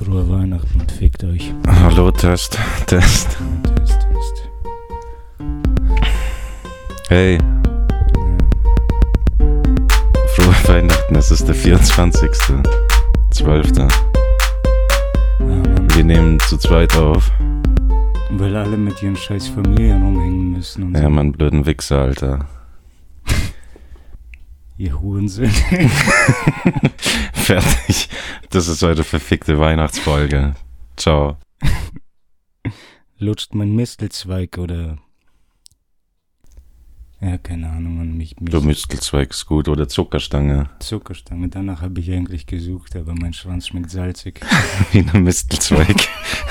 Frohe Weihnachten und fickt euch. Hallo, Test. Test. Hey. Frohe Weihnachten, es ist der 24.12. Wir nehmen zu zweit auf. Weil alle mit ihren scheiß Familien umhängen müssen und Ja, so. Mann, blöden Wichser, Alter. Ihr Hurensohn. Fertig. Das ist eure verfickte Weihnachtsfolge. Ciao. Lutscht mein Mistelzweig oder... Ja, keine Ahnung. Und mich Du Mistelzweig ist gut oder Zuckerstange. Zuckerstange. Danach habe ich eigentlich gesucht, aber mein Schwanz schmeckt salzig. Wie ein Mistelzweig.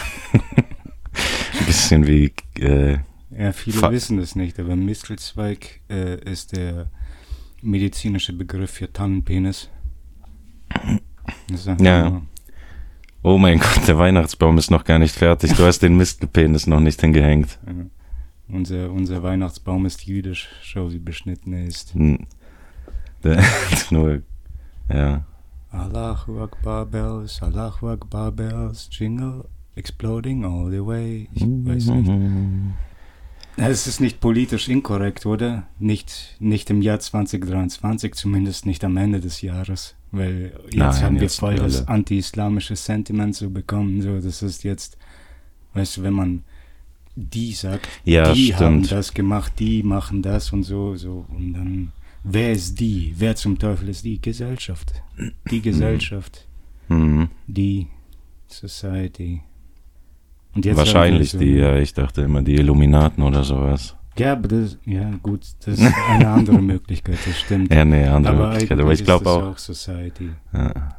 Ein bisschen wie... Ja, viele wissen das nicht, aber Mistelzweig ist der medizinische Begriff für Tannenpenis. Ja. Oh mein Gott, der Weihnachtsbaum ist noch gar nicht fertig. Du hast den Mistelpenis noch nicht hingehängt. Ja. Unser Weihnachtsbaum ist jüdisch. Schau, wie beschnitten er ist. Nur, ja. Allahu Akbar Bells, Jingle, exploding all the way. Ich weiß nicht. Es ist nicht politisch inkorrekt, oder? Nicht im Jahr 2023, zumindest nicht am Ende des Jahres. Weil jetzt haben wir voll das anti-islamische Sentiment so bekommen. So, das ist jetzt, weißt du, wenn man die sagt, ja, die stimmt. haben das gemacht, die machen das und so. Und dann, wer ist die? Wer zum Teufel ist die? Gesellschaft. Die Gesellschaft. Die Society. Und jetzt wahrscheinlich so, die, ja, ich dachte immer die Illuminaten oder sowas. Ja, aber das, ja gut, das ist eine andere Möglichkeit, das stimmt. Ja, nee, andere aber Möglichkeit, aber ich glaube auch Society. Ja,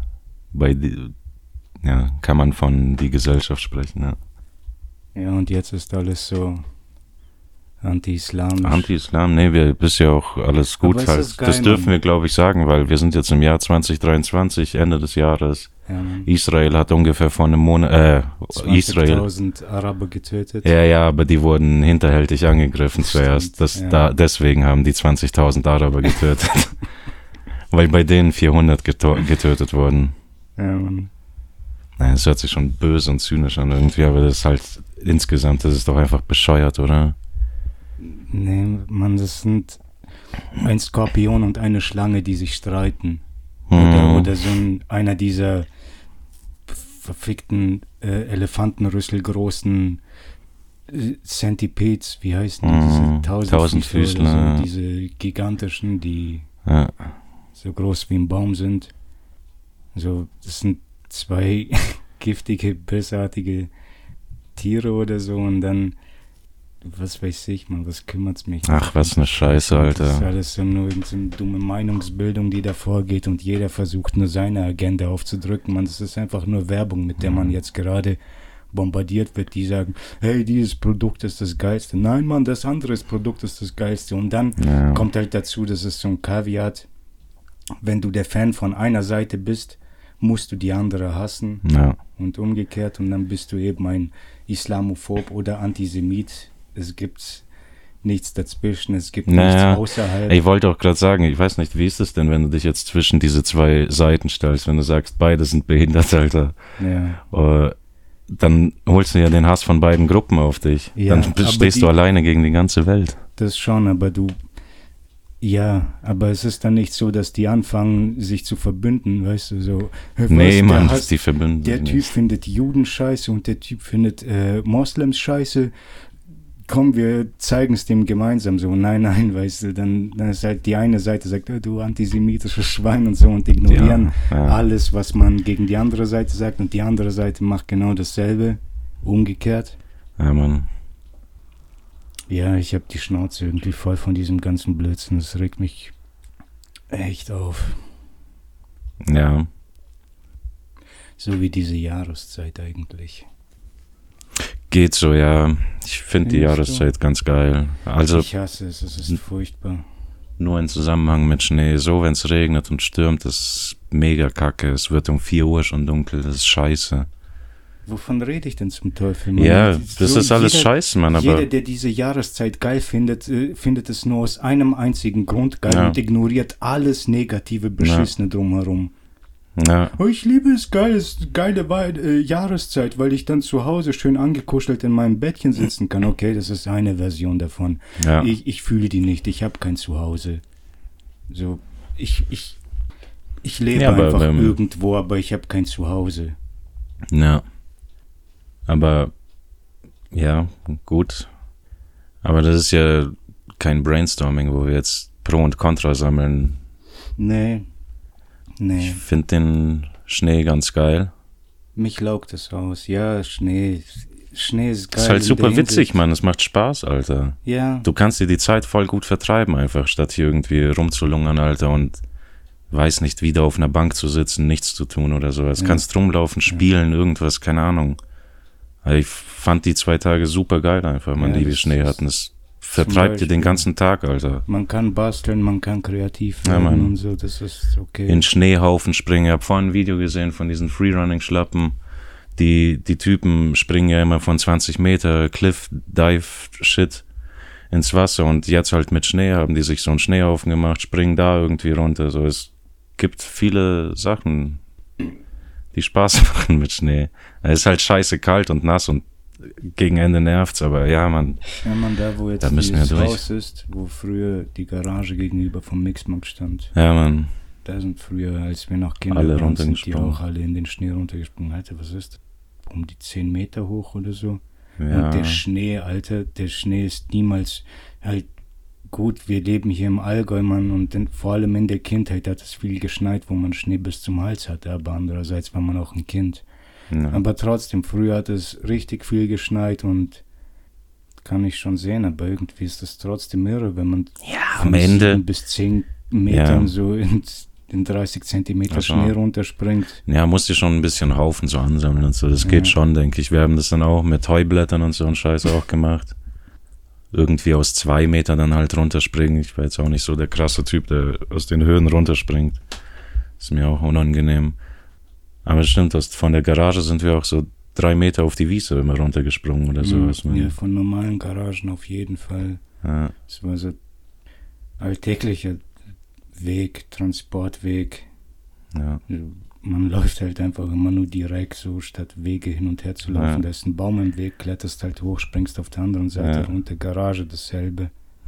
kann man von die Gesellschaft sprechen, ja. Ja, und jetzt ist alles so anti-islamisch. Anti-Islam, nee, ist ja auch alles gut aber halt. Das dürfen wir, glaube ich, sagen, weil wir sind jetzt im Jahr 2023, Ende des Jahres. Ja, Israel hat ungefähr vor einem Monat, 20.000 Araber getötet. Ja, aber die wurden hinterhältig angegriffen zuerst. Deswegen haben die 20.000 Araber getötet. Weil bei denen 400 getötet wurden. Ja, Mann. Nein, es hört sich schon böse und zynisch an irgendwie, aber das ist halt insgesamt, das ist doch einfach bescheuert, oder? Nee, Mann, das sind ein Skorpion und eine Schlange, die sich streiten. Oder so einer dieser verfickten Elefantenrüsselgroßen Centipedes, wie heißen die? Diese Tausendfüßler. So, diese gigantischen, die so groß wie ein Baum sind. So, das sind zwei giftige, bösartige Tiere oder so und dann, was weiß ich, man, was kümmert's mich? Ach, was eine Scheiße, Alter. Das ist alles so nur so eine dumme Meinungsbildung, die da vorgeht und jeder versucht nur seine Agenda aufzudrücken. Man, das ist einfach nur Werbung, mit der man jetzt gerade bombardiert wird, die sagen, hey, dieses Produkt ist das Geilste. Nein, Mann, das andere Produkt ist das Geilste. Und dann kommt halt dazu, das ist so ein Kaviat, wenn du der Fan von einer Seite bist, musst du die andere hassen und umgekehrt und dann bist du eben ein Islamophob oder Antisemit. Es gibt nichts dazwischen, es gibt nichts außerhalb. Ich wollte auch gerade sagen, ich weiß nicht, wie ist es denn, wenn du dich jetzt zwischen diese zwei Seiten stellst, wenn du sagst, beide sind behindert, Alter. Ja. Dann holst du ja den Hass von beiden Gruppen auf dich. Ja, dann stehst du alleine gegen die ganze Welt. Das schon, aber aber es ist dann nicht so, dass die anfangen, sich zu verbünden, weißt du, so. Nee, Mann, die verbünden der sich Typ nicht. Findet Juden scheiße und der Typ findet Moslems scheiße. Komm, wir zeigen es dem gemeinsam so. Nein, weißt du, dann ist halt die eine Seite sagt, du antisemitisches Schwein und so und ignorieren alles, was man gegen die andere Seite sagt und die andere Seite macht genau dasselbe, umgekehrt. Ja, Mann. Ja, ich habe die Schnauze irgendwie voll von diesem ganzen Blödsinn. Das regt mich echt auf. Ja. So wie diese Jahreszeit eigentlich. Geht so, ja. Ich finde die Jahreszeit ganz geil. Also ich hasse es, es ist furchtbar. Nur in Zusammenhang mit Schnee. So, wenn es regnet und stürmt, das ist mega kacke. Es wird um 4 Uhr schon dunkel, das ist scheiße. Wovon rede ich denn zum Teufel, Mann? Ja, das ist alles scheiße, Mann. Aber jeder, der diese Jahreszeit geil findet, findet es nur aus einem einzigen Grund geil und ignoriert alles negative, Beschissene drumherum. Ja. Oh, ich liebe es, geile Jahreszeit, weil ich dann zu Hause schön angekuschelt in meinem Bettchen sitzen kann. Okay, das ist eine Version davon. Ja. Ich fühle die nicht, ich habe kein Zuhause. So, ich lebe einfach irgendwo, aber ich habe kein Zuhause. Ja. Aber, ja, gut. Aber das ist ja kein Brainstorming, wo wir jetzt Pro und Contra sammeln. Nee. Ich finde den Schnee ganz geil. Mich laugt es aus. Ja, Schnee ist geil. Das ist halt super witzig, Mann. Es macht Spaß, Alter. Ja. Du kannst dir die Zeit voll gut vertreiben, einfach, statt hier irgendwie rumzulungern, Alter, und weiß nicht, wieder auf einer Bank zu sitzen, nichts zu tun oder sowas. Ja. Kannst rumlaufen, spielen, irgendwas, keine Ahnung. Also ich fand die 2 Tage super geil einfach, man, die wir Schnee hatten. Es vertreibt dir den ganzen Tag, Alter. Man kann basteln, man kann kreativ werden und so, das ist okay. In Schneehaufen springen. Ich habe vorhin ein Video gesehen von diesen Freerunning-Schlappen. Die Typen springen ja immer von 20 Meter Cliff-Dive-Shit ins Wasser und jetzt halt mit Schnee haben die sich so einen Schneehaufen gemacht, springen da irgendwie runter. So, es gibt viele Sachen, die Spaß machen mit Schnee. Es ist halt scheiße kalt und nass und gegen Ende nervt's, aber ja, man. Ja, man, da wo jetzt dieses Haus ist, wo früher die Garage gegenüber vom Mixmarkt stand. Ja, man. Da sind früher, als wir noch Kinder alle waren, sind die auch alle in den Schnee runtergesprungen. Alter, was ist das? Um die 10 Meter hoch oder so. Ja. Und der Schnee, Alter, der Schnee ist niemals halt gut. Wir leben hier im Allgäu, Mann, und vor allem in der Kindheit hat es viel geschneit, wo man Schnee bis zum Hals hatte, aber andererseits war man auch ein Kind. Ja. Aber trotzdem, früher hat es richtig viel geschneit und kann ich schon sehen, aber irgendwie ist das trotzdem irre, wenn man am Ende bis 10 Metern so in 30 Zentimeter Schnee runterspringt. Ja, musst du schon ein bisschen Haufen so ansammeln und so. Das geht schon, denke ich. Wir haben das dann auch mit Heublättern und so einen Scheiß auch gemacht. Irgendwie aus 2 Metern dann halt runterspringen. Ich war jetzt auch nicht so der krasse Typ, der aus den Höhen runterspringt. Ist mir auch unangenehm. Aber es stimmt, von der Garage sind wir auch so 3 Meter auf die Wiese immer runtergesprungen oder sowas. Ja, von normalen Garagen auf jeden Fall. Ja. Das war so alltäglicher Weg, Transportweg. Ja. Man läuft halt einfach immer nur direkt so, statt Wege hin und her zu laufen. Da ist ein Baum im Weg, kletterst halt hoch, springst auf der anderen Seite runter. Garage dasselbe.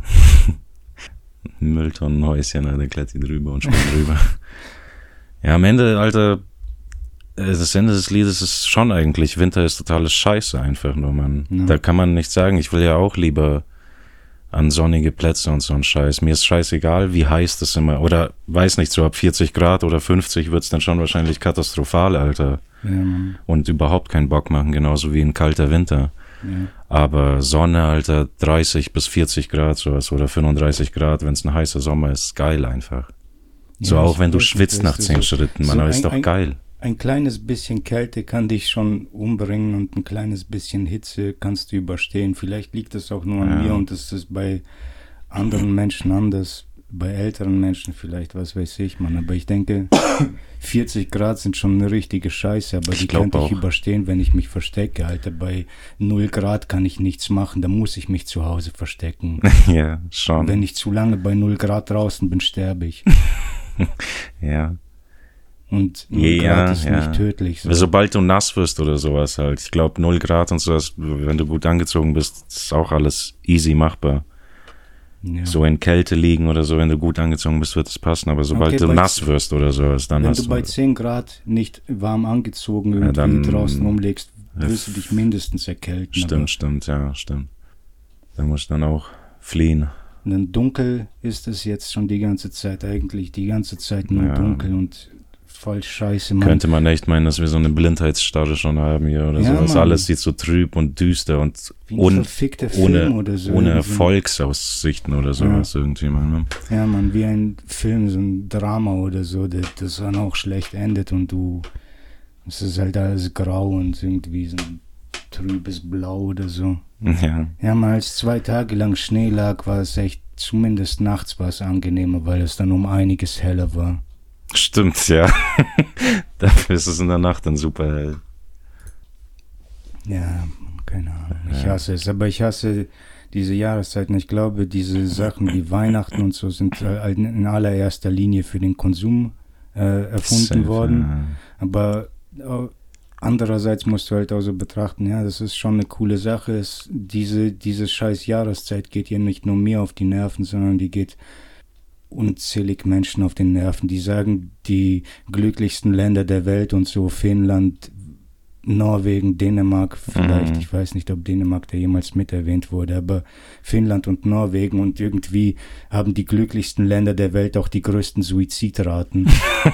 Mülltonnenhäuschen, da klettert drüber und springt drüber. Ja, am Ende, Alter, das Ende des Liedes ist schon eigentlich, Winter ist totales Scheiße einfach nur, Mann. Ja. Da kann man nichts sagen. Ich will ja auch lieber an sonnige Plätze und so ein Scheiß. Mir ist scheißegal, wie heiß das immer, oder weiß nicht, so ab 40 Grad oder 50 wird's dann schon wahrscheinlich katastrophal, Alter. Ja, Mann. Und überhaupt keinen Bock machen, genauso wie ein kalter Winter. Ja. Aber Sonne, Alter, 30 bis 40 Grad sowas oder 35 Grad, wenn es ein heißer Sommer ist, geil einfach. So auch wenn du schwitzt nach 10 Schritten, Mann, aber ist doch geil. Ein kleines bisschen Kälte kann dich schon umbringen und ein kleines bisschen Hitze kannst du überstehen. Vielleicht liegt das auch nur an mir und das ist bei anderen Menschen anders, bei älteren Menschen vielleicht, was weiß ich, Mann. Aber ich denke, 40 Grad sind schon eine richtige Scheiße, aber die könnte ich überstehen, wenn ich mich verstecke, Alter. Bei 0 Grad kann ich nichts machen, da muss ich mich zu Hause verstecken. Ja, schon. Wenn ich zu lange bei 0 Grad draußen bin, sterbe ich. Ja. Und 0 Grad ist nicht tödlich. So. Sobald du nass wirst oder sowas halt. Ich glaube 0 Grad und sowas, wenn du gut angezogen bist, ist auch alles easy machbar. Ja. So in Kälte liegen oder so, wenn du gut angezogen bist, wird es passen. Aber sobald du nass wirst oder sowas, dann hast du... Wenn du bei 10 Grad nicht warm angezogen irgendwie dann draußen rumlegst, wirst du dich mindestens erkälten. Stimmt. Da musst du dann auch fliehen. Und dann dunkel ist es jetzt schon die ganze Zeit nur dunkel und voll scheiße, Mann. Könnte man echt meinen, dass wir so eine Blindheitsstarre schon haben hier oder sowas. Mann. Alles sieht so trüb und düster und ohne Erfolgsaussichten oder sowas irgendwie, Mann. Ja, Mann, wie ein Film, so ein Drama oder so, das dann auch schlecht endet und es ist halt alles grau und irgendwie so ein trübes Blau oder so. Ja, mal als 2 Tage lang Schnee lag, war es echt, zumindest nachts war es angenehmer, weil es dann um einiges heller war. Stimmt, ja. Dafür ist es in der Nacht dann super hell. Ja, keine Ahnung. Ich hasse es, aber ich hasse diese Jahreszeiten. Ich glaube, diese Sachen wie Weihnachten und so sind in allererster Linie für den Konsum erfunden Safe, worden. ja. Aber andererseits musst du halt auch so betrachten, ja, das ist schon eine coole Sache. Diese scheiß Jahreszeit geht hier nicht nur mir auf die Nerven, sondern die geht unzählig Menschen auf den Nerven. Die sagen, die glücklichsten Länder der Welt und so, Finnland, Norwegen, Dänemark vielleicht, ich weiß nicht, ob Dänemark da jemals mit erwähnt wurde, aber Finnland und Norwegen, und irgendwie haben die glücklichsten Länder der Welt auch die größten Suizidraten.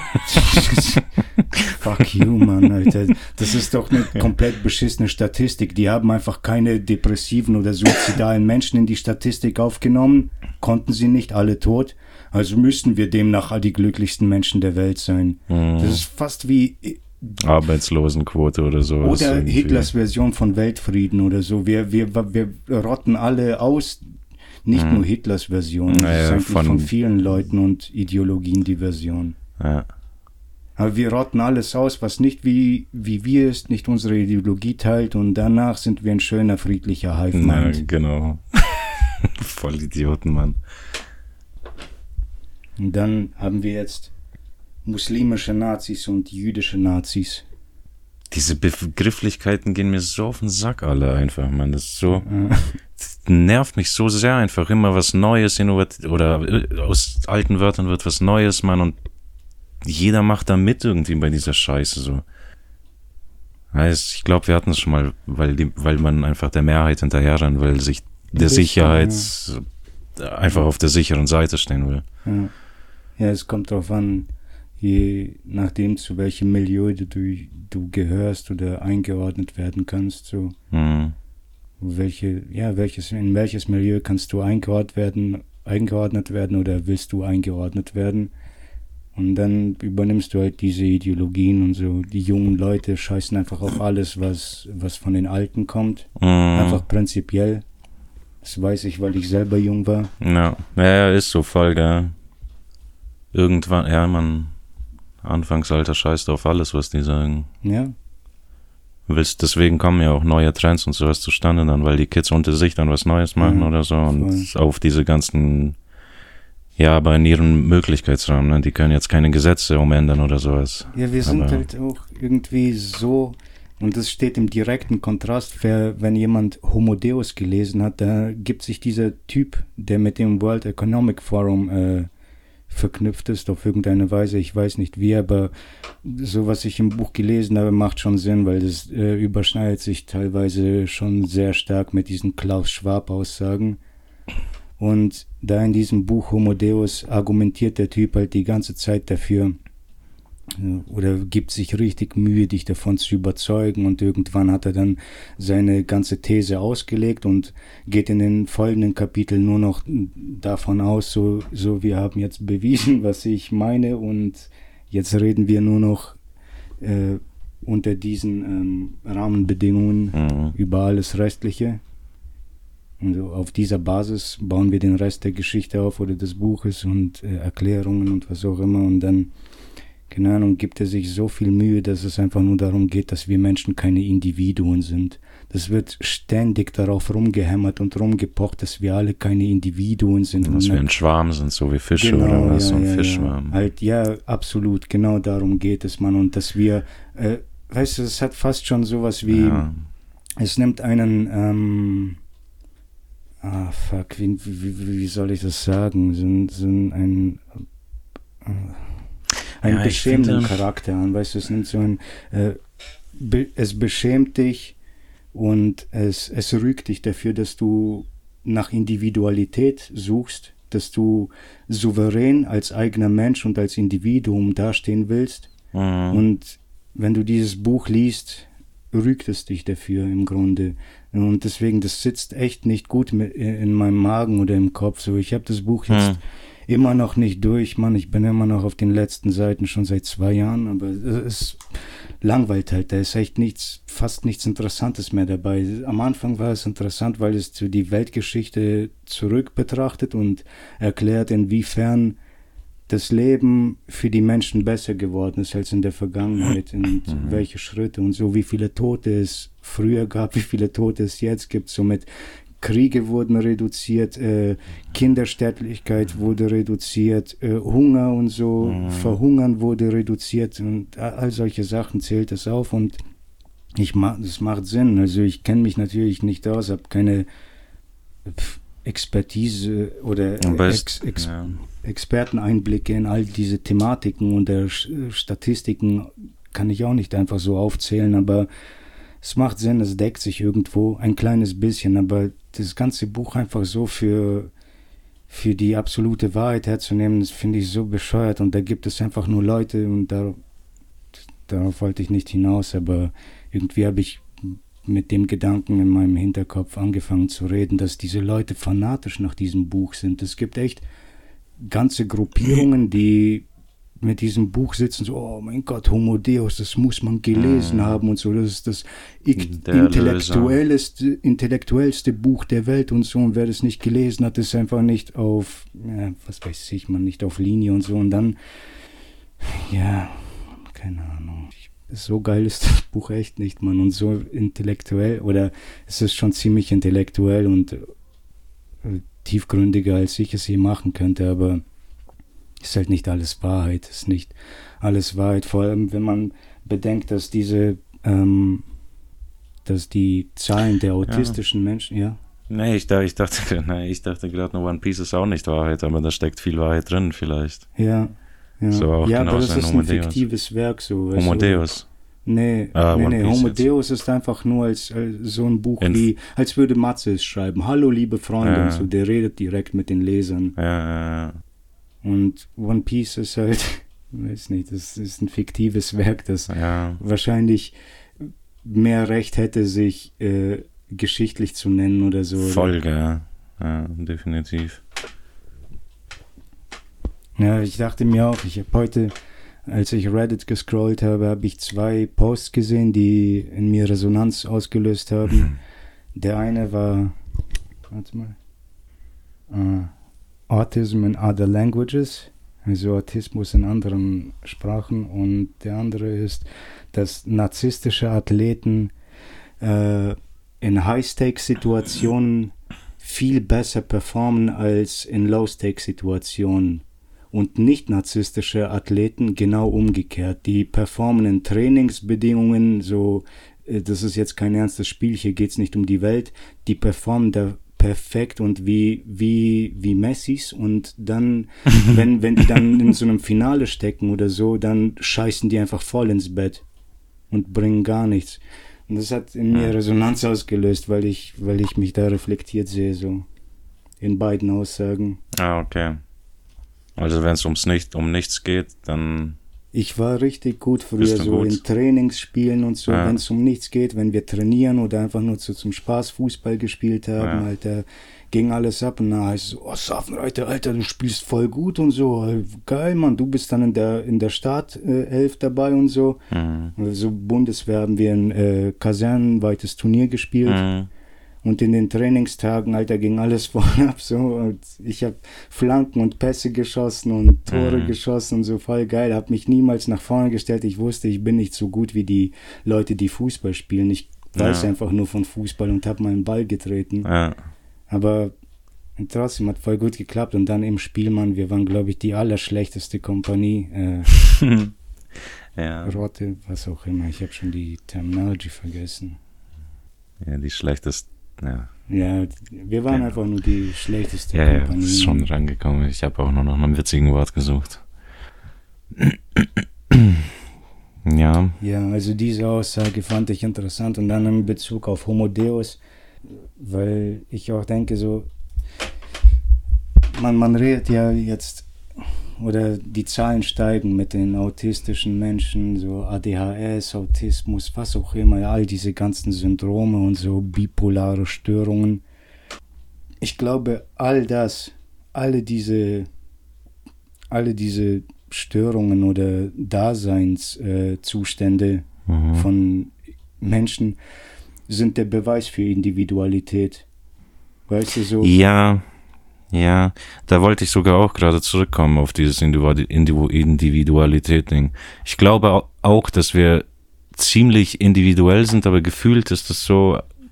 Fuck you, Mann, Alter. Das ist doch eine komplett beschissene Statistik. Die haben einfach keine depressiven oder suizidalen Menschen in die Statistik aufgenommen, konnten sie nicht, alle tot. Also müssten wir demnach die glücklichsten Menschen der Welt sein. Das ist fast wie Arbeitslosenquote oder sowas. Oder irgendwie. Hitlers Version von Weltfrieden oder so. Wir rotten alle aus. Nicht nur Hitlers Version. Das ist eigentlich von vielen Leuten und Ideologien die Version. Ja. Aber wir rotten alles aus, was nicht wie wir ist, nicht unsere Ideologie teilt, und danach sind wir ein schöner, friedlicher Hive-Mind. Ja, genau. Voll Idioten, Mann. Und dann haben wir jetzt muslimische Nazis und jüdische Nazis. Diese Begrifflichkeiten gehen mir so auf den Sack alle einfach, Mann. Das ist so, das nervt mich so sehr einfach. Immer was Neues, oder aus alten Wörtern wird was Neues, Mann, und jeder macht da mit irgendwie bei dieser Scheiße so. Heißt, ich glaube, wir hatten es schon mal, weil man einfach der Mehrheit hinterher rennt, weil sich der Sicherheit einfach auf der sicheren Seite stehen will. Ja, es kommt darauf an, je nachdem, zu welchem Milieu du gehörst oder eingeordnet werden kannst. So. In welches Milieu kannst du eingeordnet werden oder willst du eingeordnet werden? Und dann übernimmst du halt diese Ideologien und so. Die jungen Leute scheißen einfach auf alles, was von den Alten kommt. Einfach prinzipiell. Das weiß ich, weil ich selber jung war. Ja, ist so voll, gell. Irgendwann, ja, man, Anfangsalter scheißt auf alles, was die sagen. Ja. Deswegen kommen ja auch neue Trends und sowas zustande dann, weil die Kids unter sich dann was Neues machen oder so und voll. Auf diese ganzen, ja, aber in ihrem Möglichkeitsrahmen, ne? Die können jetzt keine Gesetze umändern oder sowas. Ja, wir sind halt auch irgendwie so, und das steht im direkten Kontrast, wenn jemand Homo Deus gelesen hat, da gibt sich dieser Typ, der mit dem World Economic Forum verknüpft ist auf irgendeine Weise, ich weiß nicht wie, aber so, was ich im Buch gelesen habe, macht schon Sinn, weil das überschneidet sich teilweise schon sehr stark mit diesen Klaus-Schwab-Aussagen. Und da in diesem Buch Homo Deus argumentiert der Typ halt die ganze Zeit dafür, oder gibt sich richtig Mühe, dich davon zu überzeugen, und irgendwann hat er dann seine ganze These ausgelegt und geht in den folgenden Kapiteln nur noch davon aus, so wir haben jetzt bewiesen, was ich meine, und jetzt reden wir nur noch unter diesen Rahmenbedingungen über alles Restliche. Und auf dieser Basis bauen wir den Rest der Geschichte auf oder des Buches und Erklärungen und was auch immer, und dann, keine Ahnung, gibt er sich so viel Mühe, dass es einfach nur darum geht, dass wir Menschen keine Individuen sind. Das wird ständig darauf rumgehämmert und rumgepocht, dass wir alle keine Individuen sind. Dass wir ein Schwarm sind, so wie Fische oder was, so ein Fischschwarm. Ja. Halt, ja, absolut, genau darum geht es, Mann. Und dass wir, weißt du, es hat fast schon sowas wie, es nimmt einen, wie soll ich das sagen? So einen beschämenden Charakter an, weißt du, es nimmt so ein, es beschämt dich und es rügt dich dafür, dass du nach Individualität suchst, dass du souverän als eigener Mensch und als Individuum dastehen willst. Und wenn du dieses Buch liest, rügt es dich dafür im Grunde. Und deswegen, das sitzt echt nicht gut in meinem Magen oder im Kopf. So, ich habe das Buch jetzt immer noch nicht durch, Mann. Ich bin immer noch auf den letzten Seiten, schon seit 2 Jahren, aber es langweilt halt. Da ist echt fast nichts Interessantes mehr dabei. Am Anfang war es interessant, weil es zu die Weltgeschichte zurück betrachtet und erklärt, inwiefern das Leben für die Menschen besser geworden ist als in der Vergangenheit und welche Schritte und so, wie viele Tote es früher gab, wie viele Tote es jetzt gibt, so mit Kriege wurden reduziert, Kindersterblichkeit wurde reduziert, Hunger und so, Verhungern wurde reduziert und all solche Sachen zählt das auf und das macht Sinn. Also ich kenne mich natürlich nicht aus, habe keine Expertise oder Experteneinblicke in all diese Thematiken und der Statistiken kann ich auch nicht einfach so aufzählen, aber es macht Sinn, es deckt sich irgendwo ein kleines bisschen, aber das ganze Buch einfach so für die absolute Wahrheit herzunehmen, das finde ich so bescheuert und da gibt es einfach nur Leute und darauf wollte ich nicht hinaus, aber irgendwie habe ich mit dem Gedanken in meinem Hinterkopf angefangen zu reden, dass diese Leute fanatisch nach diesem Buch sind. Es gibt echt ganze Gruppierungen, die mit diesem Buch sitzen, so, oh mein Gott, Homo Deus, das muss man gelesen haben und so, das ist das intellektuellste Buch der Welt und so, und wer das nicht gelesen hat, ist einfach nicht auf, was weiß ich, man nicht auf Linie und so, und dann, ja, keine Ahnung, so geil ist das Buch echt nicht, Mann, und so intellektuell, oder es ist schon ziemlich intellektuell und tiefgründiger, als ich es je machen könnte, aber ist halt nicht alles Wahrheit, ist nicht alles Wahrheit, vor allem wenn man bedenkt, dass die Zahlen der autistischen Menschen, ja? Nee, ich dachte gerade nur One Piece ist auch nicht Wahrheit, aber da steckt viel Wahrheit drin vielleicht. Ja. So auch ja, genau aber das ist Homo ein Deus. fiktives Werk, so. Homo Deus. Nee, Homo Deus ist einfach nur als so ein Buch wie, als würde Matze es schreiben, hallo liebe Freunde, und so, der redet direkt mit den Lesern. Ja. Und One Piece ist halt, weiß nicht, das ist ein fiktives Werk, das wahrscheinlich mehr Recht hätte, sich geschichtlich zu nennen oder so. Folge, ja, definitiv. Ja, ich dachte mir auch, ich habe heute, als ich Reddit gescrollt habe, habe ich 2 Posts gesehen, die in mir Resonanz ausgelöst haben. Der eine war, warte mal, Autism in Other Languages, also Autismus in anderen Sprachen, und der andere ist, dass narzisstische Athleten in High-Stakes-Situationen viel besser performen als in Low-Stakes-Situationen und nicht narzisstische Athleten genau umgekehrt. Die performen in Trainingsbedingungen, so, das ist jetzt kein ernstes Spiel, hier geht es nicht um die Welt, die performen da perfekt und wie Messis, und dann, wenn die dann in so einem Finale stecken oder so, dann scheißen die einfach voll ins Bett und bringen gar nichts. Und das hat in mir Resonanz ausgelöst, weil ich mich da reflektiert sehe, so in beiden Aussagen. Okay. Also wenn es um nichts geht, dann... Ich war richtig gut früher, so gut in Trainingsspielen und so, wenn es um nichts geht, wenn wir trainieren oder einfach nur so zum Spaß Fußball gespielt haben, Alter, ging alles ab und dann heißt es so, oh Safenreiter, Alter, du spielst voll gut und so, geil, Mann, du bist dann in der Startelf dabei und so. So Bundeswehr haben wir ein kasernenweites Turnier gespielt. Und in den Trainingstagen, Alter, ging alles vorne ab, so, und ich habe Flanken und Pässe geschossen und Tore geschossen und so, voll geil, habe mich niemals nach vorne gestellt, ich wusste, ich bin nicht so gut wie die Leute, die Fußball spielen, ich weiß einfach nur von Fußball und habe meinen Ball getreten, aber trotzdem hat voll gut geklappt, und dann im Spiel, Mann, wir waren, glaube ich, die allerschlechteste Kompanie, Rotte, was auch immer, ich habe schon die Terminology vergessen. Ja, die schlechteste. Ja, wir waren einfach nur die schlechteste Ja, Kompanie. das ist schon rangekommen. Ich habe auch nur noch einem witzigen Wort gesucht. Ja. Ja, also diese Aussage fand ich interessant, und dann in Bezug auf Homo Deus, weil ich auch denke, so, man redet ja jetzt, oder die Zahlen steigen mit den autistischen Menschen, so ADHS, Autismus, was auch immer, all diese ganzen Syndrome und so bipolare Störungen. Ich glaube, alle diese Störungen oder Daseinszustände von Menschen sind der Beweis für Individualität. Weißt du, so? Ja, da wollte ich sogar auch gerade zurückkommen auf dieses Individualität-Ding. Ich glaube auch, dass wir ziemlich individuell sind, aber gefühlt ist es so,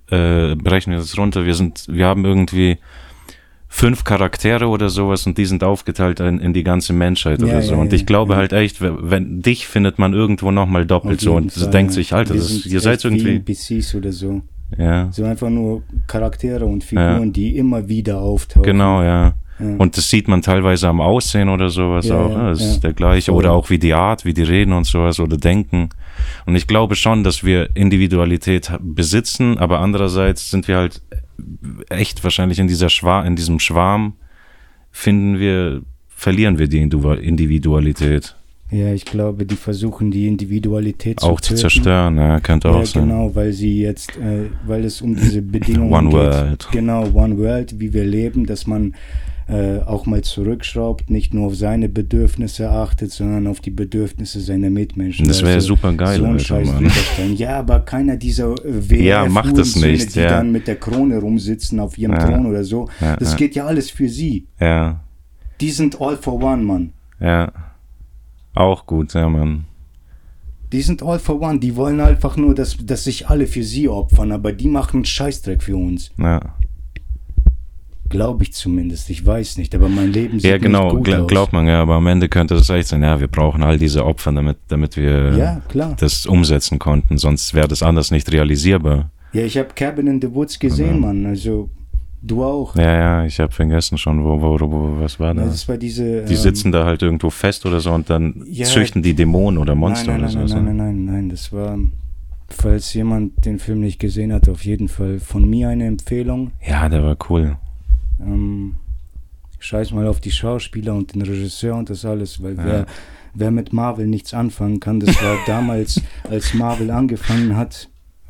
berechnen wir das runter, wir haben irgendwie 5 Charaktere oder sowas und die sind aufgeteilt in die ganze Menschheit oder so. Und ich glaube halt echt, wenn dich findet man irgendwo nochmal doppelt so und Fall, denkt sich, Alter, ihr seid irgendwie NPCs oder so. Ja. So einfach nur Charaktere und Figuren, die immer wieder auftauchen. Genau, ja. Und das sieht man teilweise am Aussehen oder sowas auch. Ja, das ist der gleiche. Oder auch wie die Art, wie die reden und sowas oder denken. Und ich glaube schon, dass wir Individualität besitzen, aber andererseits sind wir halt echt wahrscheinlich in diesem Schwarm verlieren wir die Individualität. Ja, ich glaube, die versuchen die Individualität auch zu zerstören, ja, könnte auch sein. Genau, weil es um diese Bedingungen One geht. World. Genau, One World, wie wir leben, dass man auch mal zurückschraubt, nicht nur auf seine Bedürfnisse achtet, sondern auf die Bedürfnisse seiner Mitmenschen. Das wäre super geil, so ein Scheiß widerstellen. Ja, aber keiner dieser macht das nicht, die dann mit der Krone rumsitzen auf ihrem Thron oder so, das geht ja alles für sie. Ja. Die sind all for one, Mann. Ja. Auch gut, ja, Mann. Die sind all for one, die wollen einfach nur, dass sich alle für sie opfern, aber die machen einen Scheißdreck für uns. Ja. Glaube ich zumindest, ich weiß nicht, aber mein Leben sieht nicht gut aus. Glaubt man, ja, aber am Ende könnte das echt sein, ja, wir brauchen all diese Opfer, damit wir das umsetzen konnten, sonst wäre das anders nicht realisierbar. Ja, ich habe Cabin in the Woods gesehen, Mann, also du auch. Ja, ich habe vergessen schon, wo was war das? Das war diese... Die sitzen da halt irgendwo fest oder so und dann züchten die Dämonen oder Monster oder so. Nein, das war... Falls jemand den Film nicht gesehen hat, auf jeden Fall von mir eine Empfehlung. Ja, der war cool. Scheiß mal auf die Schauspieler und den Regisseur und das alles, weil wer mit Marvel nichts anfangen kann, das war damals, als Marvel angefangen hat,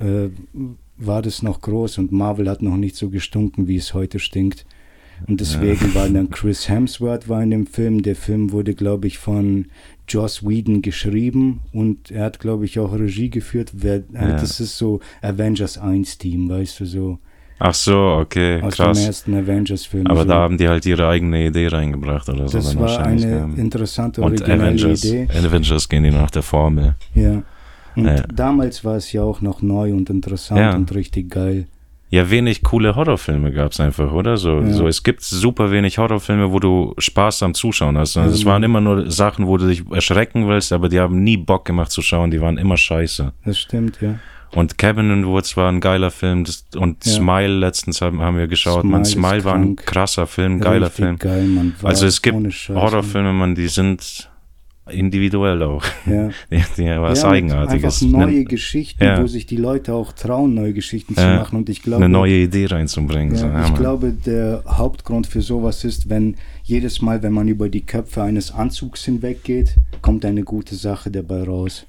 war das noch groß und Marvel hat noch nicht so gestunken, wie es heute stinkt. Und deswegen war dann Chris Hemsworth war in dem Film. Der Film wurde, glaube ich, von Joss Whedon geschrieben und er hat, glaube ich, auch Regie geführt. Das ist so Avengers 1 Team, weißt du, so. Ach so, okay, aus krass. Dem ersten Avengers-Film. Aber so. Da haben die halt ihre eigene Idee reingebracht oder so. Das war eine interessante, originelle Idee. Avengers gehen die nach der Formel. Ja. Und damals war es ja auch noch neu und interessant und richtig geil. Ja, wenig coole Horrorfilme gab es einfach, oder? So, es gibt super wenig Horrorfilme, wo du Spaß am Zuschauen hast. Also es waren immer nur Sachen, wo du dich erschrecken willst, aber die haben nie Bock gemacht zu schauen, die waren immer scheiße. Das stimmt, ja. Und Cabin in the Woods war ein geiler Film Smile letztens haben wir geschaut. Smile war ein krasser Film, geiler Film. Geil, Mann. Also es gibt Horrorfilme, die sind individuell auch. Ja. Die was Eigenartiges. Einfach neue Geschichten, wo sich die Leute auch trauen, neue Geschichten zu machen. Und ich glaube, eine neue Idee reinzubringen. Ich glaube, der Hauptgrund für sowas ist, wenn jedes Mal, wenn man über die Köpfe eines Anzugs hinweggeht, kommt eine gute Sache dabei raus.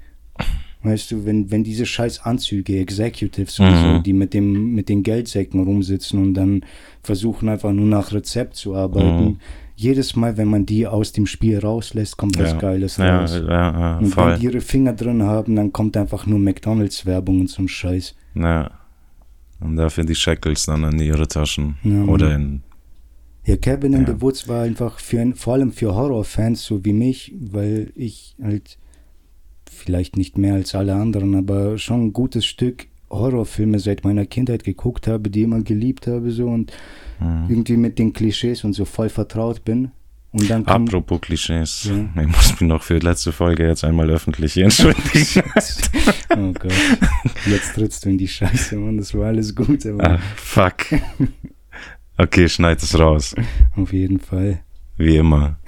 Weißt du, wenn diese scheiß Anzüge, Executives oder so, die mit den Geldsäcken rumsitzen und dann versuchen einfach nur nach Rezept zu arbeiten, jedes Mal, wenn man die aus dem Spiel rauslässt, kommt was Geiles raus. Und voll. Wenn die ihre Finger drin haben, dann kommt einfach nur McDonalds-Werbung und so ein Scheiß. Ja. Und dafür die Shekels dann in ihre Taschen. Ja, oder in... Ja, Cabin in the Woods war einfach vor allem für Horrorfans so wie mich, weil ich halt vielleicht nicht mehr als alle anderen, aber schon ein gutes Stück Horrorfilme seit meiner Kindheit geguckt habe, die immer geliebt habe so und irgendwie mit den Klischees und so voll vertraut bin. Und dann apropos Klischees, ich muss mich noch für die letzte Folge jetzt einmal öffentlich hier entschuldigen. Oh Gott, jetzt trittst du in die Scheiße, Mann, das war alles gut. Aber fuck. Okay, schneid es raus. Auf jeden Fall. Wie immer.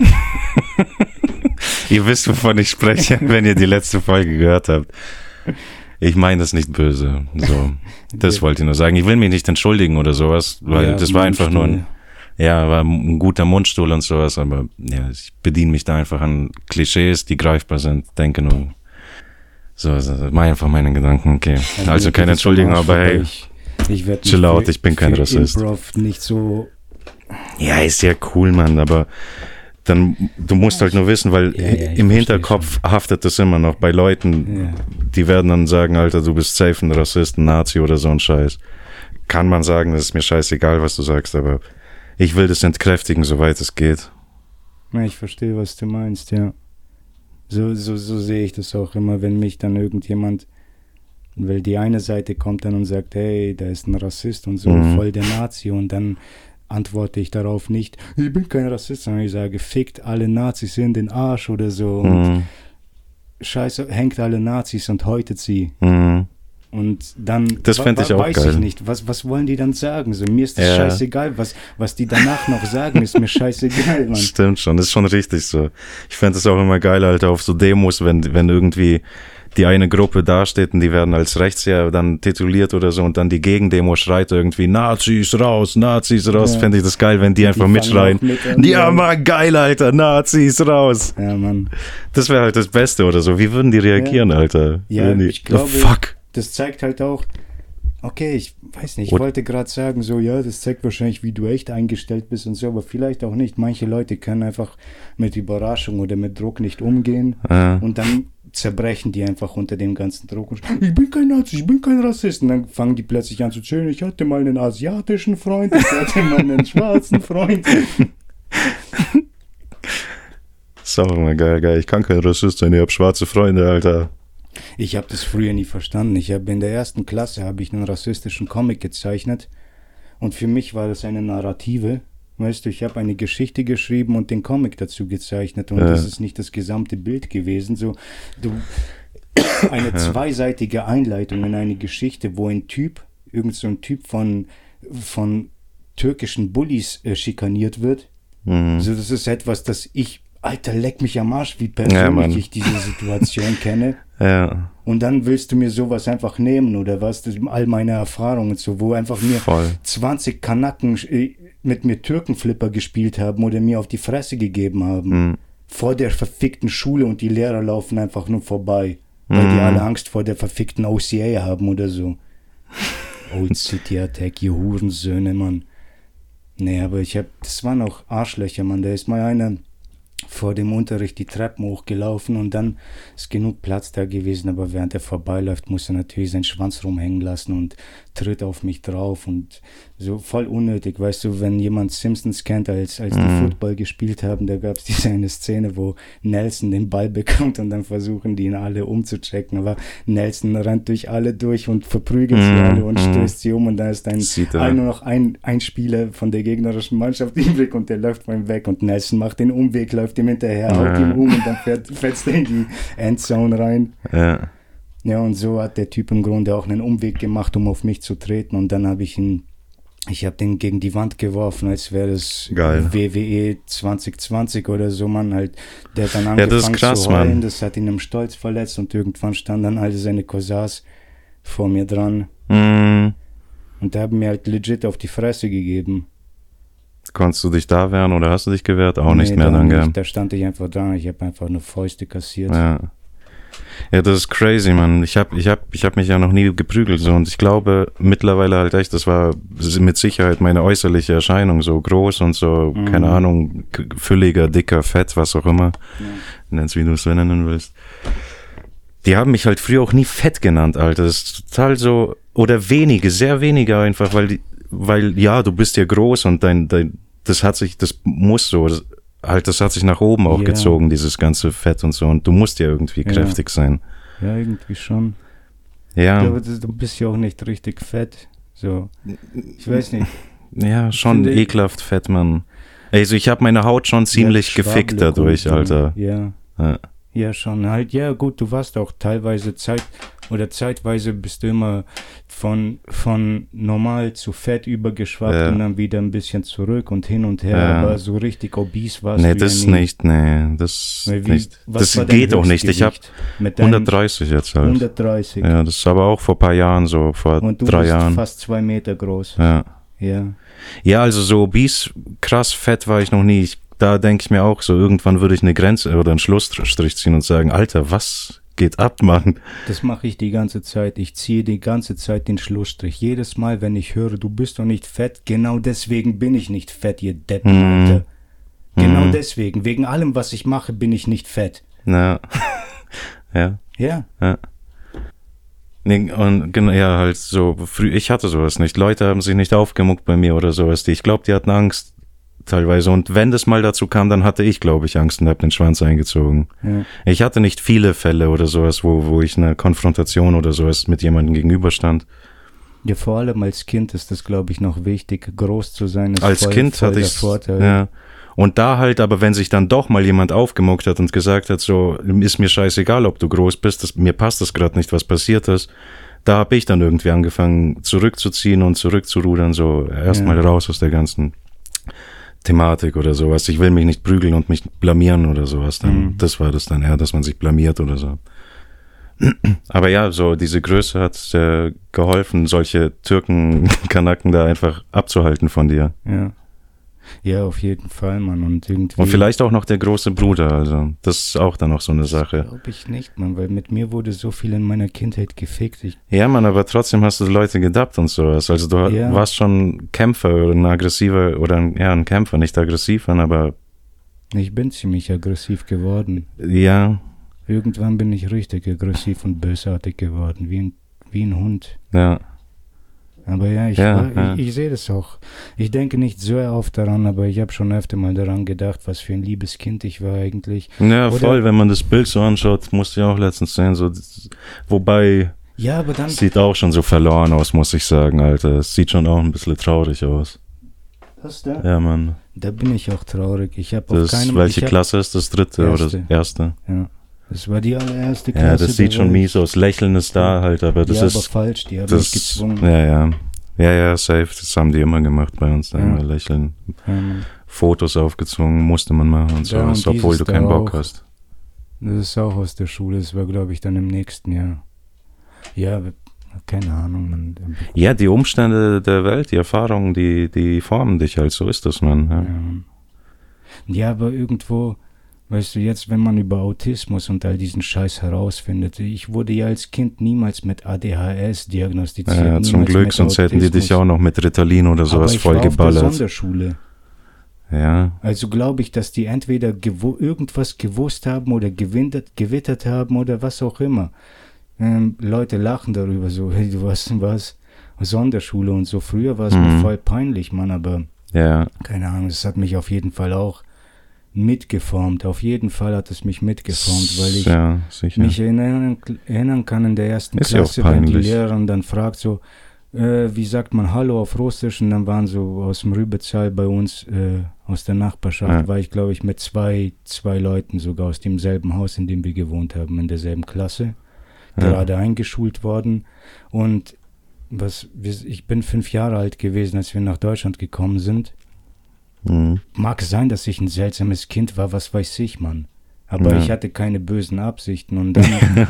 Ihr wisst, wovon ich spreche, wenn ihr die letzte Folge gehört habt. Ich meine das nicht böse. So, das wollte ich nur sagen. Ich will mich nicht entschuldigen oder sowas, weil das war einfach nur war ein guter Mundstuhl und sowas, aber ich bediene mich da einfach an Klischees, die greifbar sind. Denke nur. So, mach einfach meine Gedanken, okay. Also keine Entschuldigung, aber hey, chill out, ich bin kein Rassist. Improv nicht so. Ja, ist ja cool, Mann, aber dann, du musst halt nur wissen, weil im Hinterkopf haftet das immer noch bei Leuten, die werden dann sagen, Alter, du bist safe ein Rassist, ein Nazi oder so ein Scheiß. Kann man sagen, das ist mir scheißegal, was du sagst, aber ich will das entkräftigen, soweit es geht. Ja, ich verstehe, was du meinst, ja. So sehe ich das auch immer, wenn mich dann irgendjemand Weil die eine Seite kommt dann und sagt, hey, da ist ein Rassist und so, voll der Nazi. Und dann antworte ich darauf nicht, ich bin kein Rassist, sondern ich sage, fickt alle Nazis in den Arsch oder so. Und Scheiße, hängt alle Nazis und häutet sie. Und dann das fände ich auch weiß geil. Ich nicht, was wollen die dann sagen? So, mir ist das scheißegal, was die danach noch sagen, ist mir scheißegal, Mann. Stimmt schon, das ist schon richtig so. Ich fände es auch immer geil, Alter, auf so Demos, wenn irgendwie die eine Gruppe dasteht und die werden als Rechtsherr dann tituliert oder so und dann die Gegendemo schreit irgendwie Nazis raus, fände ich das geil, wenn die einfach mitschreien. Ja, Mann, geil, Alter, Nazis raus. Ja, Mann. Das wäre halt das Beste oder so. Wie würden die reagieren, Alter? Ja, ich glaube, fuck. Das zeigt halt auch, okay, ich weiß nicht, ich wollte gerade sagen, so, ja, das zeigt wahrscheinlich, wie du echt eingestellt bist und so, aber vielleicht auch nicht. Manche Leute können einfach mit Überraschung oder mit Druck nicht umgehen und dann zerbrechen die einfach unter dem ganzen Druck und ich bin kein Nazi, ich bin kein Rassist. Und dann fangen die plötzlich an zu chillen, ich hatte mal einen asiatischen Freund, ich hatte mal einen schwarzen Freund. ist auch immer geil. Ich kann kein Rassist sein, ich hab schwarze Freunde, Alter. Ich habe das früher nie verstanden. In der 1. Klasse habe ich einen rassistischen Comic gezeichnet und für mich war das eine Narrative. Weißt du, ich habe eine Geschichte geschrieben und den Comic dazu gezeichnet und das ist nicht das gesamte Bild gewesen. So, eine zweiseitige Einleitung in eine Geschichte, wo irgend so ein Typ von türkischen Bullies schikaniert wird. So, das ist etwas, das Alter, leck mich am Arsch, wie persönlich ich diese Situation kenne. Ja. Und dann willst du mir sowas einfach nehmen, oder was? Das sind all meine Erfahrungen so, wo einfach mir 20 Kanaken mit mir Türkenflipper gespielt haben oder mir auf die Fresse gegeben haben. Vor der verfickten Schule und die Lehrer laufen einfach nur vorbei, weil die alle Angst vor der verfickten OCA haben oder so. Old City Attack, ihr Hurensöhne, Mann. Nee, aber das waren auch Arschlöcher, Mann. Da ist mal einer vor dem Unterricht die Treppen hochgelaufen und dann ist genug Platz da gewesen, aber während er vorbeiläuft, muss er natürlich seinen Schwanz rumhängen lassen und tritt auf mich drauf und so voll unnötig, weißt du, wenn jemand Simpsons kennt, als die Football gespielt haben, da gab es diese eine Szene, wo Nelson den Ball bekommt und dann versuchen die ihn alle umzuchecken, aber Nelson rennt durch alle durch und verprügelt sie alle und stößt sie um und dann ist nur noch ein Spieler von der gegnerischen Mannschaft übrig und der läuft mal weg und Nelson macht den Umweg, läuft ihm hinterher, haut ihn um und dann fällst du in die Endzone rein. Ja, und so hat der Typ im Grunde auch einen Umweg gemacht, um auf mich zu treten und dann habe ich den gegen die Wand geworfen, als wäre das WWE 2020 oder so, Mann, halt, der hat dann angefangen das ist krass, zu heulen, Mann. Das hat ihn im Stolz verletzt und irgendwann standen dann alle seine Cousins vor mir dran und haben mir halt legit auf die Fresse gegeben. Konntest du dich da wehren oder hast du dich gewehrt? Auch nicht mehr dann, gell? Da stand ich einfach dran, ich habe einfach nur Fäuste kassiert. Ja, das ist crazy, Mann. Ich hab mich ja noch nie geprügelt so und ich glaube mittlerweile halt echt, das war mit Sicherheit meine äußerliche Erscheinung, so groß und so, keine Ahnung, fülliger, dicker, fett, was auch immer, nenn's wie du es nennen willst. Die haben mich halt früher auch nie fett genannt, Alter. Das ist total so, oder sehr wenige einfach, weil ja, du bist ja groß und das muss so, das hat sich nach oben auch gezogen, dieses ganze Fett und so. Und du musst ja irgendwie kräftig sein. Ja, irgendwie schon. Ja. Aber du bist ja auch nicht richtig fett. So, ich weiß nicht. Ja, schon ekelhaft fett, Mann. Also ich habe meine Haut schon ziemlich gefickt dadurch, Alter. Ja, schon. Halt, ja gut, du warst auch teilweise zeitweise bist du immer von normal zu fett übergeschwappt und dann wieder ein bisschen zurück und hin und her, aber so richtig obese warst du das ja nie. Das nicht. Das geht auch nicht. Ich habe 130 jetzt halt. 130. Ja, das ist aber auch vor ein paar Jahren so, vor 3 Jahren. Und du bist fast 2 Meter groß. Ja, also so obese, krass fett war ich noch nie. Da denke ich mir auch so, irgendwann würde ich eine Grenze oder einen Schlussstrich ziehen und sagen, Alter, was geht ab, Mann? Das mache ich die ganze Zeit. Ich ziehe die ganze Zeit den Schlussstrich. Jedes Mal, wenn ich höre, du bist doch nicht fett, genau deswegen bin ich nicht fett, ihr Deppen, Alter. Genau deswegen. Wegen allem, was ich mache, bin ich nicht fett. Ja. Ja. Nee, und genau, ja, halt so, ich hatte sowas nicht. Leute haben sich nicht aufgemuckt bei mir oder sowas. Ich glaube, die hatten Angst, teilweise. Und wenn das mal dazu kam, dann hatte ich, glaube ich, Angst und habe den Schwanz eingezogen. Ja. Ich hatte nicht viele Fälle oder sowas, wo ich eine Konfrontation oder sowas mit jemandem gegenüberstand. Ja, vor allem als Kind ist das, glaube ich, noch wichtig. Groß zu sein ist Als Kind voll hatte der ich Vorteil. ja. Und da halt, aber wenn sich dann doch mal jemand aufgemuckt hat und gesagt hat, so, ist mir scheißegal, ob du groß bist, mir passt das gerade nicht, was passiert ist, da habe ich dann irgendwie angefangen zurückzuziehen und zurückzurudern, so erstmal raus aus der ganzen Thematik oder sowas. Ich will mich nicht prügeln und mich blamieren oder sowas. Dann, das war das dann eher, dass man sich blamiert oder so. Aber ja, so diese Größe hat geholfen, solche Türken-Kanaken da einfach abzuhalten von dir. Ja. Ja, auf jeden Fall, Mann. Und vielleicht auch noch der große Bruder, also das ist auch dann noch so eine Sache. Glaube ich nicht, Mann, weil mit mir wurde so viel in meiner Kindheit gefickt. Ja, Mann, aber trotzdem hast du Leute gedappt und sowas. Also du warst schon Kämpfer oder ein aggressiver oder ein Kämpfer, nicht aggressiver, aber... Ich bin ziemlich aggressiv geworden. Ja. Irgendwann bin ich richtig aggressiv und bösartig geworden, wie ein Hund. Ja. Aber ja, ich sehe das auch. Ich denke nicht so oft daran, aber ich habe schon öfter mal daran gedacht, was für ein liebes Kind ich war eigentlich. Ja, voll, wenn man das Bild so anschaut, musste ich auch letztens sehen, so, wobei, ja, aber dann sieht auch schon so verloren aus, muss ich sagen, Alter. Es sieht schon auch ein bisschen traurig aus. Was da? Ja, Mann. Da bin ich auch traurig. Ich habe auf keinem... Welche Klasse ist das? Dritte oder erste? Ja. Das war die allererste Klasse. Ja, das sieht schon mies aus. Lächeln ist da halt, aber das ist... aber falsch, die haben mich gezwungen. Ja, safe. Das haben die immer gemacht bei uns, immer lächeln. Fotos aufgezwungen, musste man machen und sowas, obwohl du keinen Bock hast. Das ist auch aus der Schule, das war, glaube ich, dann im nächsten Jahr. Ja, keine Ahnung, man. Ja, die Umstände der Welt, die Erfahrungen, die formen dich halt, so ist das, man. Ja, aber irgendwo... Weißt du, jetzt, wenn man über Autismus und all diesen Scheiß herausfindet, ich wurde ja als Kind niemals mit ADHS diagnostiziert. Ja, zum Glück, sonst hätten die dich auch noch mit Ritalin oder sowas vollgeballert. Aber ich war auf der Sonderschule. Ja. Also glaube ich, dass die entweder irgendwas gewusst haben oder gewittert haben oder was auch immer. Leute lachen darüber so, hey, du warst was? Sonderschule und so. Früher war es mir voll peinlich, Mann, aber keine Ahnung, das hat mich auf jeden Fall auch mitgeformt. Auf jeden Fall hat es mich mitgeformt, weil ich mich erinnern kann in der ersten Klasse, wenn die Lehrerin dann fragt so, wie sagt man Hallo auf Russisch, und dann waren so aus dem Rübezahl bei uns, aus der Nachbarschaft, war ich glaube ich mit zwei Leuten sogar aus demselben Haus, in dem wir gewohnt haben, in derselben Klasse, gerade eingeschult worden, und ich bin 5 Jahre alt gewesen, als wir nach Deutschland gekommen sind. Mag sein, dass ich ein seltsames Kind war, was weiß ich, Mann. Aber ich hatte keine bösen Absichten und dann,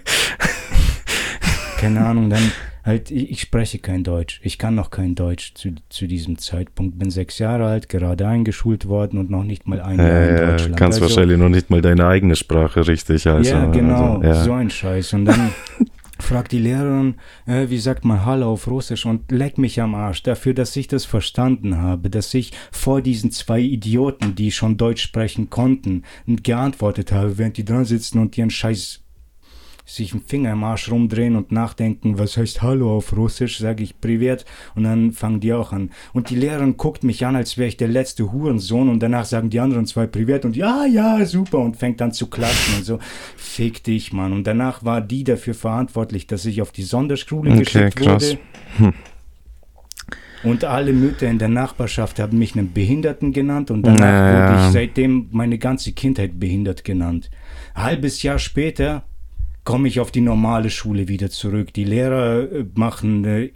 keine Ahnung, dann halt, ich spreche kein Deutsch. Ich kann noch kein Deutsch zu diesem Zeitpunkt. Bin 6 Jahre alt, gerade eingeschult worden und noch nicht mal ein Jahr in Deutschland. Kannst wahrscheinlich noch nicht mal deine eigene Sprache richtig. Also, ja, genau, so ein Scheiß. Und dann fragt die Lehrerin, wie sagt man Hallo auf Russisch, und leck mich am Arsch dafür, dass ich das verstanden habe, dass ich vor diesen 2 Idioten, die schon Deutsch sprechen konnten, geantwortet habe, während die dran sitzen und ihren Scheiß sich einen Finger im Arsch rumdrehen und nachdenken, was heißt Hallo auf Russisch, sage ich Privet, und dann fangen die auch an. Und die Lehrerin guckt mich an, als wäre ich der letzte Hurensohn, und danach sagen die anderen 2 Privet und ja, super, und fängt dann zu klatschen und so. Fick dich, Mann. Und danach war die dafür verantwortlich, dass ich auf die Sonderschule geschickt wurde. Und alle Mütter in der Nachbarschaft haben mich einen Behinderten genannt, und danach wurde ich seitdem meine ganze Kindheit behindert genannt. Ein halbes Jahr später komme ich auf die normale Schule wieder zurück. Die Lehrer machen eine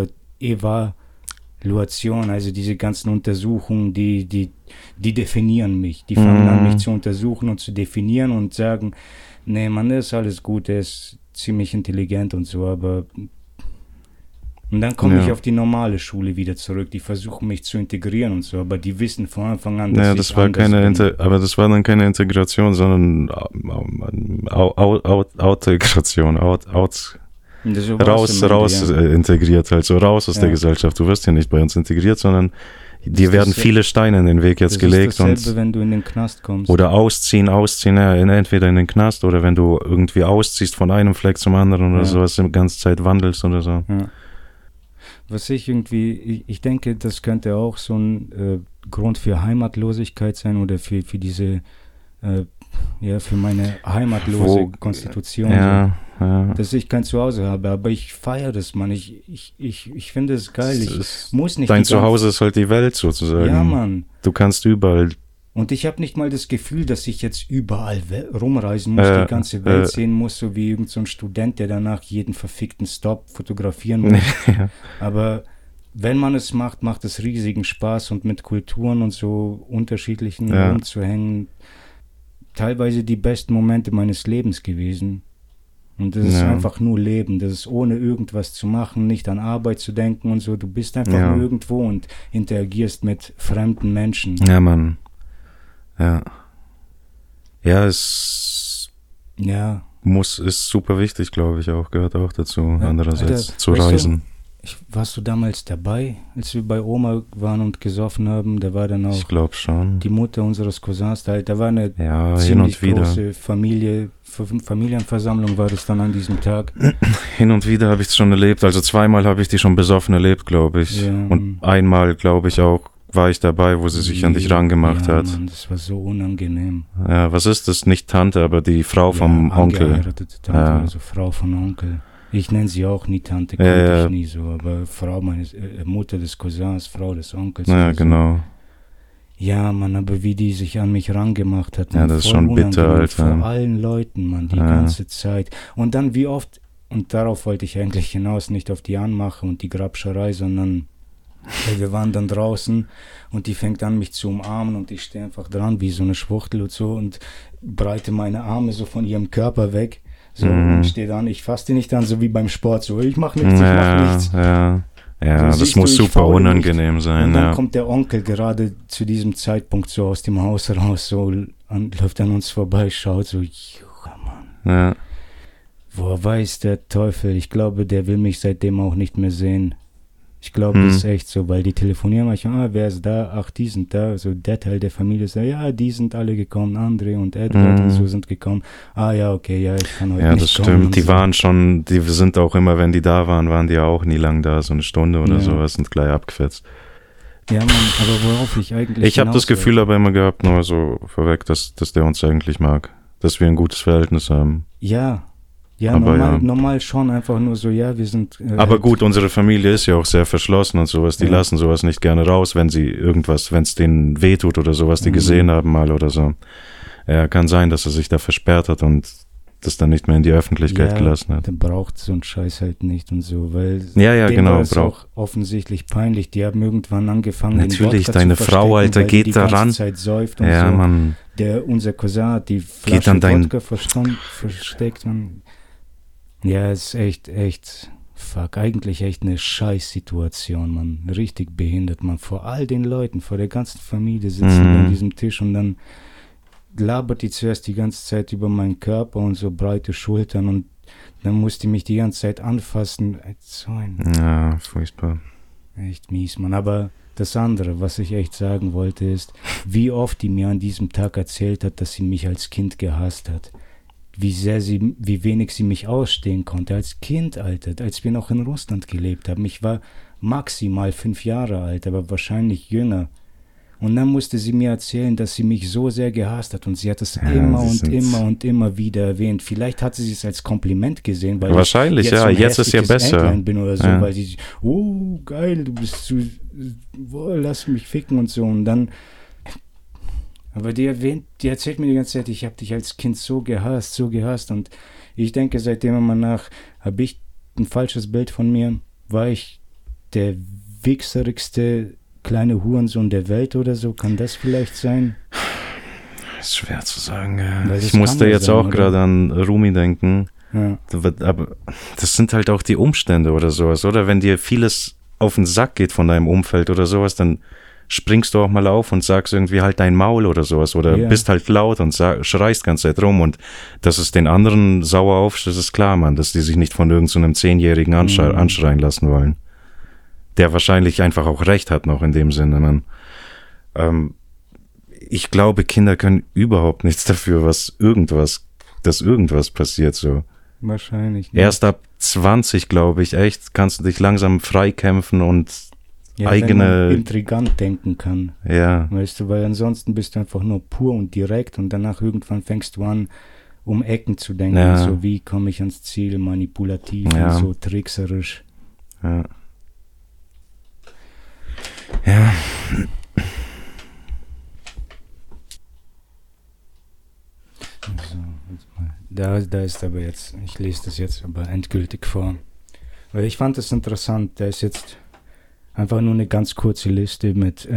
Evaluation, also diese ganzen Untersuchungen, die definieren mich. Die fangen an, mich zu untersuchen und zu definieren und sagen, nee, Mann, das ist alles gut, der ist ziemlich intelligent und so, aber... Und dann komme ich auf die normale Schule wieder zurück. Die versuchen mich zu integrieren und so, aber die wissen von Anfang an, dass ich anders bin. Aber das war dann keine Integration, sondern Outegration, raus integriert, halt so raus aus der Gesellschaft. Du wirst ja nicht bei uns integriert, sondern dir werden viele Steine in den Weg jetzt gelegt. Das ist dasselbe, wenn du in den Knast kommst. Oder ausziehen, entweder in den Knast oder wenn du irgendwie ausziehst von einem Fleck zum anderen oder sowas, die ganze Zeit wandelst oder so. Ja. Was ich denke, das könnte auch so ein Grund für Heimatlosigkeit sein oder für diese, für meine heimatlose Konstitution. Ja, so. ja. Dass ich kein Zuhause habe, aber ich feiere das, Mann. Ich finde es geil. Ich muss nicht. Dein Zuhause ist halt die Welt sozusagen. Ja, Mann. Du kannst überall. Und ich habe nicht mal das Gefühl, dass ich jetzt überall rumreisen muss, die ganze Welt sehen muss, so wie irgend so ein Student, der danach jeden verfickten Stop fotografieren muss. Ja. Aber wenn man es macht, macht es riesigen Spaß und mit Kulturen und so unterschiedlichen rumzuhängen. Teilweise die besten Momente meines Lebens gewesen. Und das ist einfach nur Leben. Das ist ohne irgendwas zu machen, nicht an Arbeit zu denken und so. Du bist einfach nur irgendwo und interagierst mit fremden Menschen. Ja, Mann. Ja. Ja, ist super wichtig, glaube ich auch, gehört auch dazu, andererseits Alter, zu reisen. Warst du damals dabei, als wir bei Oma waren und gesoffen haben? Da war dann auch ich glaube schon. Die Mutter unseres Cousins, da war eine hin und wieder. große Familienversammlung war das dann an diesem Tag. Hin und wieder habe ich es schon erlebt, also zweimal habe ich die schon besoffen erlebt, glaube ich. Ja. Und einmal, glaube ich, auch war ich dabei, wo sie sich an dich rangemacht hat. Mann, das war so unangenehm. Ja, was ist das? Nicht Tante, aber die Frau vom Onkel. Angeheiratete Tante, also Frau von Onkel. Ich nenne sie auch nie Tante, kannte ich nie so, aber Frau meines Mutter des Cousins, Frau des Onkels. Ja, genau. Ja, Mann, aber wie die sich an mich rangemacht hat. Ja, das ist schon bitter, Alter. Vor allen Leuten, Mann, die ganze Zeit. Und dann wie oft, und darauf wollte ich eigentlich hinaus, nicht auf die Anmache und die Grabscherei, sondern wir waren dann draußen und die fängt an, mich zu umarmen und ich stehe einfach dran wie so eine Schwuchtel und so und breite meine Arme so von ihrem Körper weg. So, und stehe dann, ich fasse die nicht an, so wie beim Sport, so, ich mach nichts, ich mach nichts. Ja, so, das muss super unangenehm sein. Und dann kommt der Onkel gerade zu diesem Zeitpunkt so aus dem Haus raus, so, und läuft an uns vorbei, schaut so, Mann. Ja. Woher weiß der Teufel, ich glaube, der will mich seitdem auch nicht mehr sehen. Ich glaube, das ist echt so, weil die telefonieren manchmal, wer ist da? Ach, die sind da. So der Teil der Familie sagt, ja, die sind alle gekommen, André und Edward und so sind gekommen. Ah ja, okay, ja, ich kann heute nicht kommen. Ja, das stimmt. Die so. Waren schon, die sind auch immer, wenn die da waren die ja auch nie lang da, so eine Stunde oder sowas, sind gleich abgefetzt. Ja, Mann, aber worauf ich eigentlich Ich habe das Gefühl aber immer gehabt, nur so vorweg, dass der uns eigentlich mag. Dass wir ein gutes Verhältnis haben. Ja, normal schon, einfach nur so, ja, wir sind... aber gut, unsere Familie ist ja auch sehr verschlossen und sowas, die lassen sowas nicht gerne raus, wenn es denen wehtut oder sowas, die gesehen haben mal oder so. Ja, kann sein, dass er sich da versperrt hat und das dann nicht mehr in die Öffentlichkeit gelassen hat. Der braucht so einen Scheiß halt nicht und so, weil genau, war es auch offensichtlich peinlich. Die haben irgendwann angefangen, natürlich, deine Frau, Alter, geht da ran. Zeit säuft und ja, so. Mann. Unser Cousin hat die Flasche Wodka versteckt, man. Ja, es ist echt, eigentlich echt eine Scheißsituation, man. Richtig behindert, man. Vor all den Leuten, vor der ganzen Familie sitzen an diesem Tisch und dann labert die zuerst die ganze Zeit über meinen Körper und so breite Schultern und dann musste die mich die ganze Zeit anfassen. Ja, furchtbar. Echt mies, Mann. Aber das andere, was ich echt sagen wollte, ist, wie oft die mir an diesem Tag erzählt hat, dass sie mich als Kind gehasst hat. Wie wenig sie mich ausstehen konnte als Kind, Alter, als wir noch in Russland gelebt haben. Ich war maximal 5 Jahre alt, aber wahrscheinlich jünger. Und dann musste sie mir erzählen, dass sie mich so sehr gehasst hat und sie hat es immer wieder erwähnt. Vielleicht hat sie es als Kompliment gesehen, weil wahrscheinlich, jetzt ist ja besser. Bin oder so, weil sie, oh geil, du bist so, lass mich ficken und so und dann. Aber die erzählt mir die ganze Zeit, ich habe dich als Kind so gehasst und ich denke seitdem immer nach, habe ich ein falsches Bild von mir, war ich der wichserigste kleine Hurensohn der Welt oder so, kann das vielleicht sein? Das ist schwer zu sagen, ja. Ich musste jetzt auch gerade an Rumi denken, aber das sind halt auch die Umstände oder sowas, oder? Wenn dir vieles auf den Sack geht von deinem Umfeld oder sowas, dann springst du auch mal auf und sagst irgendwie halt dein Maul oder sowas oder bist halt laut und schreist ganz Zeit rum und dass es den anderen sauer aufstößt, ist klar, Mann, dass die sich nicht von irgendeinem 10-Jährigen anschreien lassen wollen. Der wahrscheinlich einfach auch recht hat noch in dem Sinne, Mann. Ich glaube, Kinder können überhaupt nichts dafür, dass irgendwas passiert so. Wahrscheinlich. Ne? Erst ab 20, glaube ich, echt, kannst du dich langsam freikämpfen und ja, eigene... wenn man intrigant denken kann. Ja. Weißt du, weil ansonsten bist du einfach nur pur und direkt und danach irgendwann fängst du an, um Ecken zu denken. Ja. So, wie komme ich ans Ziel, manipulativ Ja. und so trickserisch. Ja. Ja. So, jetzt mal. Da ist aber jetzt, ich lese das jetzt aber endgültig vor. Weil ich fand das interessant, da ist jetzt einfach nur eine ganz kurze Liste mit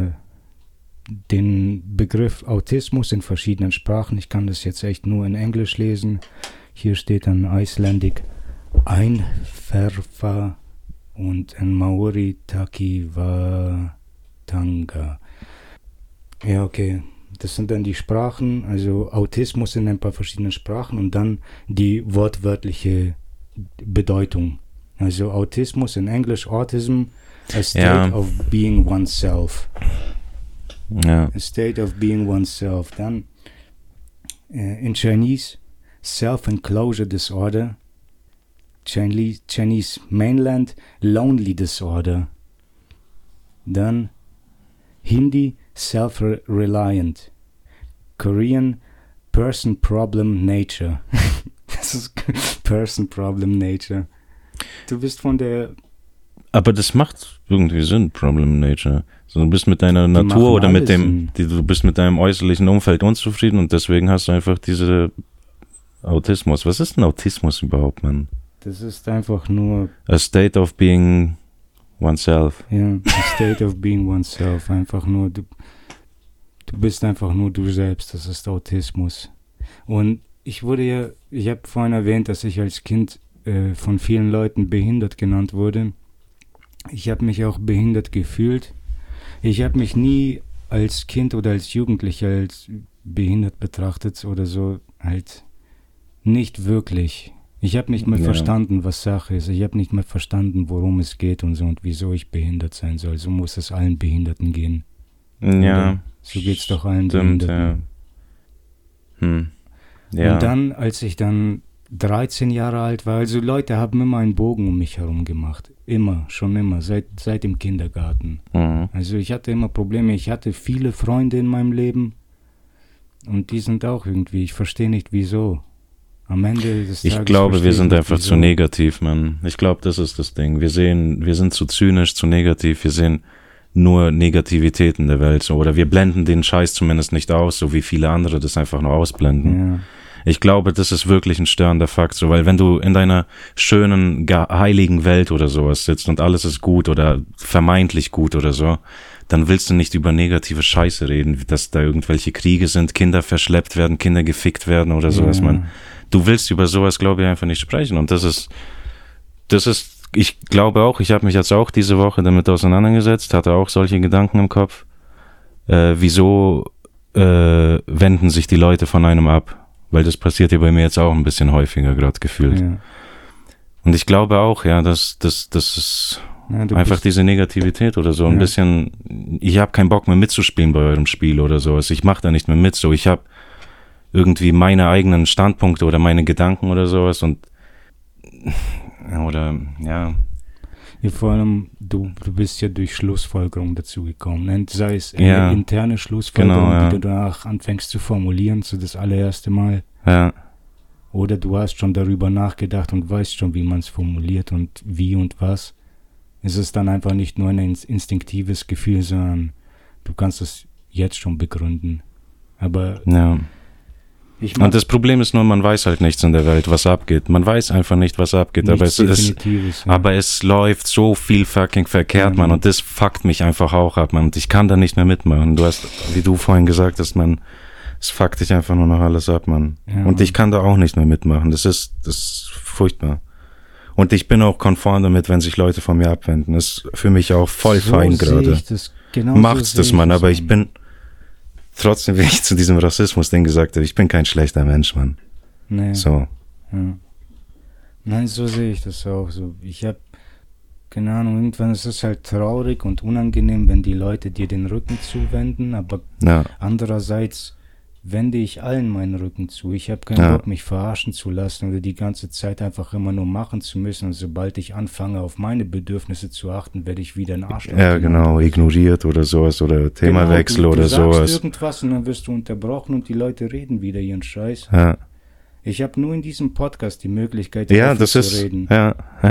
den Begriff Autismus in verschiedenen Sprachen. Ich kann das jetzt echt nur in Englisch lesen. Hier steht dann Icelandic Einferfa und ein Maori Takiwatanga. Ja, okay. Das sind dann die Sprachen, also Autismus in ein paar verschiedenen Sprachen und dann die wortwörtliche Bedeutung. Also Autismus in Englisch, Autism, a state of being oneself. Ja. A state of being oneself. Dann in Chinese, self-enclosure disorder. Chinese mainland, lonely disorder. Dann Hindi, self-reliant. Korean, person problem nature. Das ist person problem nature. Du bist von der... Aber das macht irgendwie Sinn, Problem Nature. So, du bist mit deiner Natur oder mit dem, du bist mit deinem äußerlichen Umfeld unzufrieden und deswegen hast du einfach diese Autismus. Was ist denn Autismus überhaupt, Mann? Das ist einfach nur... A state of being oneself. Ja, a state of being oneself. Einfach nur, du bist einfach nur du selbst. Das ist Autismus. Und ich habe vorhin erwähnt, dass ich als Kind von vielen Leuten behindert genannt wurde. Ich habe mich auch behindert gefühlt. Ich habe mich nie als Kind oder als Jugendlicher als behindert betrachtet oder so, halt nicht wirklich. Ich habe nicht mehr verstanden, was Sache ist. Ich habe nicht mehr verstanden, worum es geht und so und wieso ich behindert sein soll. So muss es allen Behinderten gehen. Ja. Oder? So geht es doch allen Behinderten. Ja. Und dann, als ich dann 13 Jahre alt war, also Leute haben immer einen Bogen um mich herum gemacht. Schon immer, seit dem Kindergarten. Mhm. Also ich hatte immer Probleme, ich hatte viele Freunde in meinem Leben und die sind auch irgendwie, ich verstehe nicht wieso. Am Ende des Tages ich glaube, wir sind einfach wieso. zu negativ, Mann. Ich glaube, das ist das Ding. Wir sind zu zynisch, zu negativ, wir sehen nur Negativität in der Welt, so, oder wir blenden den Scheiß zumindest nicht aus, so wie viele andere das einfach nur ausblenden. Ja. Ich glaube, das ist wirklich ein störender Fakt, so, weil wenn du in deiner schönen, heiligen Welt oder sowas sitzt und alles ist gut oder vermeintlich gut oder so, dann willst du nicht über negative Scheiße reden, dass da irgendwelche Kriege sind, Kinder verschleppt werden, Kinder gefickt werden oder sowas, man. Du willst über sowas, glaube ich, einfach nicht sprechen und das ist, ich glaube auch, ich habe mich jetzt auch diese Woche damit auseinandergesetzt, hatte auch solche Gedanken im Kopf, wieso wenden sich die Leute von einem ab? Weil das passiert ja bei mir jetzt auch ein bisschen häufiger gerade gefühlt. Ja. Und ich glaube auch, ja, dass das ist einfach diese Negativität oder so. Ein bisschen, ich habe keinen Bock mehr mitzuspielen bei eurem Spiel oder sowas. Ich mache da nicht mehr mit. So, ich habe irgendwie meine eigenen Standpunkte oder meine Gedanken oder sowas und Ja, vor allem, du bist ja durch Schlussfolgerung dazu gekommen. Ne? Sei es eine interne Schlussfolgerung, die du danach anfängst zu formulieren, so das allererste Mal. Ja. Oder du hast schon darüber nachgedacht und weißt schon, wie man es formuliert und wie und was. Es ist dann einfach nicht nur ein instinktives Gefühl, sondern du kannst es jetzt schon begründen. Aber und das Problem ist nur, man weiß halt nichts in der Welt, was abgeht. Man weiß einfach nicht, was abgeht. Aber es läuft so viel fucking verkehrt, Mann. Und das fuckt mich einfach auch ab, Mann. Und ich kann da nicht mehr mitmachen. Du hast, wie du vorhin gesagt hast, Mann, es fuckt dich einfach nur noch alles ab, Mann. Ja, und ich kann da auch nicht mehr mitmachen. Das ist furchtbar. Und ich bin auch konform damit, wenn sich Leute von mir abwenden. Das ist für mich auch voll fein gerade. Macht's das, Mann. Aber ich bin... Trotzdem, wie ich zu diesem Rassismus-Ding gesagt habe, ich bin kein schlechter Mensch, Mann. Nee. So. Ja. Nein, so sehe ich das auch. So, ich habe, keine Ahnung, irgendwann ist es halt traurig und unangenehm, wenn die Leute dir den Rücken zuwenden, aber andererseits wende ich allen meinen Rücken zu. Ich habe keinen Bock, mich verarschen zu lassen oder die ganze Zeit einfach immer nur machen zu müssen. Und sobald ich anfange, auf meine Bedürfnisse zu achten, werde ich wieder ein Arschloch. Ja, genau, ignoriert oder sowas oder Themawechsel genau, oder sowas. Du sagst irgendwas und dann wirst du unterbrochen und die Leute reden wieder ihren Scheiß. Ja. Ich habe nur in diesem Podcast die Möglichkeit, zu reden. Ja,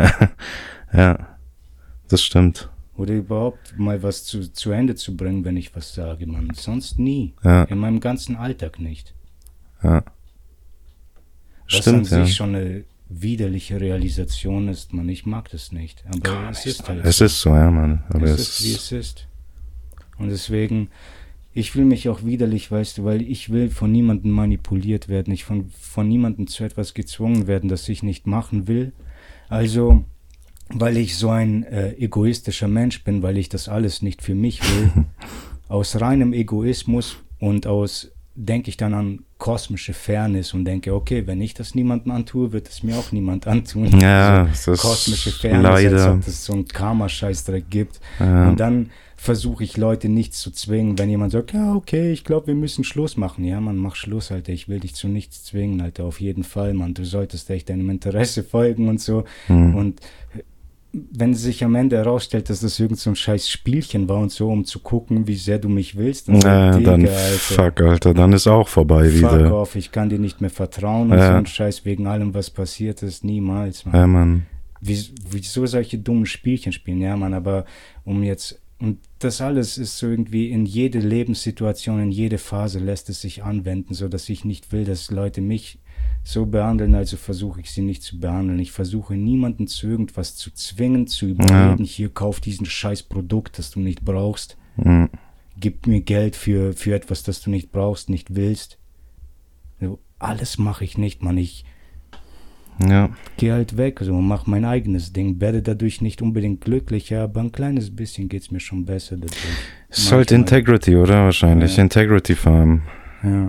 das stimmt. Oder überhaupt mal was zu Ende zu bringen, wenn ich was sage, Mann. Sonst nie. Ja. In meinem ganzen Alltag nicht. Ja. Was Stimmt, an sich schon eine widerliche Realisation ist, man. Ich mag das nicht. Aber es ist halt Es ist so, ja, Mann. Aber es ist, wie es ist. Und deswegen, ich fühle mich auch widerlich, weißt du, weil ich will von niemandem manipuliert werden. Ich von niemandem zu etwas gezwungen werden, das ich nicht machen will. Also, weil ich so ein egoistischer Mensch bin, weil ich das alles nicht für mich will, aus reinem Egoismus und denke ich dann an kosmische Fairness und denke, okay, wenn ich das niemandem antue, wird es mir auch niemand antun. Ja, also, das kosmische ist Fairness, leider. als ob es so einen Karma-Scheißdreck gibt. Ja. Und dann versuche ich Leute nicht zu zwingen, wenn jemand sagt, ja, okay, ich glaube, wir müssen Schluss machen. Ja, Mann, mach Schluss, Alter, ich will dich zu nichts zwingen, Alter, auf jeden Fall, Mann, du solltest echt deinem Interesse folgen und so. Und wenn sich am Ende herausstellt, dass das irgend so ein scheiß Spielchen war und so, um zu gucken, wie sehr du mich willst, dann, dann fuck, Alter, dann ist auch vorbei wieder. Fuck off, ich kann dir nicht mehr vertrauen und so ein Scheiß wegen allem, was passiert ist, niemals, Mann. Ja, Mann. Wieso solche dummen Spielchen spielen, ja, Mann, aber und das alles ist so irgendwie in jede Lebenssituation, in jede Phase lässt es sich anwenden, so dass ich nicht will, dass Leute mich so behandeln, also versuche ich sie nicht zu behandeln. Ich versuche niemanden zu irgendwas zu zwingen, zu überreden. Hier, kauf diesen scheiß Produkt, das du nicht brauchst. Gib mir Geld für etwas, das du nicht brauchst, nicht willst. Also, alles mache ich nicht, Mann. Ich gehe halt weg, so, mach mein eigenes Ding. Werde dadurch nicht unbedingt glücklicher, aber ein kleines bisschen geht es mir schon besser dadurch. Es ist halt Integrity, oder? Wahrscheinlich. Ja. Integrity Farm. Ja.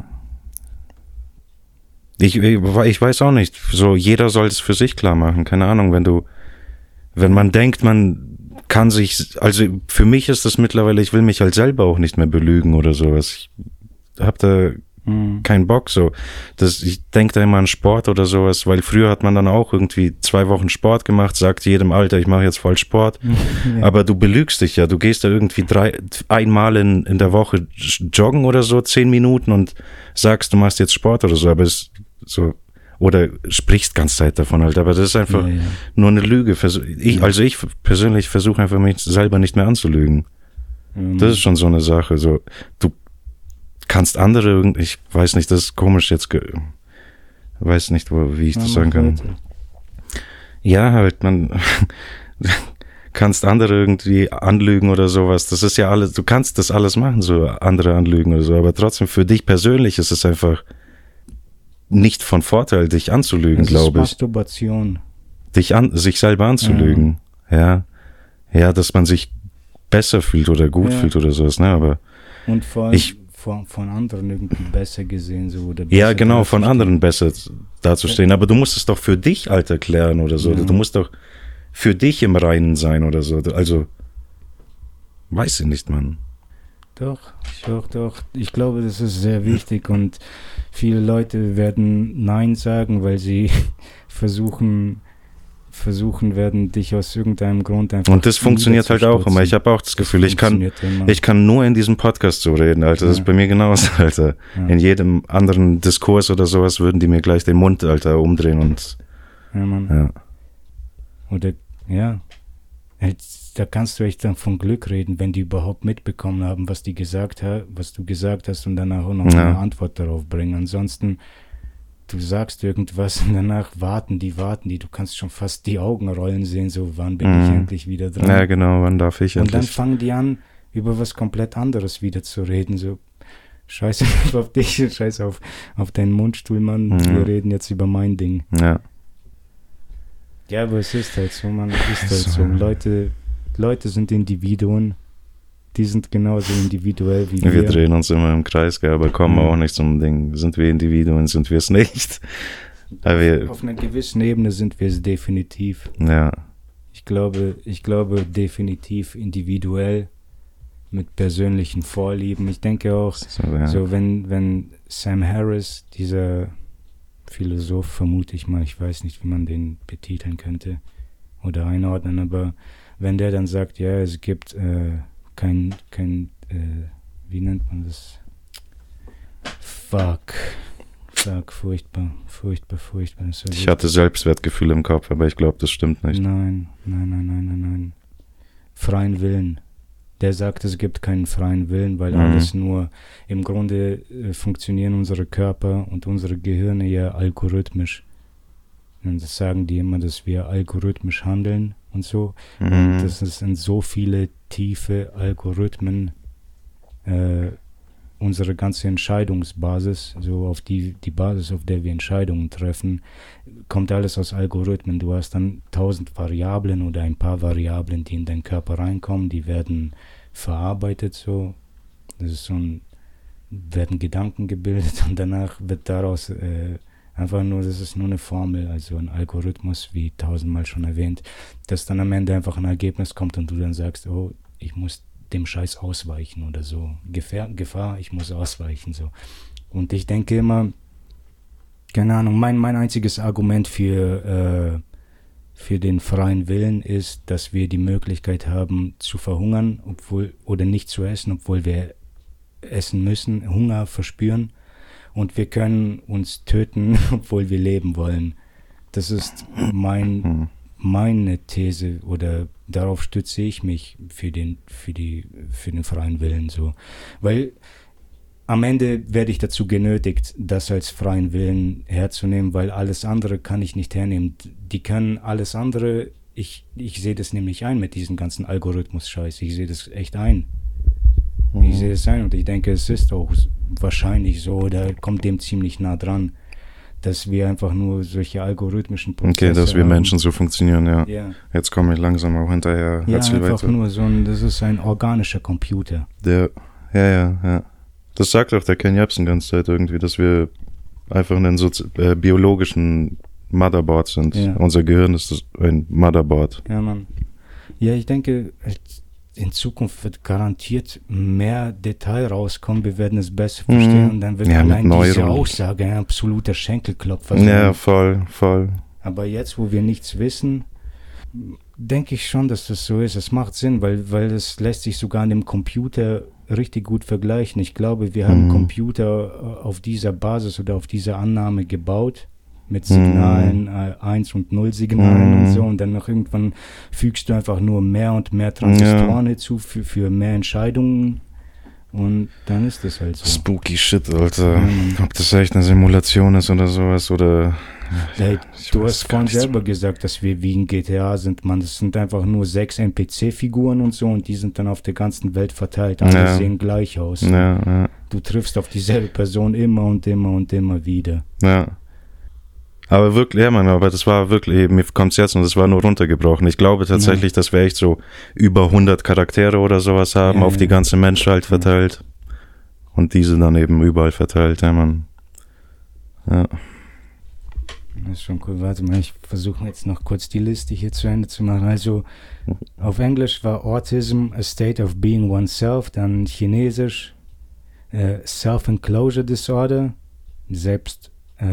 Ich weiß auch nicht, so jeder soll es für sich klar machen, keine Ahnung, wenn man denkt, man kann sich, also für mich ist das mittlerweile, ich will mich halt selber auch nicht mehr belügen oder sowas, ich hab da keinen Bock so, ich denke da immer an Sport oder sowas, weil früher hat man dann auch irgendwie 2 Wochen Sport gemacht, sagt jedem, Alter, ich mache jetzt voll Sport, aber du belügst dich ja, du gehst da irgendwie einmal in der Woche joggen oder so, 10 Minuten und sagst, du machst jetzt Sport oder so, aber es so, oder sprichst ganz Zeit davon halt, aber das ist einfach nur eine Lüge. Ich persönlich versuche einfach mich selber nicht mehr anzulügen. Das ist schon so eine Sache, so, du kannst andere, ich weiß nicht, das ist komisch jetzt, weiß nicht, wie ich das sagen kann. Ja, halt, man kannst andere irgendwie anlügen oder sowas, das ist ja alles, du kannst das alles machen, so andere anlügen oder so, aber trotzdem für dich persönlich ist es einfach nicht von Vorteil, dich anzulügen, glaube ich. Masturbation. Sich selber anzulügen. Ja, dass man sich besser fühlt oder gut fühlt oder sowas, ne, aber und vor allem von anderen irgendwie besser gesehen, so, oder besser. Ja, genau, von anderen besser dazustehen, aber du musst es doch für dich, Alter, klären oder so, du musst doch für dich im Reinen sein oder so, also, weiß ich nicht, Mann. Doch. Ich glaube, das ist sehr wichtig und viele Leute werden Nein sagen, weil sie versuchen werden, dich aus irgendeinem Grund einfach. Und das funktioniert halt auch immer. Ich habe auch das Gefühl, ich kann nur in diesem Podcast so reden, Alter. Das ist bei mir genauso, Alter. Ja. In jedem anderen Diskurs oder sowas würden die mir gleich den Mund, Alter, umdrehen und. Ja, Mann. Ja. Oder, ja. Da kannst du echt dann von Glück reden, wenn die überhaupt mitbekommen haben, was du gesagt hast und danach auch noch eine Antwort darauf bringen. Ansonsten, du sagst irgendwas und danach warten die, du kannst schon fast die Augen rollen sehen, so wann bin ich endlich wieder dran. Ja, genau, wann darf ich endlich. Und dann fangen die an, über was komplett anderes wieder zu reden, so scheiße auf dich, scheiße auf deinen Mundstuhl, Mann, wir reden jetzt über mein Ding. Ja, aber es ist halt so, Mann, es ist halt so. Leute sind Individuen, die sind genauso individuell wie wir. Wir drehen uns immer im Kreis, aber kommen auch nicht zum Ding. Sind wir Individuen, sind wir es nicht. Auf einer gewissen Ebene sind wir es definitiv. Ja. Ich glaube definitiv individuell mit persönlichen Vorlieben. Ich denke auch, so wenn Sam Harris, dieser Philosoph, vermute ich mal, ich weiß nicht, wie man den betiteln könnte oder einordnen, aber wenn der dann sagt, ja, es gibt kein wie nennt man das? Furchtbar. Ich hatte Selbstwertgefühl im Kopf, aber ich glaube, das stimmt nicht. Nein. Freien Willen. Der sagt, es gibt keinen freien Willen, weil alles nur, im Grunde funktionieren unsere Körper und unsere Gehirne ja algorithmisch. Und das sagen die immer, dass wir algorithmisch handeln und so. Und das sind so viele tiefe Algorithmen, unsere ganze Entscheidungsbasis, so auf die Basis, auf der wir Entscheidungen treffen, kommt alles aus Algorithmen. Du hast dann 1000 Variablen oder ein paar Variablen, die in deinen Körper reinkommen, die werden verarbeitet so. Das ist werden Gedanken gebildet und danach wird daraus einfach nur, das ist nur eine Formel, also ein Algorithmus, wie 1000-mal schon erwähnt, dass dann am Ende einfach ein Ergebnis kommt und du dann sagst, oh, ich muss dem Scheiß ausweichen oder so. Gefahr, ich muss ausweichen, so. Und ich denke immer, keine Ahnung, mein einziges Argument für den freien Willen ist, dass wir die Möglichkeit haben zu verhungern, oder nicht zu essen, obwohl wir essen müssen, Hunger verspüren, und wir können uns töten, obwohl wir leben wollen. Das ist meine These, oder darauf stütze ich mich für den freien Willen, so. Weil am Ende werde ich dazu genötigt, das als freien Willen herzunehmen, weil alles andere kann ich nicht hernehmen. Die können alles andere, ich sehe das nämlich ein mit diesem ganzen Algorithmus-Scheiß. Ich sehe das echt ein. Ich sehe es ein und ich denke, es ist auch wahrscheinlich so, oder kommt dem ziemlich nah dran, dass wir einfach nur solche algorithmischen Prozesse Okay, dass wir haben. Menschen so funktionieren, ja. Ja. Jetzt komme ich langsam auch hinterher. Ja, Erzähl einfach weiter. nur das ist ein organischer Computer. Ja. Das sagt auch der Ken Jebsen die ganze Zeit irgendwie, dass wir einfach einen biologischen Motherboard sind. Ja. Unser Gehirn ist ein Motherboard. Ja, Mann. Ja, ich denke, in Zukunft wird garantiert mehr Detail rauskommen. Wir werden es besser verstehen und dann wird allein diese Aussage ein absoluter Schenkelklopfer sein. Ja, voll. Aber jetzt, wo wir nichts wissen, denke ich schon, dass das so ist. Es macht Sinn, weil es lässt sich sogar an dem Computer richtig gut vergleichen. Ich glaube, wir haben Computer auf dieser Basis oder auf dieser Annahme gebaut, mit Signalen, 1 und 0 Signalen und so, und dann noch irgendwann fügst du einfach nur mehr und mehr Transistoren hinzu für mehr Entscheidungen, und dann ist das halt so. Spooky Shit, Alter. Ob das echt eine Simulation ist oder sowas, oder... Hey, du hast vorhin selber gesagt, dass wir wie in GTA sind, Mann. Das sind einfach nur 6 NPC-Figuren und so, und die sind dann auf der ganzen Welt verteilt. Alle sehen gleich aus. Ja. Du triffst auf dieselbe Person immer und immer wieder. Ja. Aber wirklich, ja, Mann, aber das war wirklich, mir kommt's jetzt und das war nur runtergebrochen. Ich glaube tatsächlich, dass wir echt so über 100 Charaktere oder sowas haben, auf die ganze Menschheit verteilt. Und diese dann eben überall verteilt, ja, Mann. Ja. Das ist schon cool. Warte mal, ich versuche jetzt noch kurz die Liste hier zu Ende zu machen. Also, auf Englisch war Autism a state of being oneself, dann Chinesisch Self-Enclosure Disorder, selbst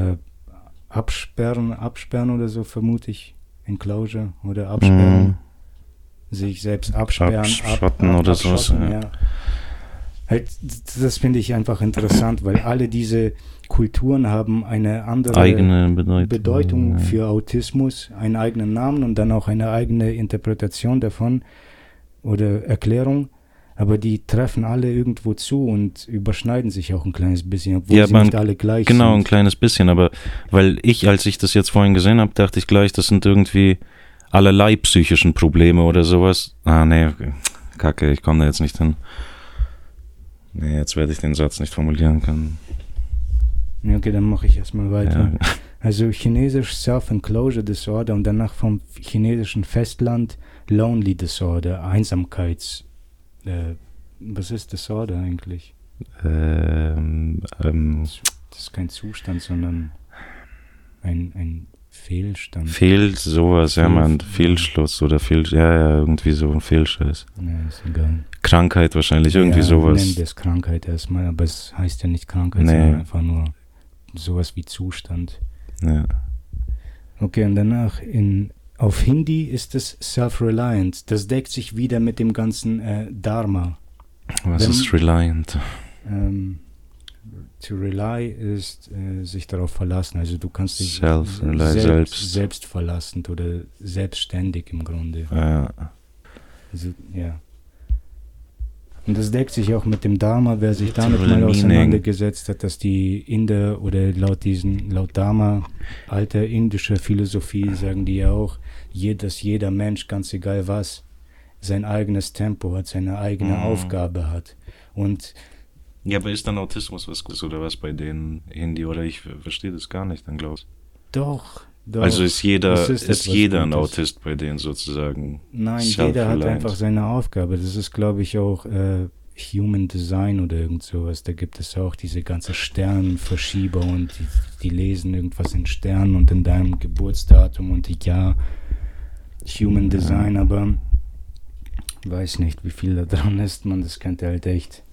absperren oder so, vermute ich. Enclosure oder Absperren. Sich selbst absperren. Abschotten oder sowas. Ja. Halt, das finde ich einfach interessant, weil alle diese Kulturen haben eine andere eigene Bedeutung für Autismus, einen eigenen Namen und dann auch eine eigene Interpretation davon oder Erklärung. Aber die treffen alle irgendwo zu und überschneiden sich auch ein kleines bisschen, obwohl sie nicht alle gleich sind. Genau, ein kleines bisschen, aber weil als ich das jetzt vorhin gesehen habe, dachte ich gleich, das sind irgendwie allerlei psychischen Probleme oder sowas. Kacke, ich komme da jetzt nicht hin. Nee, jetzt werde ich den Satz nicht formulieren können. Okay, dann mache ich erstmal weiter. Ja. Also Chinesisch Self-Enclosure Disorder und danach vom chinesischen Festland Lonely Disorder, was ist Disorder eigentlich? Das Das ist kein Zustand, sondern ein Fehlstand. Sowas, ja, man, Fehlschluss oder irgendwie so ein Fehlschluss. Ja, ist egal. Krankheit wahrscheinlich, irgendwie sowas. Nennen wir es Krankheit erstmal, aber es heißt ja nicht Krankheit, sondern einfach nur sowas wie Zustand. Ja. Okay, und danach auf Hindi ist es Self-Reliant. Das deckt sich wieder mit dem ganzen Dharma. Was ist Reliant? To rely ist sich darauf verlassen. Also du kannst dich selbst verlassend oder selbstständig im Grunde. Ja. Also, ja. Und das deckt sich auch mit dem Dharma, wer sich damit mal auseinandergesetzt hat, dass die Inder oder laut Dharma, alte indische Philosophie, sagen die ja auch, dass jeder Mensch, ganz egal was, sein eigenes Tempo hat, seine eigene Aufgabe hat. Und ja, aber ist dann Autismus was Gutes oder was bei denen Hindi? Oder ich verstehe das gar nicht, dann glaubst du? Doch. Also ist jeder ein Autist bei denen sozusagen? Nein, jeder hat einfach seine Aufgabe. Das ist, glaube ich, auch Human Design oder irgend sowas. Da gibt es auch diese ganze Sternenverschieber und die lesen irgendwas in Sternen und in deinem Geburtsdatum und Human Design, aber weiß nicht, wie viel da dran ist, man, das könnte halt echt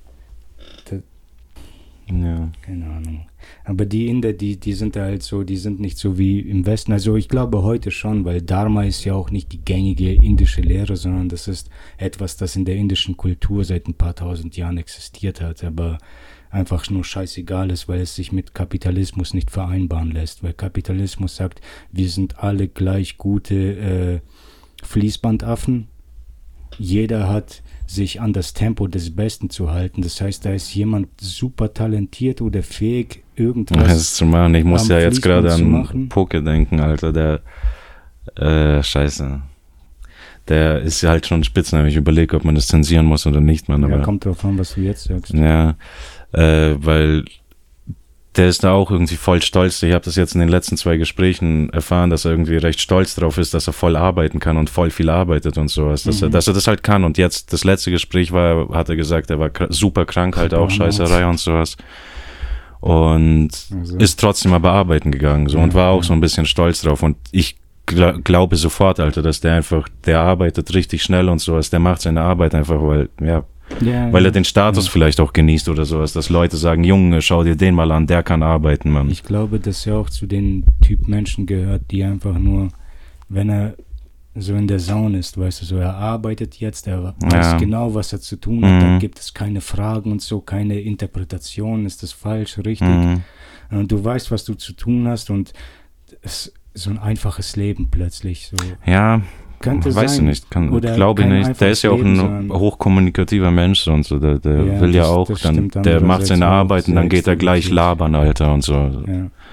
keine Ahnung. Aber die Inder, die sind halt so, die sind nicht so wie im Westen. Also ich glaube heute schon, weil Dharma ist ja auch nicht die gängige indische Lehre, sondern das ist etwas, das in der indischen Kultur seit ein paar tausend Jahren existiert hat, aber einfach nur scheißegal ist, weil es sich mit Kapitalismus nicht vereinbaren lässt. Weil Kapitalismus sagt, wir sind alle gleich gute Fließbandaffen. Jeder hat sich an das Tempo des Besten zu halten. Das heißt, da ist jemand super talentiert oder fähig, irgendwas das zu machen. Ich muss ja jetzt gerade an Poke denken, Alter. Der Scheiße. Der ist ja halt schon Spitzname. Ich überlege, ob man das zensieren muss oder nicht, Mann. Aber kommt drauf an, was du jetzt sagst. Ja, weil der ist da auch irgendwie voll stolz. Ich habe das jetzt in den letzten 2 Gesprächen erfahren, dass er irgendwie recht stolz drauf ist, dass er voll arbeiten kann und voll viel arbeitet und sowas. Dass er das halt kann. Und jetzt, das letzte Gespräch hat er gesagt, er war super krank, halt auch Scheißerei und sowas. Und ist trotzdem aber arbeiten gegangen so und war auch so ein bisschen stolz drauf. Und ich glaube sofort, Alter, dass der arbeitet richtig schnell und sowas. Der macht seine Arbeit einfach, weil er den Status vielleicht auch genießt oder sowas, dass Leute sagen, Junge, schau dir den mal an, der kann arbeiten, Mann. Ich glaube, dass er auch zu den Typ Menschen gehört, die einfach nur, wenn er so in der Zone ist, weißt du, so er arbeitet jetzt, er weiß genau, was er zu tun hat, dann gibt es keine Fragen und so, keine Interpretation, ist das falsch, richtig? Und du weißt, was du zu tun hast und es ist so ein einfaches Leben plötzlich. So. Ja, könnte weiß sein. Ich nicht, glaube ich nicht. Der ist ja auch ein hochkommunikativer Mensch und so, der will ja auch, der macht seine Arbeit und dann geht er gleich labern, Alter, und so.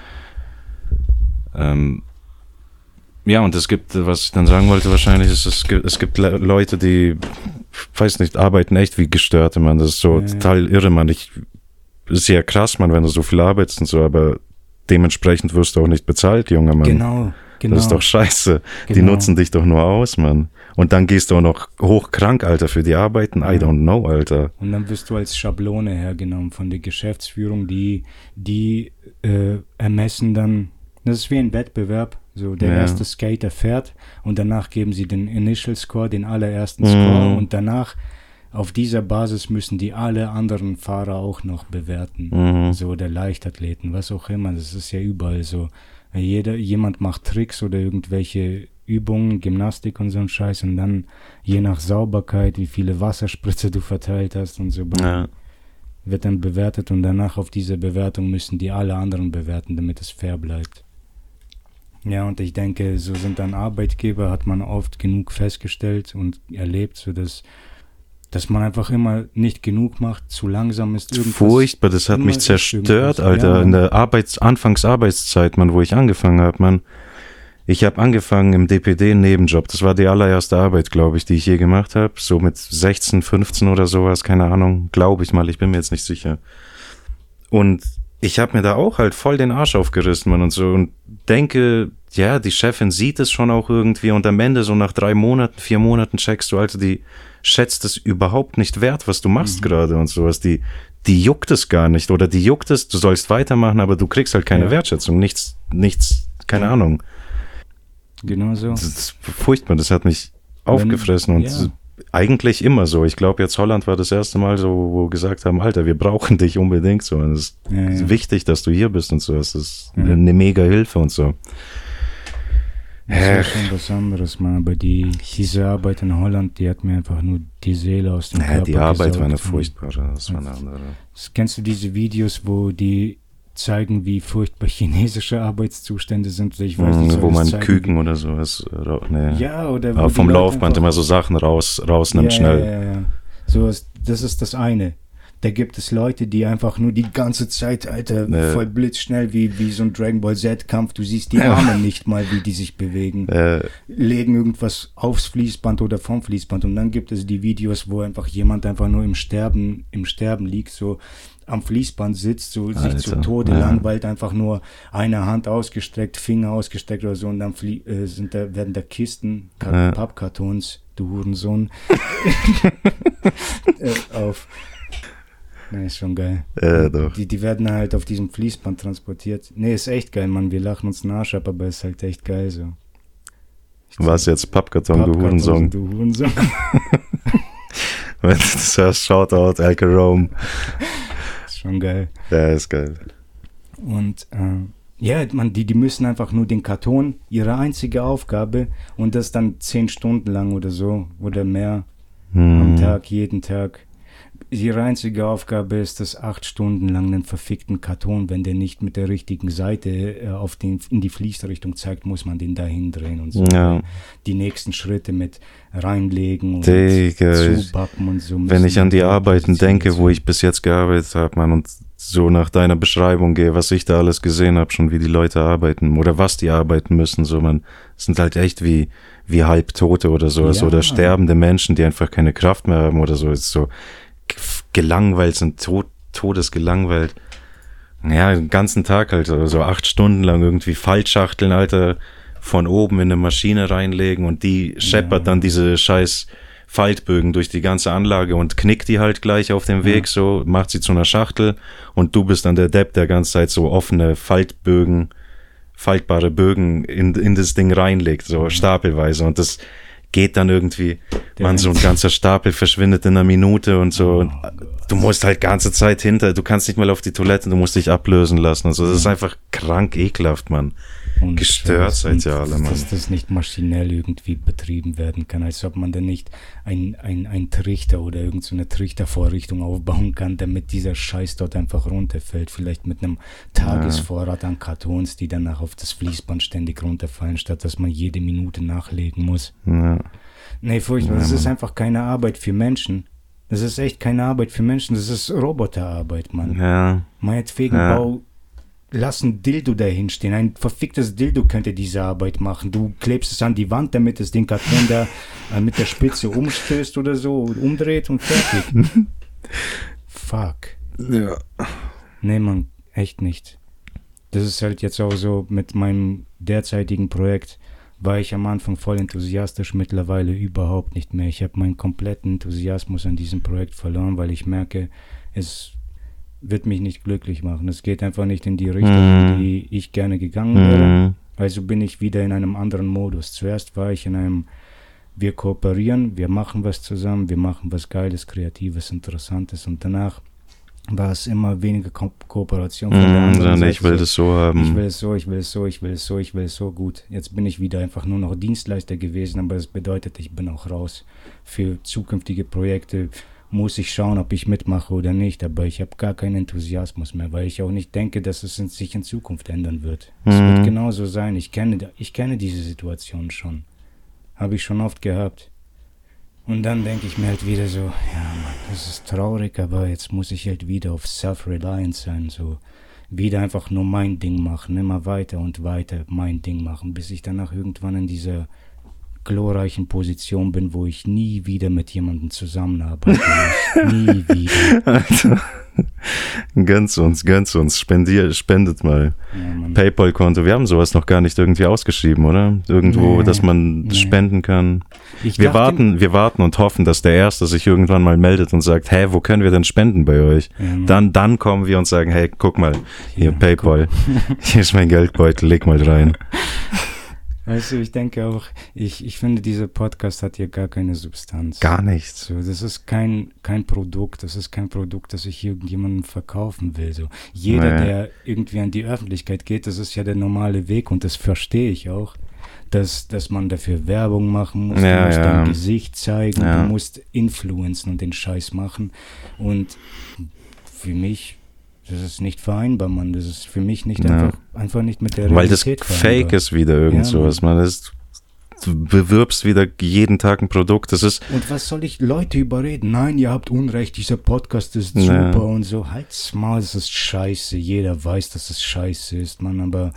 Ja, und es gibt, was ich dann sagen wollte wahrscheinlich, ist, es gibt Leute, die, weiß nicht, arbeiten echt wie Gestörte, man. Das ist so total irre, man. Ist ja krass, man, wenn du so viel arbeitest und so, aber dementsprechend wirst du auch nicht bezahlt, junger Mann. Genau. Das ist doch scheiße. Die nutzen dich doch nur aus, Mann. Und dann gehst du auch noch hochkrank, Alter, für die Arbeiten. I don't know, Alter. Und dann wirst du als Schablone hergenommen von der Geschäftsführung, die ermessen dann, das ist wie ein Wettbewerb, so der erste Skater fährt und danach geben sie den Initial Score, den allerersten Score und danach auf dieser Basis müssen die alle anderen Fahrer auch noch bewerten. So der Leichtathleten, was auch immer, das ist ja überall so. Jemand macht Tricks oder irgendwelche Übungen, Gymnastik und so ein Scheiß und dann je nach Sauberkeit, wie viele Wasserspritze du verteilt hast und so wird dann bewertet und danach auf diese Bewertung müssen die alle anderen bewerten, damit es fair bleibt. Ja, und ich denke, so sind dann Arbeitgeber, hat man oft genug festgestellt und erlebt, so dass man einfach immer nicht genug macht, zu langsam ist. Furchtbar, das hat mich zerstört, Alter, in der Anfangsarbeitszeit, Mann, wo ich angefangen habe, Mann. Ich habe angefangen im DPD einen Nebenjob, das war die allererste Arbeit, glaube ich, die ich je gemacht habe, so mit 16, 15 oder sowas, keine Ahnung, glaube ich mal, ich bin mir jetzt nicht sicher. Und ich habe mir da auch halt voll den Arsch aufgerissen, Mann, und so, und denke, ja, die Chefin sieht es schon auch irgendwie und am Ende so nach 3 Monaten, 4 Monaten checkst du, Alter, die schätzt es überhaupt nicht wert, was du machst gerade und sowas, die juckt es gar nicht oder die juckt es, du sollst weitermachen, aber du kriegst halt keine Wertschätzung, nichts, keine Ahnung. Genau so. Das ist furchtbar, das hat mich aufgefressen und eigentlich immer so. Ich glaube, jetzt Holland war das erste Mal so, wo wir gesagt haben, Alter, wir brauchen dich unbedingt so. Und es ist wichtig, dass du hier bist und so. Es ist eine mega Hilfe und so. Das ist schon was anderes, Mann. Aber diese Arbeit in Holland, die hat mir einfach nur die Seele aus dem Körper die Arbeit gesaugt. war eine furchtbare, das war eine andere. Kennst du diese Videos, wo die zeigen, wie furchtbar chinesische Arbeitszustände sind? Ich weiß nicht, wo man zeigen, Küken oder sowas, oder aber vom Laufband immer so Sachen rausnimmt schnell. Ja. So, das ist das eine. Da gibt es Leute, die einfach nur die ganze Zeit, Alter, voll blitzschnell wie so ein Dragon Ball Z-Kampf. Du siehst die Arme nicht mal, wie die sich bewegen. Legen irgendwas aufs Fließband oder vom Fließband. Und dann gibt es die Videos, wo einfach jemand einfach nur im Sterben liegt, so am Fließband sitzt, so sich zu Tode langweilt, einfach nur eine Hand ausgestreckt, Finger ausgestreckt oder so. Und dann werden da Kisten, Pappkartons, du Hurensohn, auf. Nee, ist schon geil. Doch. Die werden halt auf diesem Fließband transportiert. Nee, ist echt geil, Mann. Wir lachen uns den Arsch ab, aber ist halt echt geil so. Was jetzt? Pappkarton, du Hurensohn. Du Hurensohn. Wenn du das hörst, Shoutout, Elke Rome. Ist schon geil. Ja, ist geil. Und man, die müssen einfach nur den Karton, ihre einzige Aufgabe, und das dann 10 Stunden lang oder so oder mehr am Tag, jeden Tag. Ihre einzige Aufgabe ist es, 8 Stunden lang einen verfickten Karton, wenn der nicht mit der richtigen Seite in die Fließrichtung zeigt, muss man den dahin drehen und so. Ja. Die nächsten Schritte mit reinlegen und zubappen und so. Wenn ich an die Arbeiten denke, wo ich bis jetzt gearbeitet habe, Mann, und so nach deiner Beschreibung gehe, was ich da alles gesehen habe, schon wie die Leute arbeiten oder was die arbeiten müssen, so, man, es sind halt echt wie Halbtote oder sowas oder sterbende Menschen, die einfach keine Kraft mehr haben oder so, ist so gelangweilt sind, todesgelangweilt. Ja, den ganzen Tag halt, so 8 Stunden lang irgendwie Faltschachteln, Alter, von oben in eine Maschine reinlegen und die scheppert dann diese scheiß Faltbögen durch die ganze Anlage und knickt die halt gleich auf dem Weg, so, macht sie zu einer Schachtel und du bist dann der Depp, der ganze Zeit so offene faltbare Bögen in das Ding reinlegt, so stapelweise, und das geht dann irgendwie, so ein ganzer Stapel verschwindet in einer Minute und so. Und du musst halt ganze Zeit du kannst nicht mal auf die Toilette, du musst dich ablösen lassen. Also das ist einfach krank ekelhaft, Mann. Und gestört seid ihr alle, Mann. Dass das nicht maschinell irgendwie betrieben werden kann, als ob man dann nicht ein Trichter oder irgend so eine Trichtervorrichtung aufbauen kann, damit dieser Scheiß dort einfach runterfällt. Vielleicht mit einem Tagesvorrat an Kartons, die danach auf das Fließband ständig runterfallen, statt dass man jede Minute nachlegen muss. Ja. Nee, furchtbar. Das ist einfach keine Arbeit für Menschen. Das ist echt keine Arbeit für Menschen. Das ist Roboterarbeit, Mann. Ja. Meinetwegen lass ein Dildo dahin stehen. Ein verficktes Dildo könnte diese Arbeit machen. Du klebst es an die Wand, damit es den Karton da mit der Spitze umstößt oder so, umdreht und fertig. Fuck. Ja. Nee, Mann, echt nicht. Das ist halt jetzt auch so mit meinem derzeitigen Projekt. War ich am Anfang voll enthusiastisch, mittlerweile überhaupt nicht mehr. Ich habe meinen kompletten Enthusiasmus an diesem Projekt verloren, weil ich merke, es wird mich nicht glücklich machen. Es geht einfach nicht in die Richtung, in die ich gerne gegangen wäre. Also bin ich wieder in einem anderen Modus. Zuerst war ich in einem, wir kooperieren, wir machen was zusammen, wir machen was Geiles, Kreatives, Interessantes, und danach war es immer weniger Kooperation von der anderen Seite. Ich will das so haben. Ich will es so gut. Jetzt bin ich wieder einfach nur noch Dienstleister gewesen, aber das bedeutet, ich bin auch raus. Für zukünftige Projekte muss ich schauen, ob ich mitmache oder nicht, aber ich habe gar keinen Enthusiasmus mehr, weil ich auch nicht denke, dass es sich in Zukunft ändern wird. Es wird genauso sein. Ich kenne diese Situation schon. Habe ich schon oft gehabt. Und dann denke ich mir halt wieder so, ja Mann, das ist traurig, aber jetzt muss ich halt wieder auf Self-Reliance sein, so wieder einfach nur mein Ding machen, immer weiter und weiter mein Ding machen, bis ich danach irgendwann in dieser glorreichen Position bin, wo ich nie wieder mit jemandem zusammenarbeiten muss. Nie wieder. Alter, gönnt uns, spendet mal. Ja, PayPal-Konto, wir haben sowas noch gar nicht irgendwie ausgeschrieben, oder? Irgendwo, dass man spenden kann. Wir warten und hoffen, dass der Erste sich irgendwann mal meldet und sagt, hey, wo können wir denn spenden bei euch? Ja, dann kommen wir und sagen, hey, guck mal, hier PayPal, hier ist mein Geldbeutel, leg mal rein. Weißt du, ich denke auch, ich finde, dieser Podcast hat hier gar keine Substanz. Gar nichts. So, das ist kein Produkt, das ist kein Produkt, das ich irgendjemandem verkaufen will. So. Jeder, der irgendwie an die Öffentlichkeit geht, das ist ja der normale Weg und das verstehe ich auch, dass man dafür Werbung machen muss, du musst dein Gesicht zeigen, du musst influencen und den Scheiß machen und für mich, das ist nicht vereinbar, Mann. Das ist für mich nicht einfach nicht mit der Realität vereinbar. Weil das Fake ist wieder irgend sowas, man. Du bewirbst wieder jeden Tag ein Produkt, das ist... Und was soll ich Leute überreden? Nein, ihr habt Unrecht, dieser Podcast ist super und so. Halt's Maul, es ist scheiße. Jeder weiß, dass es scheiße ist, Mann, aber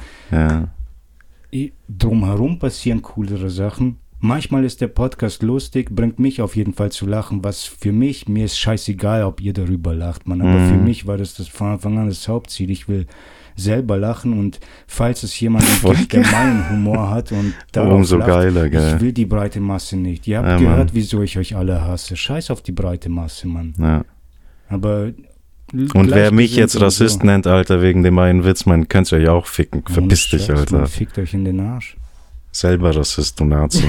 drumherum passieren coolere Sachen. Manchmal ist der Podcast lustig, bringt mich auf jeden Fall zu lachen, was für mich, mir ist scheißegal, ob ihr darüber lacht, Mann, aber für mich war das von Anfang an das Hauptziel. Ich will selber lachen und falls es jemanden gibt, der meinen Humor hat und darauf umso lacht, geiler, gell? Ich will die breite Masse nicht. Ihr habt gehört, wieso ich euch alle hasse. Scheiß auf die breite Masse, Mann. Ja. Aber und wer mich jetzt Rassist nennt, Alter, wegen dem einen Witz, man könnt euch auch ficken. Verpiss dich, Alter. Man fickt euch in den Arsch. Selber Rassist, du Nazi.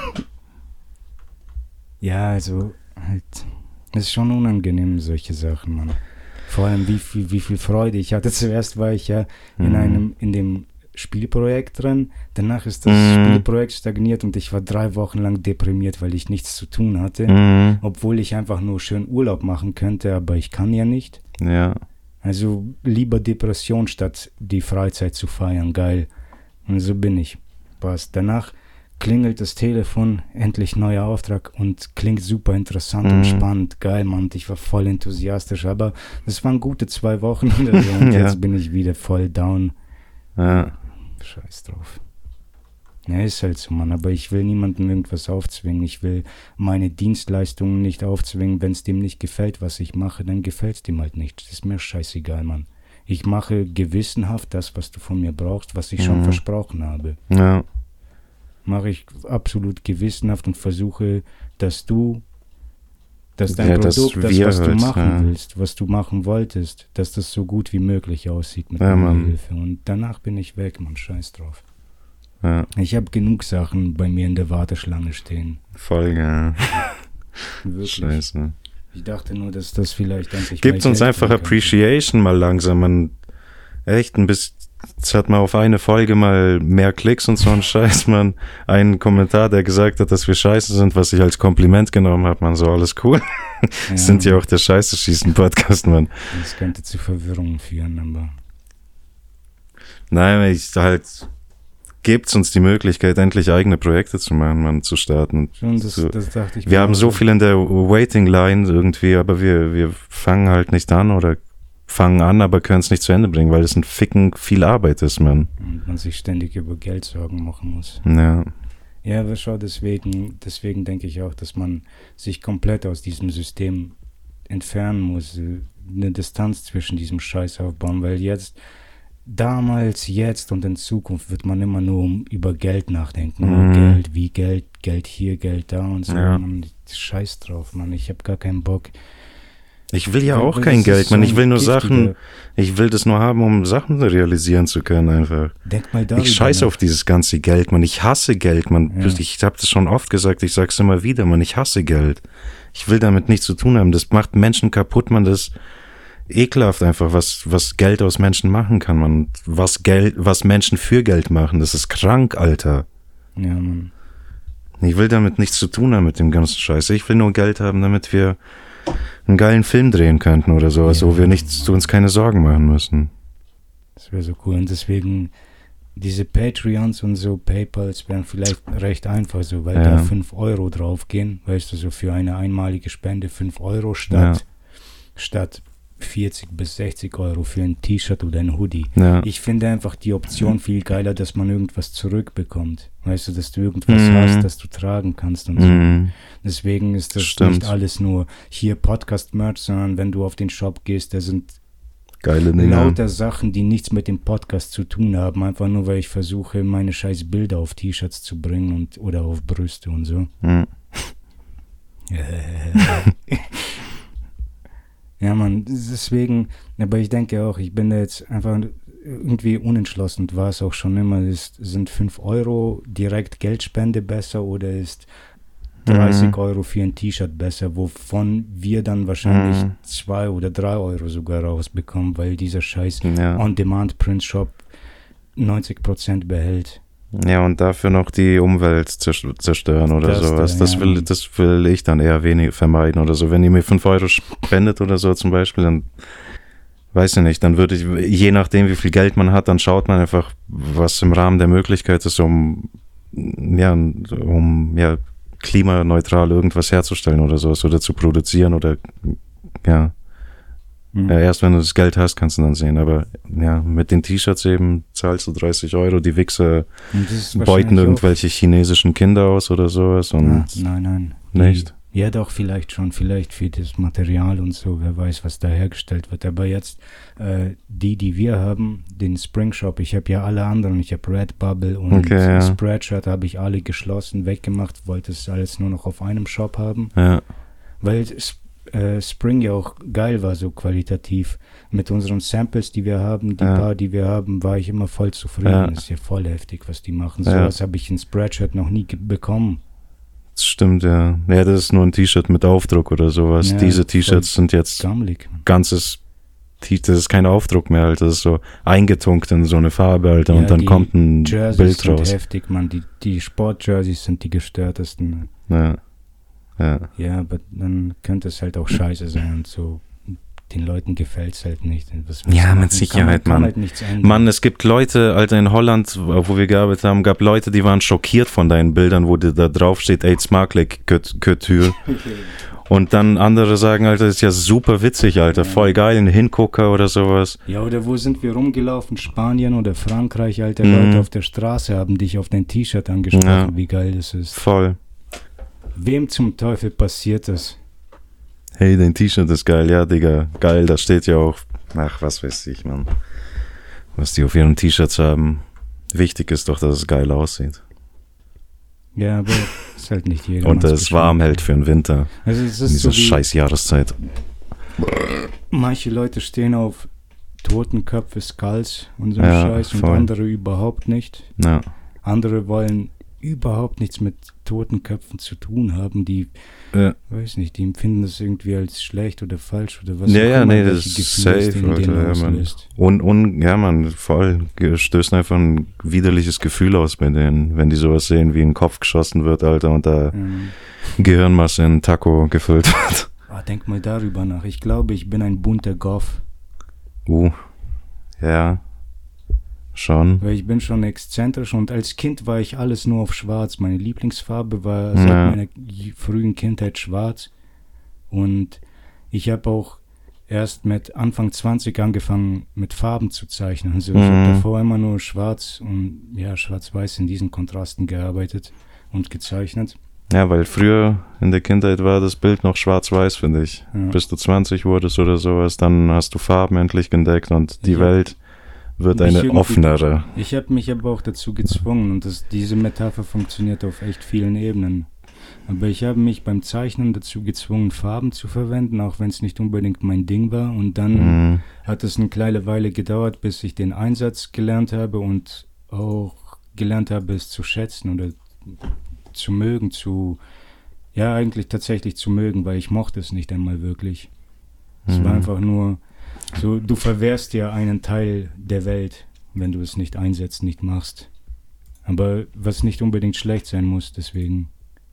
Ja, also halt, es ist schon unangenehm, solche Sachen, Mann. Vor allem, wie viel Freude ich hatte. Zuerst war ich ja in dem Spielprojekt drin, danach ist das Spielprojekt stagniert und ich war 3 Wochen lang deprimiert, weil ich nichts zu tun hatte, obwohl ich einfach nur schön Urlaub machen könnte, aber ich kann ja nicht. Ja. Also lieber Depression, statt die Freizeit zu feiern, geil. Und so bin ich. Passt. Danach klingelt das Telefon, endlich neuer Auftrag und klingt super interessant und spannend. Geil, Mann, ich war voll enthusiastisch, aber das waren gute 2 Wochen oder so und jetzt bin ich wieder voll down. Ja. Scheiß drauf. Ja, ist halt so, Mann, aber ich will niemandem irgendwas aufzwingen. Ich will meine Dienstleistungen nicht aufzwingen. Wenn es dem nicht gefällt, was ich mache, dann gefällt es dem halt nicht. Das ist mir scheißegal, Mann. Ich mache gewissenhaft das, was du von mir brauchst, was ich schon versprochen habe. Ja. Mache ich absolut gewissenhaft und versuche, dass dein Produkt, das, was du machen willst, was du machen wolltest, dass das so gut wie möglich aussieht mit meiner Hilfe. Und danach bin ich weg, Mann, scheiß drauf. Ja. Ich habe genug Sachen bei mir in der Warteschlange stehen. Voll, ja. Wirklich. Scheiße. Ich dachte nur, dass das vielleicht endlich gibt uns einfach Appreciation mal langsam. Man echt ein bisschen, jetzt hat man auf eine Folge mal mehr Klicks und so ein Scheiß, man. Einen Kommentar, der gesagt hat, dass wir scheiße sind, was ich als Kompliment genommen habe, man, so alles cool. Ja, sind ja auch der Scheiße-Schießen-Podcast, man. Das könnte zu Verwirrung führen, aber... Nein, gibt's uns die Möglichkeit, endlich eigene Projekte zu machen, man, zu starten. Schon, das dachte ich. Wir haben so viel in der Waiting Line irgendwie, aber wir fangen halt nicht an oder fangen an, aber können es nicht zu Ende bringen, weil es ein Ficken viel Arbeit ist, man. Und man sich ständig über Geld Sorgen machen muss. Ja. Ja, aber schau, deswegen denke ich auch, dass man sich komplett aus diesem System entfernen muss, eine Distanz zwischen diesem Scheiß aufbauen, weil damals, jetzt und in Zukunft wird man immer nur über Geld nachdenken. Geld hier, Geld da und so. Ja. Man, Scheiß drauf, Mann. Ich habe gar keinen Bock. Ich will ja auch kein Geld, man. Ich will nur Sachen, ich will das nur haben, um Sachen realisieren zu können, einfach. Denk mal darüber. Ich scheiße auf dieses ganze Geld, man. Ich hasse Geld, man. Ja. Ich habe das schon oft gesagt, ich sag's immer wieder, man. Ich hasse Geld. Ich will damit nichts zu tun haben. Das macht Menschen kaputt, man. Das ekelhaft einfach, was Geld aus Menschen machen kann, man. Was Menschen für Geld machen, das ist krank, Alter. Ja, Mann. Ich will damit nichts zu tun haben mit dem ganzen Scheiß. Ich will nur Geld haben, damit wir einen geilen Film drehen könnten oder sowas, wo wir uns keine Sorgen machen müssen. Das wäre so cool. Und deswegen diese Patreons und so Paypals wären vielleicht recht einfach so, weil da 5 Euro draufgehen, weißt du, so für eine einmalige Spende 5 Euro statt 40 bis 60 Euro für ein T-Shirt oder ein Hoodie. Ja. Ich finde einfach die Option viel geiler, dass man irgendwas zurückbekommt. Weißt du, dass du irgendwas hast, das du tragen kannst und so. Deswegen ist das nicht alles nur hier Podcast-Merch, sondern wenn du auf den Shop gehst, da sind geile lauter Sachen, die nichts mit dem Podcast zu tun haben, einfach nur, weil ich versuche, meine scheiß Bilder auf T-Shirts zu bringen oder auf Brüste und so. Ja, Mann, deswegen, aber ich denke auch, ich bin da jetzt einfach irgendwie unentschlossen und war es auch schon immer. Sind 5 Euro direkt Geldspende besser oder ist 30 Euro für ein T-Shirt besser, wovon wir dann wahrscheinlich 2 oder 3 Euro sogar rausbekommen, weil dieser scheiß On-Demand-Print-Shop 90% behält. Ja, und dafür noch die Umwelt zerstören oder sowas. Das will ich dann eher wenig vermeiden oder so. Wenn ihr mir 5 Euro spendet oder so zum Beispiel, dann weiß ich nicht, dann würde ich, je nachdem wie viel Geld man hat, dann schaut man einfach, was im Rahmen der Möglichkeit ist, um klimaneutral irgendwas herzustellen oder sowas oder zu produzieren oder ja. Ja, erst wenn du das Geld hast, kannst du dann sehen. Aber ja, mit den T-Shirts eben zahlst du 30 Euro. Die Wichser beuten irgendwelche chinesischen Kinder aus oder sowas. Und nein. Nicht? Ja, doch, vielleicht schon. Vielleicht für das Material und so. Wer weiß, was da hergestellt wird. Aber jetzt, die wir haben, den Spring Shop, ich habe ja alle anderen. Ich habe Redbubble und Spreadshirt habe ich alle geschlossen, weggemacht. Wollte es alles nur noch auf einem Shop haben. Ja. Weil Spring ja auch geil war, so qualitativ. Mit unseren Samples, die wir haben, paar, die wir haben, war ich immer voll zufrieden. Ja. Das ist ja voll heftig, was die machen. Sowas habe ich in Spreadshirt noch nie bekommen. Das stimmt, ja. Ja, das ist nur ein T-Shirt mit Aufdruck oder sowas. Ja, diese T-Shirts sind jetzt gammelig. Ganzes T-Shirt, das ist kein Aufdruck mehr, Alter. Das ist so eingetunkt in so eine Farbe, Alter, und dann kommt ein Jerseys Bild raus. Sind heftig, Mann. Die Sport-Jerseys sind die gestörtesten. Ja, aber dann könnte es halt auch scheiße sein und so. Den Leuten gefällt es halt nicht. Ja, mit Sicherheit, Mann. Halt Mann, es gibt Leute, Alter, in Holland, wo wir gearbeitet haben, gab Leute, die waren schockiert von deinen Bildern, wo da drauf steht, ey, smakelijk, Kultur. Und dann andere sagen, Alter, das ist ja super witzig, Alter, voll geil, ein Hingucker oder sowas. Ja, oder wo sind wir rumgelaufen? Spanien oder Frankreich, Alter, Leute auf der Straße haben dich auf dein T-Shirt angesprochen, wie geil das ist. Voll. Wem zum Teufel passiert das? Hey, dein T-Shirt ist geil, ja, Digga, geil, da steht ja auch, ach, was weiß ich, Mann, was die auf ihren T-Shirts haben. Wichtig ist doch, dass es geil aussieht. Ja, aber ist halt nicht jeder. Und dass es warm hält für den Winter, also es ist in dieser so scheiß Jahreszeit. Manche Leute stehen auf Totenköpfe, Skulls und so einen Scheiß und andere überhaupt nicht. Ja. Andere wollen überhaupt nichts mit Totenköpfen zu tun haben, die, weiß nicht, die empfinden das irgendwie als schlecht oder falsch oder was. Ja, nee, das ist safe, man, voll, stößt einfach ein widerliches Gefühl aus bei denen, wenn die sowas sehen, wie ein Kopf geschossen wird, Alter, und da Gehirnmasse in Taco gefüllt wird. Denk mal darüber nach. Ich glaube, ich bin ein bunter Goth. Ja. Schon. Weil ich bin schon exzentrisch und als Kind war ich alles nur auf schwarz. Meine Lieblingsfarbe war seit meiner frühen Kindheit schwarz. Und ich habe auch erst mit Anfang 20 angefangen, mit Farben zu zeichnen. Also ich habe davor immer nur schwarz und schwarz-weiß in diesen Kontrasten gearbeitet und gezeichnet. Ja, weil früher in der Kindheit war das Bild noch schwarz-weiß, finde ich. Ja. Bis du 20 wurdest oder sowas, dann hast du Farben endlich entdeckt und die Welt wird eine offenere. Ich habe mich aber auch dazu gezwungen und diese Metapher funktioniert auf echt vielen Ebenen. Aber ich habe mich beim Zeichnen dazu gezwungen, Farben zu verwenden, auch wenn es nicht unbedingt mein Ding war. Und dann hat es eine kleine Weile gedauert, bis ich den Einsatz gelernt habe und auch gelernt habe, es zu schätzen oder zu mögen, eigentlich tatsächlich zu mögen, weil ich mochte es nicht einmal wirklich. Es war einfach nur so, du verwehrst dir einen Teil der Welt, wenn du es nicht einsetzt, nicht machst. Aber was nicht unbedingt schlecht sein muss, deswegen.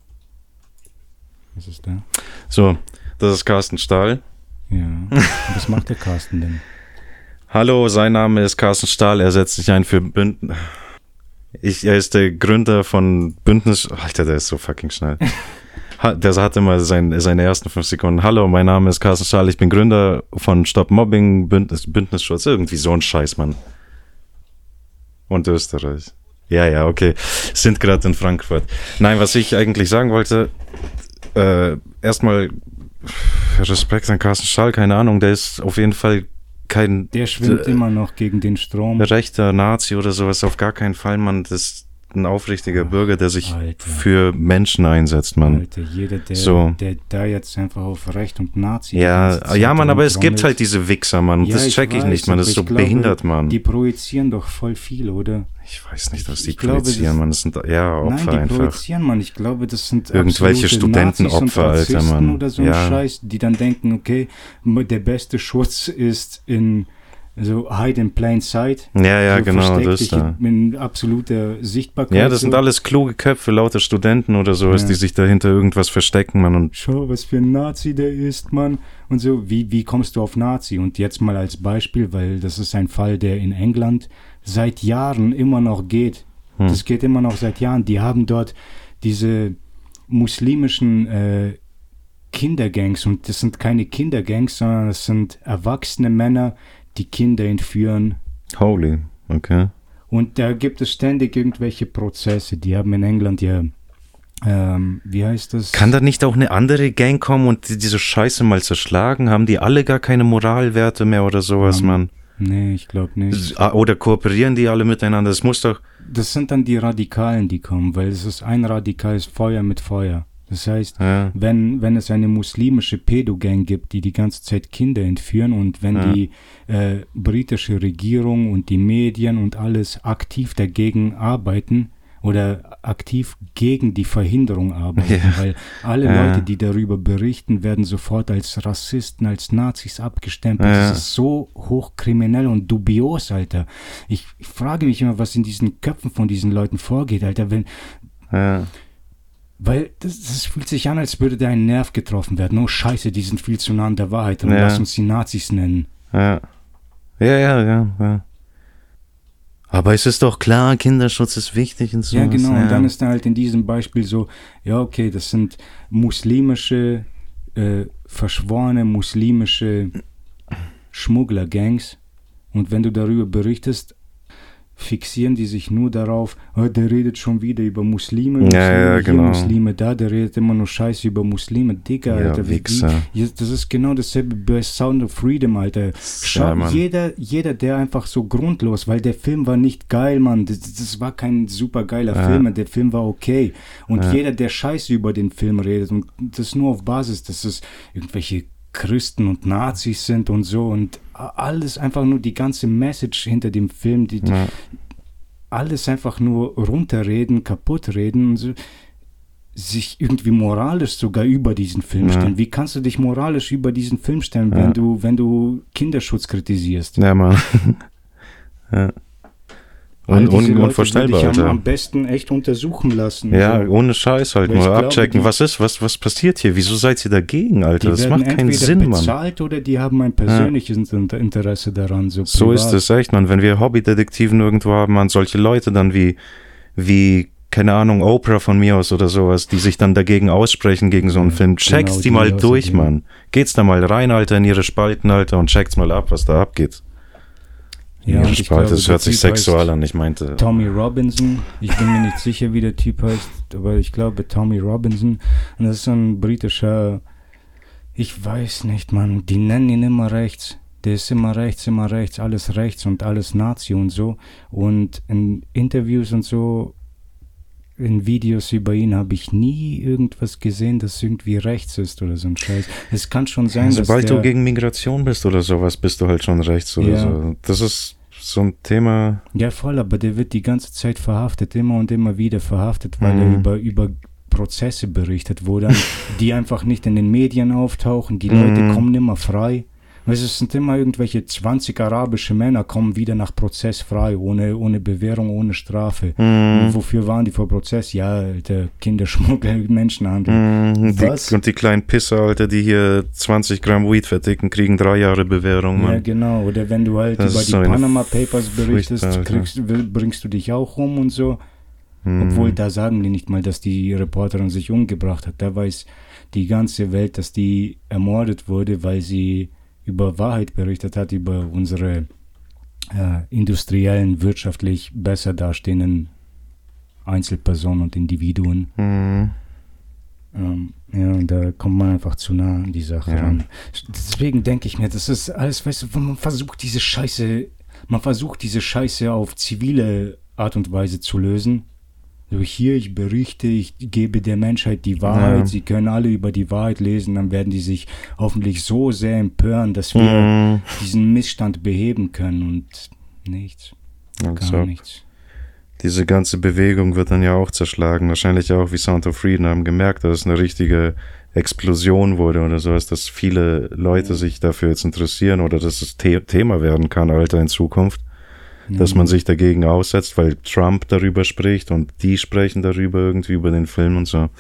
Was ist da? So, das ist Carsten Stahl. Ja, was macht der Carsten denn? Hallo, sein Name ist Carsten Stahl, er setzt sich ein für Bündnis. Er ist der Gründer von Bündnis. Alter, der ist so fucking schnell. Der hatte mal seine ersten 5 Sekunden. Hallo, mein Name ist Carsten Stahl, ich bin Gründer von Stop Mobbing, Bündnisschutz, irgendwie so ein Scheiß, Mann. Und Österreich. Ja, okay. Sind gerade in Frankfurt. Nein, was ich eigentlich sagen wollte, erstmal Respekt an Carsten Stahl, keine Ahnung, der ist auf jeden Fall der schwimmt immer noch gegen den Strom. Rechter Nazi oder sowas, auf gar keinen Fall, Mann. ein aufrichtiger Bürger, der sich Alter. für Menschen einsetzt, Mann. Alter, jeder, So. der da jetzt einfach auf Recht und Nazi... Ja, Mann, aber es gibt rumtrommelt. halt diese Wichser, Mann. Ja, Das ich check ich weiß, nicht, Mann. Das ist aber so ich glaube, behindert, Mann. Die projizieren doch voll viel, oder? Ich weiß nicht, was die Ich glaube, projizieren, Mann. Das sind ja Opfer Nein, die einfach. projizieren, Mann. Ich glaube, das sind Irgendwelche absolute Studentenopfer, Nazis und Alter, Rassisten Mann. oder so ein Ja. Scheiß, die dann denken, okay, der beste Schutz ist in so hide in plain sight. Ja, so genau, versteck das dich da. in absoluter Sichtbarkeit. Ja, das sind so. alles kluge Köpfe, lauter Studenten oder sowas, Ja. die sich dahinter irgendwas verstecken, Mann. Und Schau, was für ein Nazi der ist, Mann. Und so, wie kommst du auf Nazi? Und jetzt mal als Beispiel, weil das ist ein Fall, der in England seit Jahren immer noch geht. Das geht immer noch seit Jahren. Die haben dort diese muslimischen Kindergangs. Und das sind keine Kindergangs, sondern das sind erwachsene Männer, die Kinder entführen. holy, okay. Und da gibt es ständig irgendwelche Prozesse. Die haben in England ja, wie heißt das? Kann da nicht auch eine andere Gang kommen und diese Scheiße mal zerschlagen? Haben die alle gar keine Moralwerte mehr oder sowas, Mann? Nee, ich glaube nicht. Oder kooperieren die alle miteinander? Das muss doch... Das sind dann die Radikalen, die kommen, weil es ist ein radikales Feuer mit Feuer. Das heißt, Ja. wenn es eine muslimische Pädogang gibt, die ganze Zeit Kinder entführen und wenn die britische Regierung und die Medien und alles aktiv dagegen arbeiten oder aktiv gegen die Verhinderung arbeiten, Ja. weil alle Ja. Leute, die darüber berichten, werden sofort als Rassisten, als Nazis abgestempelt. Ja. Das ist so hochkriminell und dubios, Alter. Ich frage mich immer, was in diesen Köpfen von diesen Leuten vorgeht, Alter, Ja. weil das fühlt sich an, als würde da ein Nerv getroffen werden. Oh Scheiße, die sind viel zu nah an der Wahrheit und Ja. lass uns die Nazis nennen. Ja. Ja. Aber es ist doch klar, Kinderschutz ist wichtig und so. Ja, genau. Und dann ist da halt in diesem Beispiel so, ja, okay, das sind muslimische, verschworene muslimische Schmugglergangs. Und wenn du darüber berichtest, fixieren die sich nur darauf, oh, der redet schon wieder über Muslime, Ja, hier, genau. Muslime da, der redet immer nur Scheiße über Muslime, Digga, Ja, Alter. Wichser. Das ist genau dasselbe bei Sound of Freedom, Alter. Schau, Ja, Mann. jeder, der einfach so grundlos, weil der Film war nicht geil, Mann, das war kein super geiler Film, der Film war okay. Und jeder, der Scheiße über den Film redet und das nur auf Basis, dass es irgendwelche Christen und Nazis sind und so und alles einfach nur die ganze Message hinter dem Film, alles einfach nur runterreden, kaputtreden und so, sich irgendwie moralisch sogar über diesen Film stellen. Wie kannst du dich moralisch über diesen Film stellen, wenn du Kinderschutz kritisierst? Ja, Mann. Ja. All diese Leute Unvorstellbar, würde ich Alter. am besten echt untersuchen lassen. Ja, Also, ohne Scheiß halt, Weil ich nur glaube, abchecken. die- Was passiert hier? Wieso seid ihr dagegen, Alter? die Das werden macht keinen entweder Sinn, Mann. bezahlt oder die haben ein persönliches Interesse daran. So So ist privat. es echt, Mann. Wenn wir Hobbydetektiven irgendwo haben, man, solche Leute dann wie, keine Ahnung, Oprah von mir aus oder sowas, die sich dann dagegen aussprechen gegen so einen Film. Check's genau, die mal die durch, außerdem. Mann. Geht's da mal rein, Alter, in ihre Spalten, Alter, und checkt's mal ab, was da abgeht. In Ja, ihre und ich Spalte, glaube, das hört der sich Typ sexual heißt an, ich meinte. Tommy Robinson. Ich bin mir nicht sicher, wie der Typ heißt, aber ich glaube Tommy Robinson. Und das ist so ein britischer, ich weiß nicht, Mann, die nennen ihn immer rechts. Der ist immer rechts, alles rechts und alles Nazi und so. Und in Interviews und so, in Videos über ihn habe ich nie irgendwas gesehen, das irgendwie rechts ist oder so ein Scheiß. Es kann schon sein, Sobald dass du gegen Migration bist oder sowas, bist du halt schon rechts oder Ja. so. Das ist so ein Thema. Ja, voll, aber der wird die ganze Zeit verhaftet, immer und immer wieder verhaftet, weil er über Prozesse berichtet, wo dann die einfach nicht in den Medien auftauchen, die Leute kommen immer frei. Weißt du, es sind immer irgendwelche 20 arabische Männer kommen wieder nach Prozess frei, ohne Bewährung, ohne Strafe. Wofür waren die vor Prozess? Ja, Alter, Kinderschmuggel, Menschenhandel. Was? Und die kleinen Pisser, Alter, die hier 20 Gramm Weed verticken, kriegen 3 Jahre Bewährung, Ja, Mann. genau. Oder wenn du halt Das über ist die so eine Panama Papers berichtest, Furchtbar, bringst du dich auch um und so. Obwohl, da sagen die nicht mal, dass die Reporterin sich umgebracht hat. Da weiß die ganze Welt, dass die ermordet wurde, weil sie über Wahrheit berichtet hat, über unsere industriellen, wirtschaftlich besser dastehenden Einzelpersonen und Individuen. Ja, und da kommt man einfach zu nah an die Sache ran. Deswegen denke ich mir, das ist alles, weißt du, man versucht diese Scheiße auf zivile Art und Weise zu lösen. So, hier, ich berichte, ich gebe der Menschheit die Wahrheit, sie können alle über die Wahrheit lesen, dann werden die sich hoffentlich so sehr empören, dass wir diesen Missstand beheben können und nichts, gar nichts. Diese ganze Bewegung wird dann ja auch zerschlagen, wahrscheinlich auch wie Sound of Freedom haben gemerkt, dass es eine richtige Explosion wurde oder sowas, dass viele Leute sich dafür jetzt interessieren oder dass es Thema werden kann, Alter, in Zukunft. Dass man sich dagegen aussetzt, weil Trump darüber spricht und die sprechen darüber irgendwie, über den Film und so.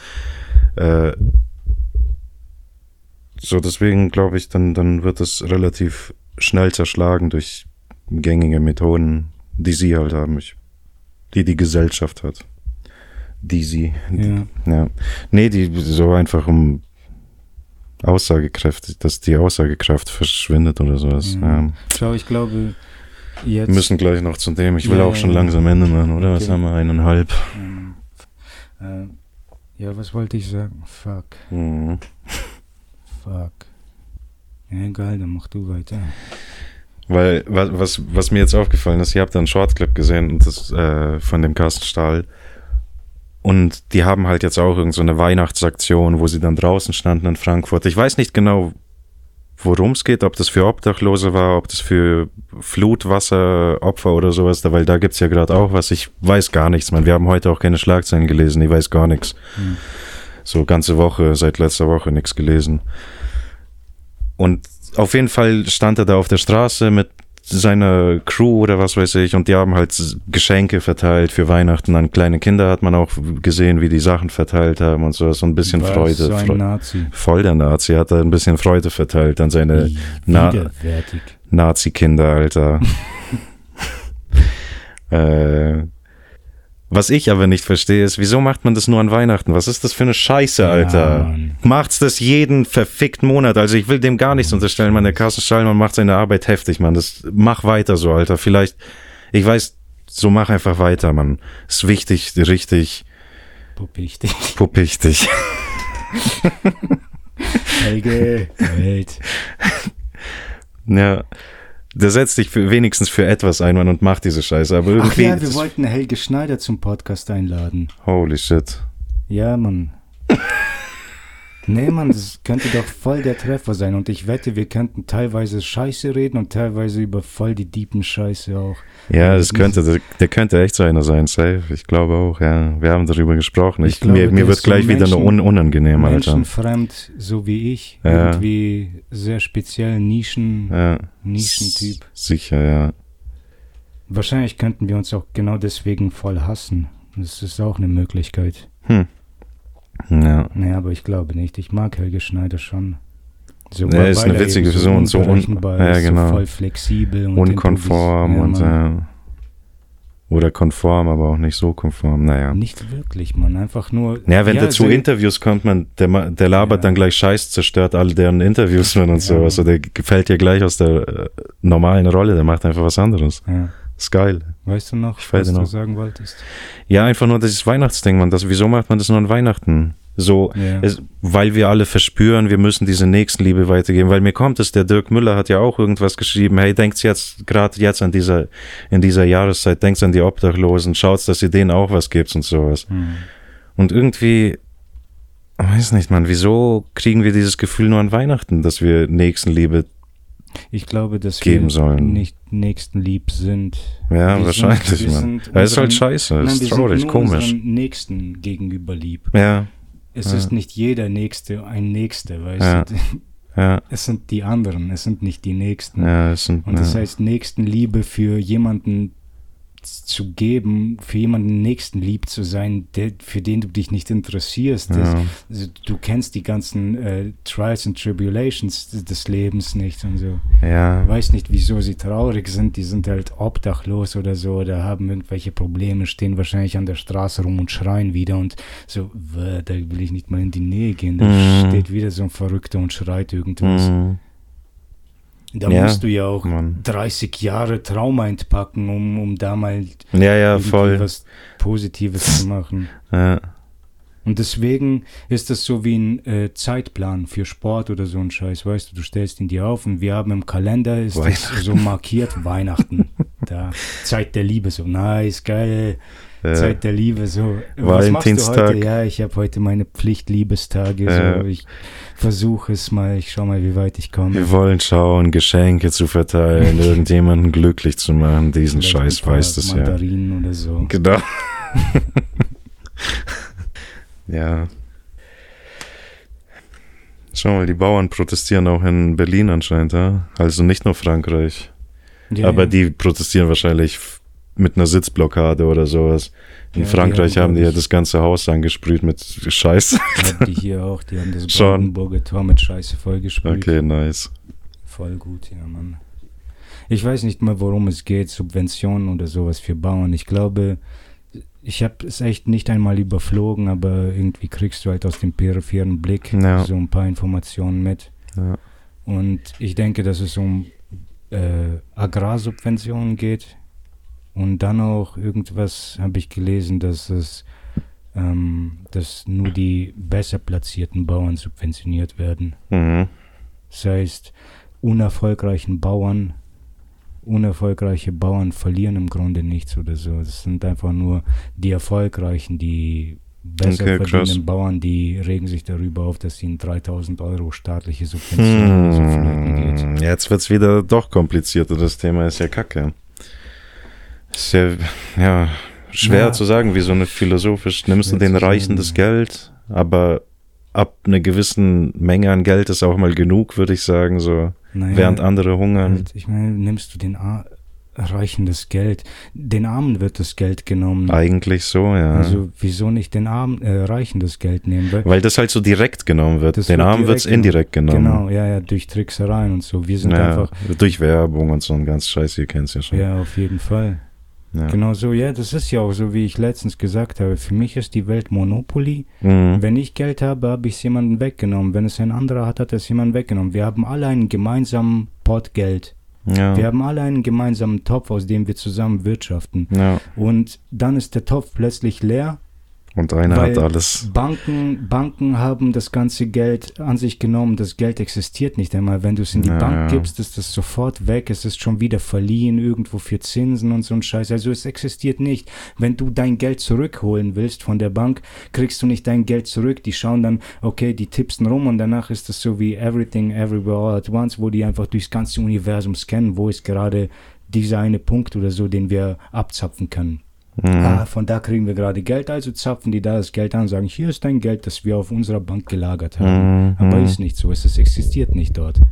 So, deswegen glaube ich, dann wird es relativ schnell zerschlagen durch gängige Methoden, die sie halt haben, die Gesellschaft hat. Ja. Nee, die so einfach um Aussagekräfte, dass die Aussagekraft verschwindet oder sowas. Ja. Schau, ich glaube, jetzt... Wir müssen gleich noch zu dem. Ich will auch schon langsam Ende machen, oder? Okay. Was haben wir? 1,5. Ja, was wollte ich sagen? Fuck. Fuck. Ja, egal, dann mach du weiter. Weil, was mir jetzt aufgefallen ist, ihr habt da einen Shortclip gesehen und das, von dem Carsten Stahl. Und die haben halt jetzt auch irgend so eine Weihnachtsaktion, wo sie dann draußen standen in Frankfurt. Ich weiß nicht genau, worum es geht, ob das für Obdachlose war, ob das für Flutwasseropfer oder sowas, weil da gibt's ja gerade auch was. Ich weiß gar nichts, man. Wir haben heute auch keine Schlagzeilen gelesen, ich weiß gar nichts. So ganze Woche, seit letzter Woche nichts gelesen. Und auf jeden Fall stand er da auf der Straße mit seiner Crew oder was weiß ich und die haben halt Geschenke verteilt für Weihnachten an kleine Kinder, hat man auch gesehen, wie die Sachen verteilt haben und so ein bisschen Freude. So ein Nazi. Voll der Nazi, hat da ein bisschen Freude verteilt an seine Nazi-Kinder, Alter. Was ich aber nicht verstehe, ist, wieso macht man das nur an Weihnachten? Was ist das für eine Scheiße, Alter? Ja, macht's das jeden verfickten Monat? Also ich will dem gar nichts unterstellen, man. Der Carsten Stallmann macht seine Arbeit heftig, man. Mach weiter so, Alter. Vielleicht, ich weiß, so mach einfach weiter, man. Ist wichtig, richtig. Puppichtig. Helge, Welt. Ja. Der setzt dich wenigstens für etwas ein, Mann, und macht diese Scheiße. Aber irgendwie. Ach ja, wir wollten Helge Schneider zum Podcast einladen. Holy shit. Ja, Mann. Nee, Mann, das könnte doch voll der Treffer sein. Und ich wette, wir könnten teilweise Scheiße reden und teilweise über voll die deepen Scheiße auch. Ja, der könnte echt so einer sein, safe. Ich glaube auch, ja. Wir haben darüber gesprochen. Mir wird gleich wieder nur unangenehm, Alter. Menschenfremd, so wie ich. Ja. Irgendwie sehr speziell Nischentyp. Sicher, ja. Wahrscheinlich könnten wir uns auch genau deswegen voll hassen. Das ist auch eine Möglichkeit. Ja. Naja, aber ich glaube nicht. Ich mag Helge Schneider schon. So, er ist eine witzige Person. So genau. Voll flexibel. Und unkonform oder konform, aber auch nicht so konform. Naja. Nicht wirklich, man. Einfach nur... Ja, wenn der zu Interviews kommt, der labert dann gleich Scheiß, zerstört alle deren Interviews und sowas. Also der gefällt ja gleich aus der normalen Rolle. Der macht einfach was anderes. Ja. Ist geil. Weißt du noch, was du sagen wolltest? Ja, einfach nur dieses Weihnachtsding, man. Wieso macht man das nur an Weihnachten? So, weil wir alle verspüren, wir müssen diese Nächstenliebe weitergeben. Weil mir kommt es, der Dirk Müller hat ja auch irgendwas geschrieben. Hey, denkt jetzt, gerade jetzt in dieser Jahreszeit, denkt an die Obdachlosen, schaut, dass ihr denen auch was gibt und sowas. Und irgendwie, weiß nicht, man, wieso kriegen wir dieses Gefühl nur an Weihnachten, dass wir Nächstenliebe ich glaube, dass geben wir sollen. Nicht nächstenlieb sind. Ja, wir wahrscheinlich, man. Es ist halt scheiße, es ist traurig, komisch. Wir sind Nächsten gegenüber lieb. Ja. Es ist nicht jeder Nächste ein Nächster, weißt du? Ja. Es sind die anderen, es sind nicht die Nächsten. Ja, und das heißt, Nächstenliebe für jemanden zu geben, für jemanden Nächsten lieb zu sein, für den du dich nicht interessierst. Also, du kennst die ganzen Trials and Tribulations des Lebens nicht und so. Ja. Du weißt nicht, wieso sie traurig sind. Die sind halt obdachlos oder so oder haben irgendwelche Probleme, stehen wahrscheinlich an der Straße rum und schreien wieder und so, da will ich nicht mal in die Nähe gehen. Da steht wieder so ein Verrückter und schreit irgendwas. Da musst du ja auch 30 Jahre Trauma entpacken, um da mal voll was Positives zu machen. Ja. Und deswegen ist das so wie ein Zeitplan für Sport oder so ein Scheiß, weißt du stellst ihn dir auf und wir haben im Kalender, ist das so markiert, Weihnachten, da Zeit der Liebe, so nice, geil. Zeit der Liebe, so. Valentinstag. Was machst du heute? Ja, ich habe heute meine Pflichtliebestage, so. Ich versuche es mal, ich schau mal, wie weit ich komme. Wir wollen schauen, Geschenke zu verteilen, irgendjemanden glücklich zu machen, diesen Vielleicht Scheiß weiß das ja. Mandarinen oder so. Genau. Ja. Schau mal, die Bauern protestieren auch in Berlin anscheinend, ja? Also nicht nur Frankreich. Ja, aber ja. die protestieren wahrscheinlich mit einer Sitzblockade oder sowas. In Frankreich haben die ja das ganze Haus angesprüht mit Scheiße. Ja, die hier auch, die haben das Schon. Brandenburger Tor mit Scheiße vollgesprüht. Okay, nice. Voll gut, ja, Mann. Ich weiß nicht mal, worum es geht, Subventionen oder sowas für Bauern. Ich glaube, ich habe es echt nicht einmal überflogen, aber irgendwie kriegst du halt aus dem peripheren Blick so ein paar Informationen mit. Ja. Und ich denke, dass es um Agrarsubventionen geht. Und dann auch irgendwas habe ich gelesen, dass nur die besser platzierten Bauern subventioniert werden. Mhm. Das heißt, unerfolgreiche Bauern verlieren im Grunde nichts oder so. Das sind einfach nur die erfolgreichen, die besser verdienenden Bauern, die regen sich darüber auf, dass ihnen 3.000 € staatliche Subventionen so flöten geht. Jetzt wird es wieder doch komplizierter, das Thema ist ja kacke. Ist ja schwer zu sagen, wie so eine philosophisch, nimmst du den Reichen das Geld, aber ab einer gewissen Menge an Geld ist auch mal genug, würde ich sagen, so, während andere hungern. Halt, ich meine, nimmst du den Reichen das Geld, den Armen wird das Geld genommen. Eigentlich so, ja. Also wieso nicht den Reichen das Geld nehmen? Weil das halt so direkt genommen wird. Den Armen wird es indirekt genommen. Genau, ja, durch Tricksereien und so. Wir sind einfach... Durch Werbung und so ein ganz Scheiß, ihr kennt es ja schon. Ja, auf jeden Fall. Ja. Genau so, ja, das ist ja auch so, wie ich letztens gesagt habe. Für mich ist die Welt Monopoly. Wenn ich Geld habe, habe ich es jemandem weggenommen. Wenn es ein anderer hat, hat es jemand weggenommen. Wir haben alle einen gemeinsamen Pot Geld. Ja. Wir haben alle einen gemeinsamen Topf, aus dem wir zusammen wirtschaften. Ja. Und dann ist der Topf plötzlich leer. Und einer hat alles. Banken haben das ganze Geld an sich genommen. Das Geld existiert nicht einmal. Wenn du es in die Bank gibst, ist das sofort weg. Es ist schon wieder verliehen irgendwo für Zinsen und so ein Scheiß. Also es existiert nicht. Wenn du dein Geld zurückholen willst von der Bank, kriegst du nicht dein Geld zurück. Die schauen dann, okay, die tippsen rum und danach ist das so wie Everything, Everywhere, All at Once, wo die einfach durchs ganze Universum scannen, wo ist gerade dieser eine Punkt oder so, den wir abzapfen können. Von da kriegen wir gerade Geld, also zapfen die da das Geld an und sagen, hier ist dein Geld, das wir auf unserer Bank gelagert haben. Aber ist nicht so, es existiert nicht dort.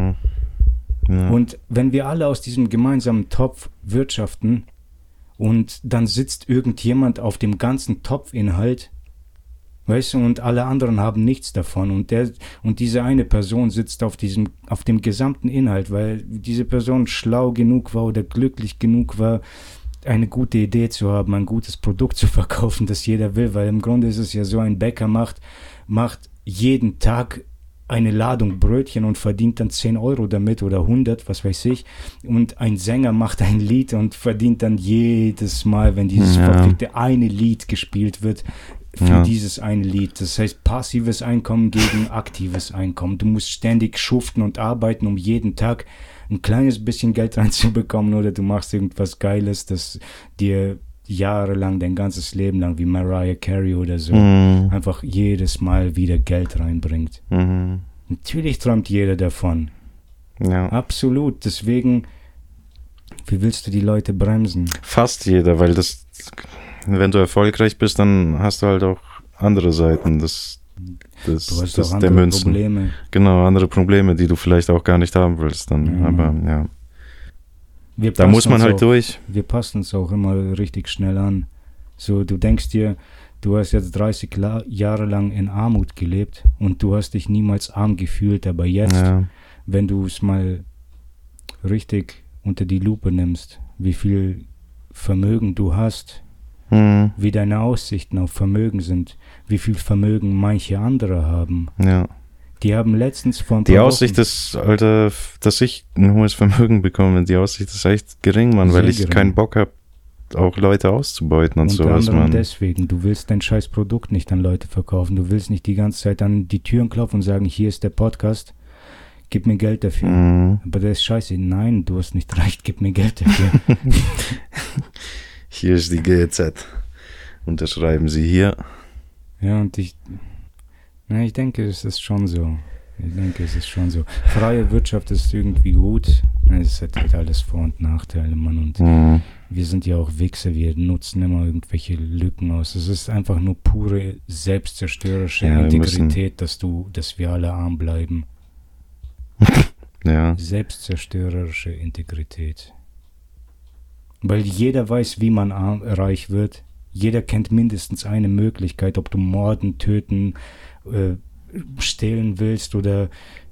Und wenn wir alle aus diesem gemeinsamen Topf wirtschaften und dann sitzt irgendjemand auf dem ganzen Topfinhalt, weißt du, und alle anderen haben nichts davon und diese eine Person sitzt auf dem gesamten Inhalt, weil diese Person schlau genug war oder glücklich genug war, eine gute Idee zu haben, ein gutes Produkt zu verkaufen, das jeder will, weil im Grunde ist es ja so, ein Bäcker macht jeden Tag eine Ladung Brötchen und verdient dann 10 € damit oder 100, was weiß ich, und ein Sänger macht ein Lied und verdient dann jedes Mal, wenn dieses verfickte eine Lied gespielt wird, für dieses eine Lied. Das heißt passives Einkommen gegen aktives Einkommen. Du musst ständig schuften und arbeiten, um jeden Tag ein kleines bisschen Geld reinzubekommen, oder du machst irgendwas Geiles, das dir jahrelang, dein ganzes Leben lang, wie Mariah Carey oder so, einfach jedes Mal wieder Geld reinbringt. Natürlich träumt jeder davon. Ja. Absolut. Deswegen, wie willst du die Leute bremsen? Fast jeder, weil wenn du erfolgreich bist, dann hast du halt auch andere Seiten du hast auch andere der Münzen. Probleme. Genau, andere Probleme, die du vielleicht auch gar nicht haben willst. Dann. Aber ja. Da muss man halt durch. Wir passen uns auch immer richtig schnell an. So, du denkst dir, du hast jetzt 30 Jahre lang in Armut gelebt und du hast dich niemals arm gefühlt, aber jetzt, wenn du es mal richtig unter die Lupe nimmst, wie viel Vermögen du hast, wie deine Aussichten auf Vermögen sind, wie viel Vermögen manche andere haben. Ja. Die haben letztens vor ein paar Die Aussicht ist, Alter, dass ich ein hohes Vermögen bekomme, die Aussicht ist echt gering, Mann, weil ich keinen Bock habe, auch Leute auszubeuten und sowas, Mann. Deswegen, du willst dein scheiß Produkt nicht an Leute verkaufen, du willst nicht die ganze Zeit an die Türen klopfen und sagen, hier ist der Podcast, gib mir Geld dafür. Aber das ist scheiße. Nein, du hast nicht recht, gib mir Geld dafür. Hier ist die GEZ. Unterschreiben Sie hier. Ja, und ich denke, es ist schon so. Freie Wirtschaft ist irgendwie gut. Es hat halt alles Vor- und Nachteile, Mann. Und wir sind ja auch Wichser, wir nutzen immer irgendwelche Lücken aus. Es ist einfach nur pure selbstzerstörerische Integrität, dass wir alle arm bleiben. Ja. Selbstzerstörerische Integrität. Weil jeder weiß, wie man reich wird. Jeder kennt mindestens eine Möglichkeit, ob du morden, töten, stehlen willst oder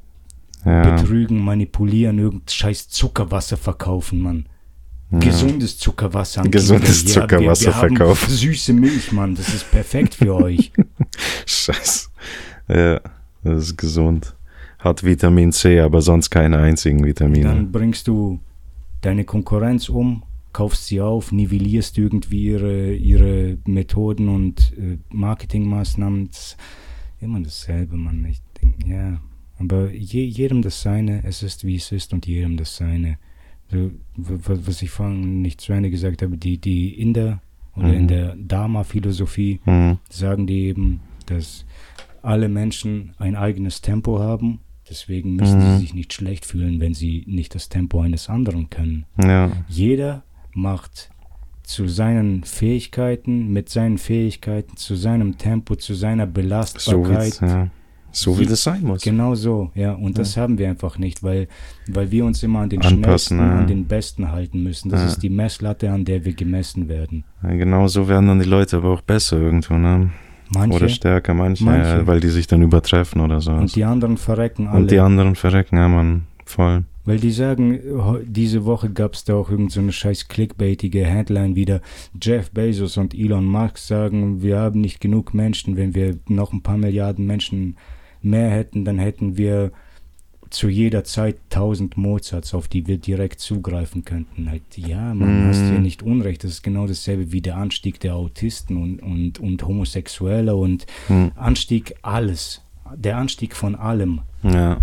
betrügen, manipulieren, irgendein scheiß Zuckerwasser verkaufen, Mann. Gesundes Zuckerwasser. Gesundes Zuckerwasser verkaufen. Süße Milch, Mann. Das ist perfekt für euch. Scheiße. Ja, das ist gesund. Hat Vitamin C, aber sonst keine einzigen Vitamine. Dann bringst du deine Konkurrenz um, kaufst sie auf, nivellierst irgendwie ihre Methoden und Marketingmaßnahmen. Das ist immer dasselbe, Mann. Ich denke, ja. Aber jedem das Seine, es ist wie es ist und jedem das Seine. So, was ich vorhin nicht zu Ende gesagt habe, die Inder oder in der Dharma-Philosophie sagen die eben, dass alle Menschen ein eigenes Tempo haben. Deswegen müssen sie sich nicht schlecht fühlen, wenn sie nicht das Tempo eines anderen können. Ja. Jeder macht zu seinen Fähigkeiten, mit seinen Fähigkeiten, zu seinem Tempo, zu seiner Belastbarkeit. So wie das sein muss. Genau so, ja. Und das haben wir einfach nicht, weil wir uns immer an den Schnellsten, an den Besten halten müssen. Das ist die Messlatte, an der wir gemessen werden. Ja, genau so werden dann die Leute aber auch besser irgendwo, ne? Manche, oder stärker, manche. Weil die sich dann übertreffen oder so. Und die anderen verrecken alle. Ja, Mann, voll. Weil die sagen, diese Woche gab es da auch irgend so eine scheiß clickbaitige Headline wieder. Jeff Bezos und Elon Musk sagen, wir haben nicht genug Menschen. Wenn wir noch ein paar Milliarden Menschen mehr hätten, dann hätten wir zu jeder Zeit 1000 Mozarts, auf die wir direkt zugreifen könnten. Halt, ja, man hast hier nicht Unrecht. Das ist genau dasselbe wie der Anstieg der Autisten und Homosexuelle und Anstieg alles. Der Anstieg von allem. Ja.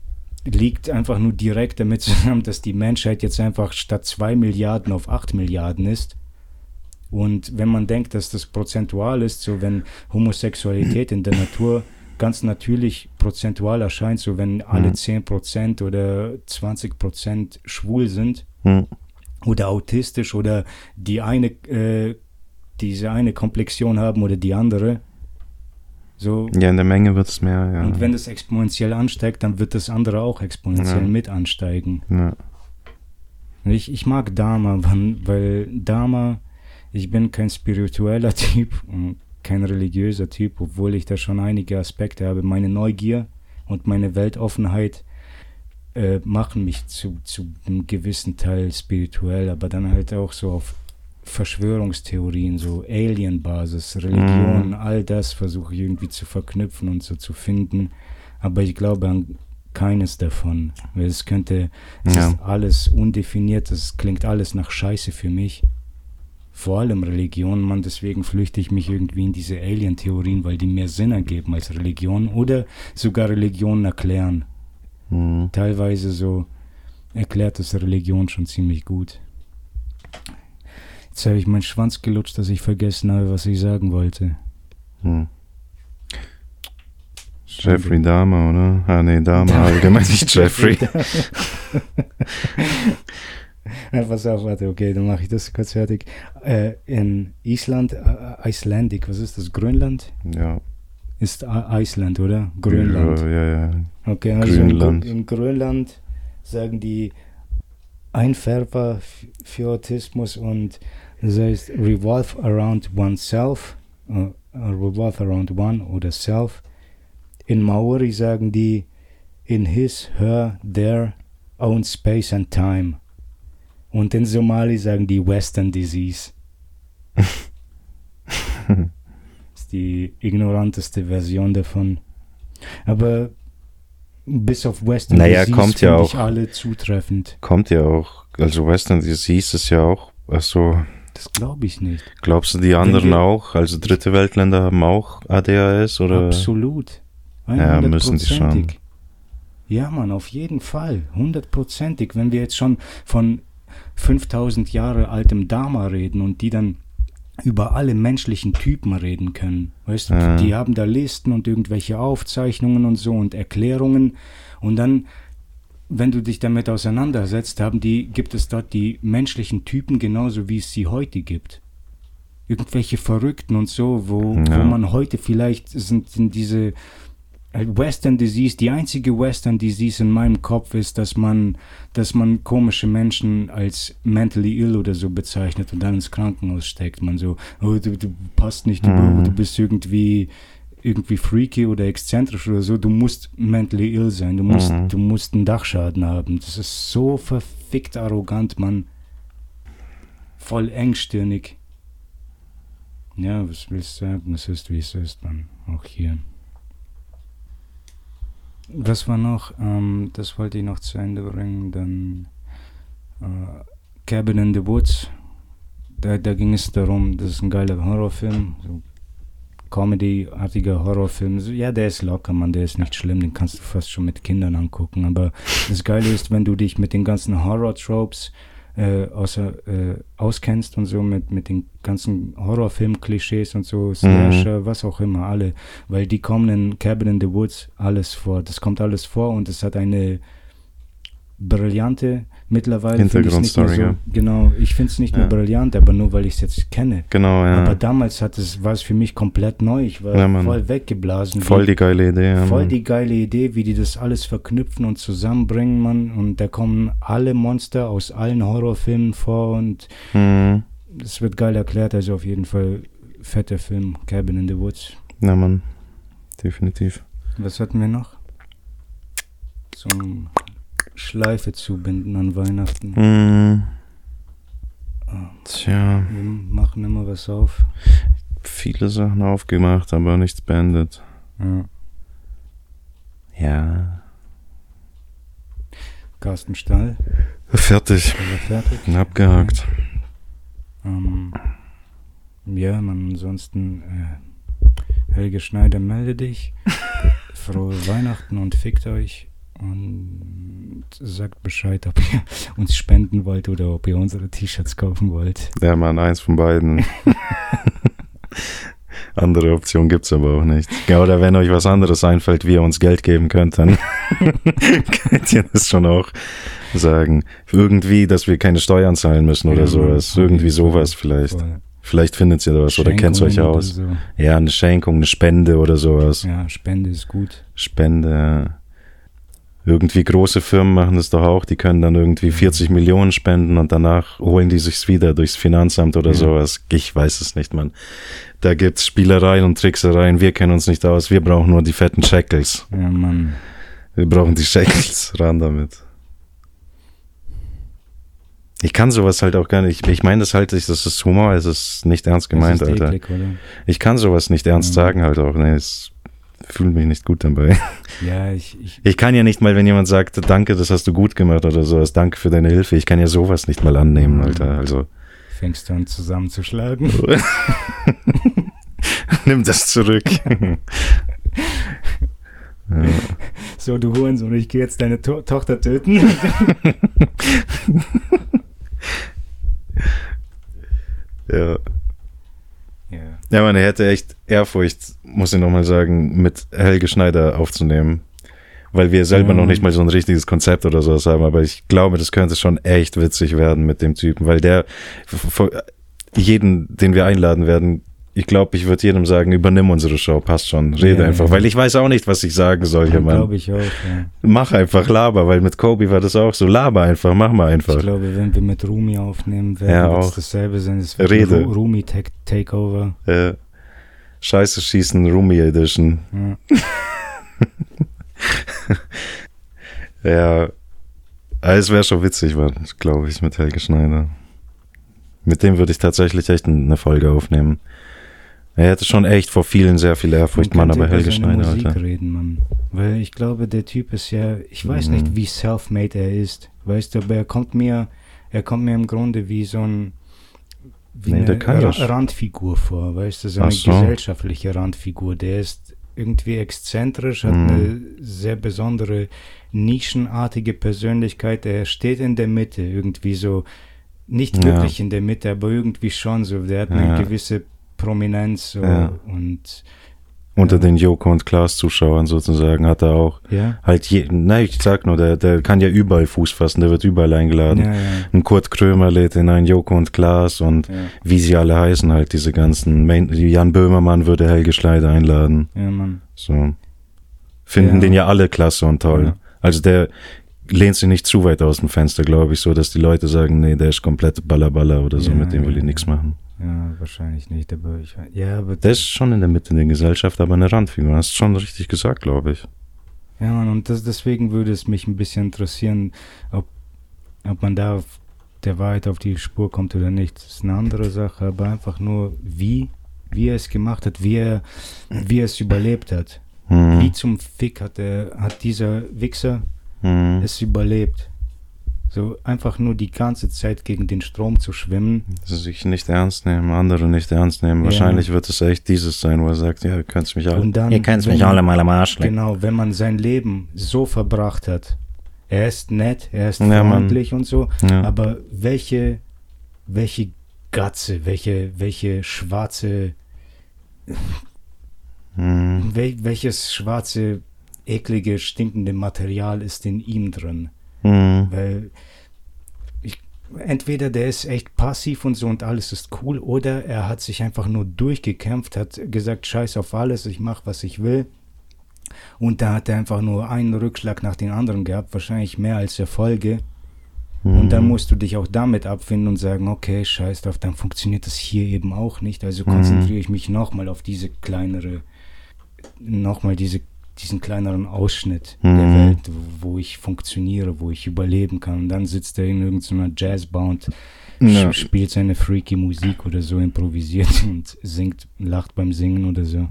Liegt einfach nur direkt damit zusammen, dass die Menschheit jetzt einfach statt 2 Milliarden auf 8 Milliarden ist. Und wenn man denkt, dass das prozentual ist, so wenn Homosexualität in der Natur ganz natürlich prozentual erscheint, so wenn alle 10% oder 20% schwul sind oder autistisch oder die diese eine Komplexion haben oder die andere. So. Ja, in der Menge wird es mehr, ja. Und wenn das exponentiell ansteigt, dann wird das andere auch exponentiell mit ansteigen. Ja. Ich mag Dharma, weil Dharma, ich bin kein spiritueller Typ, kein religiöser Typ, obwohl ich da schon einige Aspekte habe. Meine Neugier und meine Weltoffenheit machen mich zu einem gewissen Teil spirituell, aber dann halt auch so auf Verschwörungstheorien, so Alien-Basis, Religion, all das versuche ich irgendwie zu verknüpfen und so zu finden, aber ich glaube an keines davon, weil es ist alles undefiniert, es klingt alles nach Scheiße für mich, vor allem Religion, Mann, deswegen flüchte ich mich irgendwie in diese Alien-Theorien, weil die mehr Sinn ergeben als Religion oder sogar Religionen erklären. Teilweise so erklärt das Religion schon ziemlich gut. Jetzt habe ich meinen Schwanz gelutscht, dass ich vergessen habe, was ich sagen wollte. Jeffrey Dahmer, oder? Ah, nee, Dahmer, allgemein nicht Jeffrey. Pass auf, warte, okay, dann mache ich das kurz fertig. In Island, Icelandic, was ist das? Grönland? Ja. Ist Island, oder? Grönland. Ja. Okay, also Grönland. In Grönland sagen die Einfärber für Autismus und das heißt revolve around oneself, revolve around one oder self. In Maori sagen die in his, her, their own space and time. Und in Somali sagen die Western Disease. Das ist die ignoranteste Version davon. Aber bis auf Western Disease finde ich alle zutreffend. Kommt ja auch, also Western Disease ist ja auch, also... Das glaube ich nicht. Glaubst du, die anderen auch, also dritte Weltländer haben auch ADHS, oder? Absolut. 100%. Ja, müssen die schon. Ja, Mann, auf jeden Fall. 100%. Wenn wir jetzt schon von 5000 Jahre altem Dharma reden und die dann über alle menschlichen Typen reden können. Weißt du, die haben da Listen und irgendwelche Aufzeichnungen und so und Erklärungen. Und dann, wenn du dich damit auseinandersetzt, gibt es dort die menschlichen Typen genauso, wie es sie heute gibt. Irgendwelche Verrückten und so, wo man heute vielleicht sind diese Western Disease, die einzige Western Disease in meinem Kopf ist, dass man komische Menschen als mentally ill oder so bezeichnet und dann ins Krankenhaus steckt. Man so, oh, du passt nicht, du bist irgendwie freaky oder exzentrisch oder so, du musst mentally ill sein, du musst einen Dachschaden haben. Das ist so verfickt arrogant, Mann. Voll engstirnig. Ja, was willst du sagen? Es ist, wie es ist, Mann. Auch hier. Was war noch? Das wollte ich noch zu Ende bringen. Dann Cabin in the Woods. Da ging es darum, das ist ein geiler Horrorfilm. So Comedy-artiger Horrorfilm. So, ja, der ist locker, Mann, der ist nicht schlimm. Den kannst du fast schon mit Kindern angucken. Aber das Geile ist, wenn du dich mit den ganzen Horror-Tropes auskennst und so mit den ganzen Horrorfilm-Klischees und so, Slasher, was auch immer, alle, weil die kommen in Cabin in the Woods alles vor, das kommt alles vor und es hat eine brillante, mittlerweile Hintergrundstory, so, genau, ich finde es nicht nur brillant, aber nur, weil ich es jetzt kenne. Genau, ja. Aber damals war es für mich komplett neu, ich war voll weggeblasen. Voll die geile Idee, ja, voll die geile Idee, wie die das alles verknüpfen und zusammenbringen, Mann, und da kommen alle Monster aus allen Horrorfilmen vor und es wird geil erklärt, also auf jeden Fall fetter Film, Cabin in the Woods. Na, Mann, definitiv. Was hatten wir noch? Zum Schleife zubinden an Weihnachten. Tja. Wir machen immer was auf. Viele Sachen aufgemacht, aber nichts beendet. Ja. Carsten Stahl. Fertig. Abgehakt. Ja, man, ansonsten Helge Schneider, melde dich. Frohe Weihnachten und fickt euch. Und sagt Bescheid, ob ihr uns spenden wollt oder ob ihr unsere T-Shirts kaufen wollt. Ja, Mann, eins von beiden. Andere Option gibt's aber auch nicht. Ja, oder wenn euch was anderes einfällt, wie ihr uns Geld geben könnt, dann könnt ihr das schon auch sagen. Irgendwie, dass wir keine Steuern zahlen müssen oder sowas. Irgendwie sowas vielleicht. Voll. Vielleicht findet ihr da was oder kennt es euch aus. So. Ja, eine Schenkung, eine Spende oder sowas. Ja, Spende ist gut. Spende, ja. Irgendwie große Firmen machen das doch auch, die können dann irgendwie 40 Millionen spenden und danach holen die sich's wieder durchs Finanzamt oder sowas. Ich weiß es nicht, Mann. Da gibt's Spielereien und Tricksereien, wir kennen uns nicht aus, wir brauchen nur die fetten Shekels. Ja, Mann. Wir brauchen die Shekels, ran damit. Ich kann sowas halt auch gar nicht, ich meine das halt, das ist Humor, es ist nicht ernst gemeint, das ist Alter. Eklig, oder? Ich kann sowas nicht ernst sagen halt auch, ne, fühle mich nicht gut dabei. Ja, ich kann ja nicht mal, wenn jemand sagt, danke, das hast du gut gemacht oder sowas, danke für deine Hilfe, ich kann ja sowas nicht mal annehmen, Alter, also. Fängst du an zusammenzuschlagen? Nimm das zurück. Ja. So, du Hurensohn, ich gehe jetzt deine Tochter töten. Ja. Ja, man, er hätte echt Ehrfurcht, muss ich nochmal sagen, mit Helge Schneider aufzunehmen. Weil wir selber noch nicht mal so ein richtiges Konzept oder sowas haben, aber ich glaube, das könnte schon echt witzig werden mit dem Typen, weil der, jeden, den wir einladen werden, ich glaube, ich würde jedem sagen, übernimm unsere Show, passt schon, rede einfach, weil ich weiß auch nicht, was ich sagen soll hier, Mann. Glaube ich auch, ja. Mach einfach, laber, weil mit Kobe war das auch so, laber einfach, mach mal einfach. Ich glaube, wenn wir mit Rumi aufnehmen, wird es dasselbe sein, es wird Rede. Rumi Takeover. Scheiße schießen, Rumi Edition. Ja, es wäre schon witzig, glaube ich, mit Helge Schneider. Mit dem würde ich tatsächlich echt eine Folge aufnehmen. Er hätte schon echt vor vielen sehr viel Ehrfurcht, Mann, aber Helge Schneider, Musik reden, Mann. Weil ich glaube, der Typ ist ja, ich weiß nicht, wie self-made er ist, weißt du, aber er kommt mir im Grunde wie so eine Randfigur vor, weißt du, so eine gesellschaftliche Randfigur. Der ist irgendwie exzentrisch, hat eine sehr besondere, nischenartige Persönlichkeit, er steht in der Mitte, irgendwie so nicht wirklich in der Mitte, aber irgendwie schon so. Der hat eine gewisse Prominenz so, und unter den Joko und Klaas Zuschauern sozusagen hat er auch halt ich sag nur, der kann ja überall Fuß fassen, der wird überall eingeladen. Ein Kurt Krömer lädt in ein Joko und Klaas und wie sie alle heißen halt, diese ganzen, Jan Böhmermann würde Helge Schneider einladen. Ja, Mann. So. Finden den ja alle klasse und toll. Also der lehnt sich nicht zu weit aus dem Fenster, glaube ich, so, dass die Leute sagen, nee, der ist komplett Ballerballer oder so, mit dem will ich nichts machen. Ja, wahrscheinlich nicht, aber aber der ist schon in der Mitte der Gesellschaft, aber eine Randfigur. Hast du schon richtig gesagt, glaube ich. Ja, Mann, und deswegen würde es mich ein bisschen interessieren, ob man da der Wahrheit auf die Spur kommt oder nicht. Das ist eine andere Sache, aber einfach nur, wie er es gemacht hat, wie er es überlebt hat. Wie zum Fick hat dieser Wichser es überlebt. So einfach nur die ganze Zeit gegen den Strom zu schwimmen. Also sich nicht ernst nehmen, andere nicht ernst nehmen. Wahrscheinlich wird es echt dieses sein, wo er sagt, ja, ihr könnt mich alle. Und dann, ihr könnt mich alle mal am Arsch lecken. Genau, wenn man sein Leben so verbracht hat. Er ist nett, er ist freundlich und so, aber welche Gatze, welche schwarze welches schwarze, eklige, stinkende Material ist in ihm drin? Weil entweder der ist echt passiv und so und alles ist cool, oder er hat sich einfach nur durchgekämpft, hat gesagt, scheiß auf alles, ich mach, was ich will. Und da hat er einfach nur einen Rückschlag nach dem anderen gehabt, wahrscheinlich mehr als Erfolge. Und dann musst du dich auch damit abfinden und sagen, okay, scheiß drauf, dann funktioniert das hier eben auch nicht. Also konzentriere ich mich nochmal auf diesen kleineren Ausschnitt der Welt, wo ich funktioniere, wo ich überleben kann. Und dann sitzt er in irgendeiner Jazzbar und spielt seine freaky Musik oder so, improvisiert und lacht beim Singen oder so.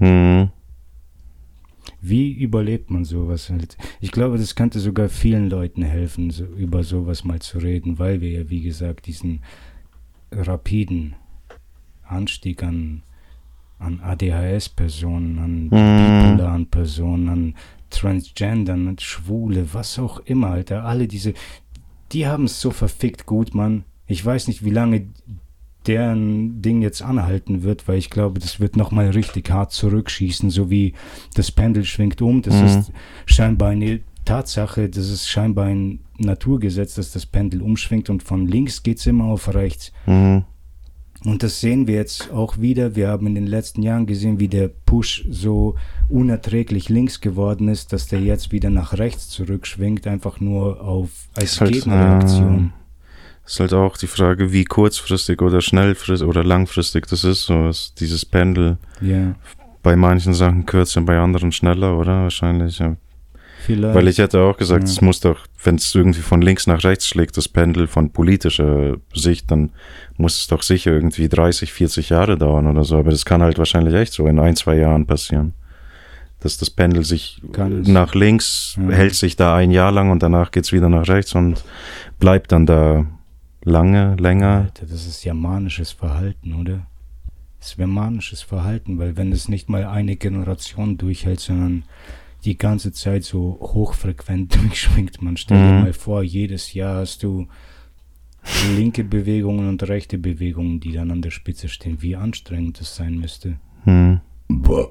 Wie überlebt man sowas halt? Ich glaube, das könnte sogar vielen Leuten helfen, so, über sowas mal zu reden, weil wir ja, wie gesagt, diesen rapiden Anstieg an ADHS-Personen, an bipolaren Personen, an Transgendern, an Schwule, was auch immer, Alter. Alle die haben es so verfickt gut, Mann. Ich weiß nicht, wie lange deren Ding jetzt anhalten wird, weil ich glaube, das wird nochmal richtig hart zurückschießen, so wie das Pendel schwingt um. Das ist scheinbar eine Tatsache, das ist scheinbar ein Naturgesetz, dass das Pendel umschwingt und von links geht es immer auf rechts. Und das sehen wir jetzt auch wieder. Wir haben in den letzten Jahren gesehen, wie der Push so unerträglich links geworden ist, dass der jetzt wieder nach rechts zurückschwingt, einfach nur als Gegenreaktion. Es ist halt auch die Frage, wie kurzfristig oder schnellfristig oder langfristig das ist. So ist dieses Pendel bei manchen Sachen kürzer, bei anderen schneller, oder? Wahrscheinlich, ja. Vielleicht. Weil ich hätte auch gesagt, es muss doch, wenn es irgendwie von links nach rechts schlägt, das Pendel von politischer Sicht, dann muss es doch sicher irgendwie 30, 40 Jahre dauern oder so. Aber das kann halt wahrscheinlich echt so in 1, 2 Jahren passieren. Dass das Pendel sich nach links hält sich da 1 Jahr lang und danach geht's wieder nach rechts und bleibt dann da länger. Alter, das ist ja manisches Verhalten, oder? Das wäre manisches Verhalten, weil wenn es nicht mal eine Generation durchhält, sondern die ganze Zeit so hochfrequent durchschwingt, man stell dir mal vor, jedes Jahr hast du linke Bewegungen und rechte Bewegungen, die dann an der Spitze stehen, wie anstrengend das sein müsste. Boah.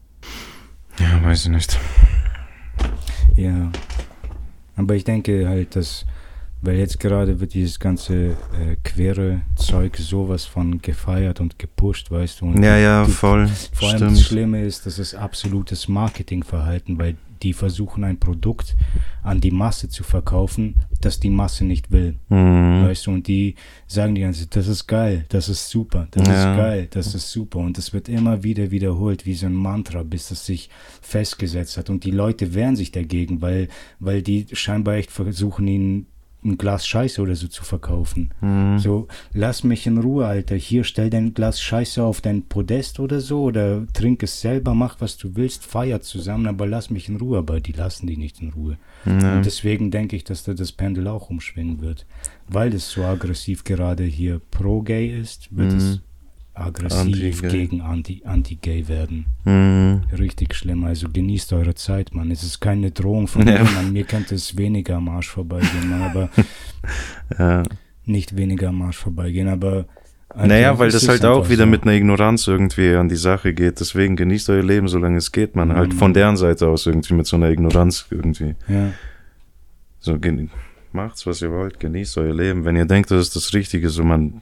Ja, weiß ich nicht. Ja, aber ich denke halt, dass, weil jetzt gerade wird dieses ganze queere Zeug sowas von gefeiert und gepusht, weißt du. Und voll. Vor allem das Schlimme ist, das ist absolutes Marketingverhalten, weil die versuchen ein Produkt an die Masse zu verkaufen, das die Masse nicht will. Weißt du, und die sagen die ganze Zeit, das ist geil, das ist super, das ist geil, das ist super. Und das wird immer wieder wiederholt, wie so ein Mantra, bis es sich festgesetzt hat. Und die Leute wehren sich dagegen, weil die scheinbar echt versuchen, ihnen ein Glas Scheiße oder so zu verkaufen. So, lass mich in Ruhe, Alter. Hier, stell dein Glas Scheiße auf dein Podest oder so oder trink es selber, mach was du willst, feier zusammen, aber lass mich in Ruhe. Aber die lassen die nicht in Ruhe. Und deswegen denke ich, dass da das Pendel auch umschwingen wird. Weil es so aggressiv gerade hier pro-gay ist, wird es aggressiv gegen anti-gay werden. Richtig schlimm. Also genießt eure Zeit, Mann. Es ist keine Drohung von mir, Mann. Mir könnte es weniger am Arsch vorbeigehen, Mann. Aber nicht weniger am Arsch vorbeigehen, aber naja, weil es das ist halt auch einfach wieder so. mit einer Ignoranz irgendwie an die Sache geht. Deswegen genießt euer Leben, solange es geht, man. Halt von deren Seite aus irgendwie mit so einer Ignoranz irgendwie. Ja. So, macht's, was ihr wollt, genießt euer Leben. Wenn ihr denkt, das ist das Richtige, so man...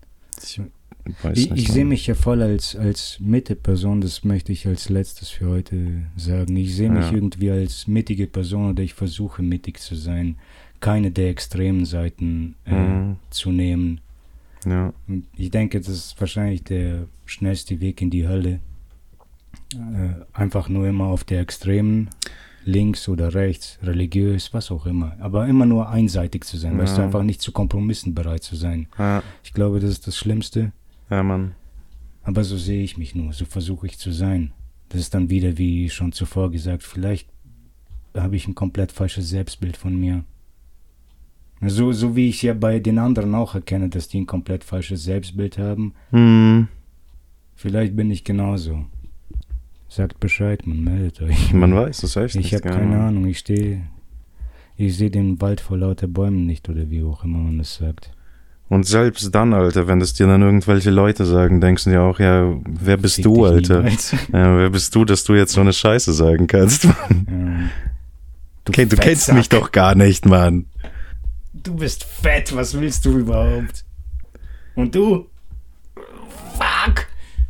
Ich sehe mich ja voll als Mitte-Person, das möchte ich als letztes für heute sagen. Ich sehe mich irgendwie als mittige Person oder ich versuche mittig zu sein, keine der extremen Seiten zu nehmen. Ja. Und ich denke, das ist wahrscheinlich der schnellste Weg in die Hölle. Einfach nur immer auf der extremen, links oder rechts, religiös, was auch immer. Aber immer nur einseitig zu sein, weißt du, einfach nicht zu Kompromissen bereit zu sein. Ja. Ich glaube, das ist das Schlimmste. Ja, Mann. Aber so sehe ich mich nur, so versuche ich zu sein. Das ist dann wieder, wie schon zuvor gesagt, vielleicht habe ich ein komplett falsches Selbstbild von mir. So wie ich ja bei den anderen auch erkenne, dass die ein komplett falsches Selbstbild haben. Vielleicht bin ich genauso. Sagt Bescheid, man meldet euch. Man weiß es echt Ich habe keine Ahnung, ich sehe den Wald vor lauter Bäumen nicht oder wie auch immer man das sagt. Und selbst dann, Alter, wenn das dir dann irgendwelche Leute sagen, denkst du dir auch, ja, wer bist Fick du, dich Alter? niemals. Ja, wer bist du, dass du jetzt so eine Scheiße sagen kannst, Mann? Du Du kennst mich doch gar nicht, Mann. Du bist fett, was willst du überhaupt? Und du? Fuck!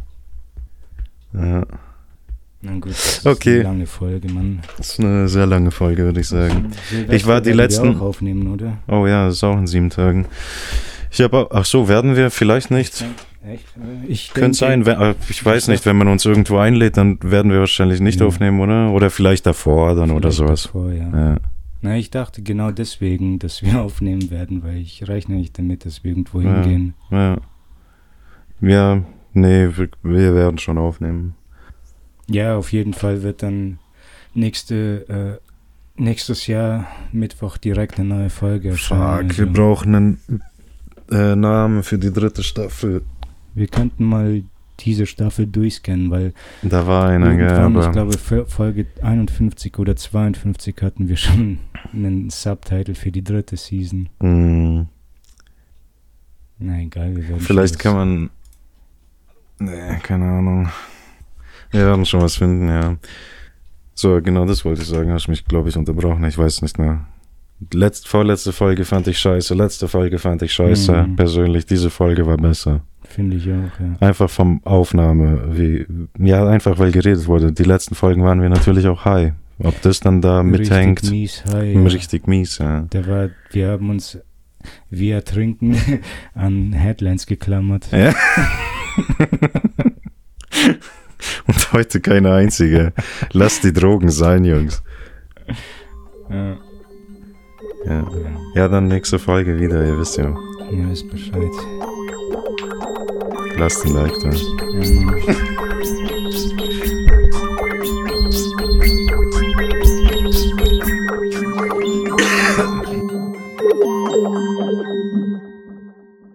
Ja. Na gut, das ist Okay. eine lange Folge, Mann. Das ist eine sehr lange Folge, würde ich sagen. Silvester Ich war die werden wir letzten... auch aufnehmen, oder? Oh ja, das ist auch in 7 Tagen. Ich habe... Ach so, werden wir? Vielleicht nicht. Echt? Ich Könnte sein. Ich weiß nicht, wenn man uns irgendwo einlädt, dann werden wir wahrscheinlich nicht Ja. aufnehmen, oder? Oder vielleicht davor dann oder sowas. Davor, ja. Ja. Na, ich dachte genau deswegen, dass wir aufnehmen werden, weil ich rechne nicht damit, dass wir irgendwo Ja. hingehen. Ja. Ja, nee, wir werden schon aufnehmen. Ja, auf jeden Fall wird dann nächstes Jahr Mittwoch direkt eine neue Folge erscheinen. Fuck, wir brauchen einen Namen für die 3. Staffel. Wir könnten mal diese Staffel durchscannen, weil Da war einer, gell, irgendwann, ich aber... glaube, für Folge 51 oder 52 hatten wir schon einen Subtitle für die 3. Season. Na egal, wir werden Vielleicht schon kann man... Nee, keine Ahnung. Wir werden schon was finden, ja. So, genau das wollte ich sagen. Hast mich, glaube ich, unterbrochen. Ich weiß nicht mehr. Vorletzte Folge fand ich scheiße. Letzte Folge fand ich scheiße. Persönlich, diese Folge war besser. Finde ich auch, ja. Einfach vom Aufnahme. Ja, einfach weil geredet wurde. Die letzten Folgen waren wir natürlich auch high. Ob das dann da mithängt. Richtig mies, hi, ja. Richtig mies, ja. Wir haben uns via Trinken an Headlines geklammert. Ja. Und heute keine einzige. Lasst die Drogen sein, Jungs. Ja. Ja, dann nächste Folge wieder, ihr wisst ja. Ihr wisst Bescheid. Lasst ein Like da. Ja, Mann.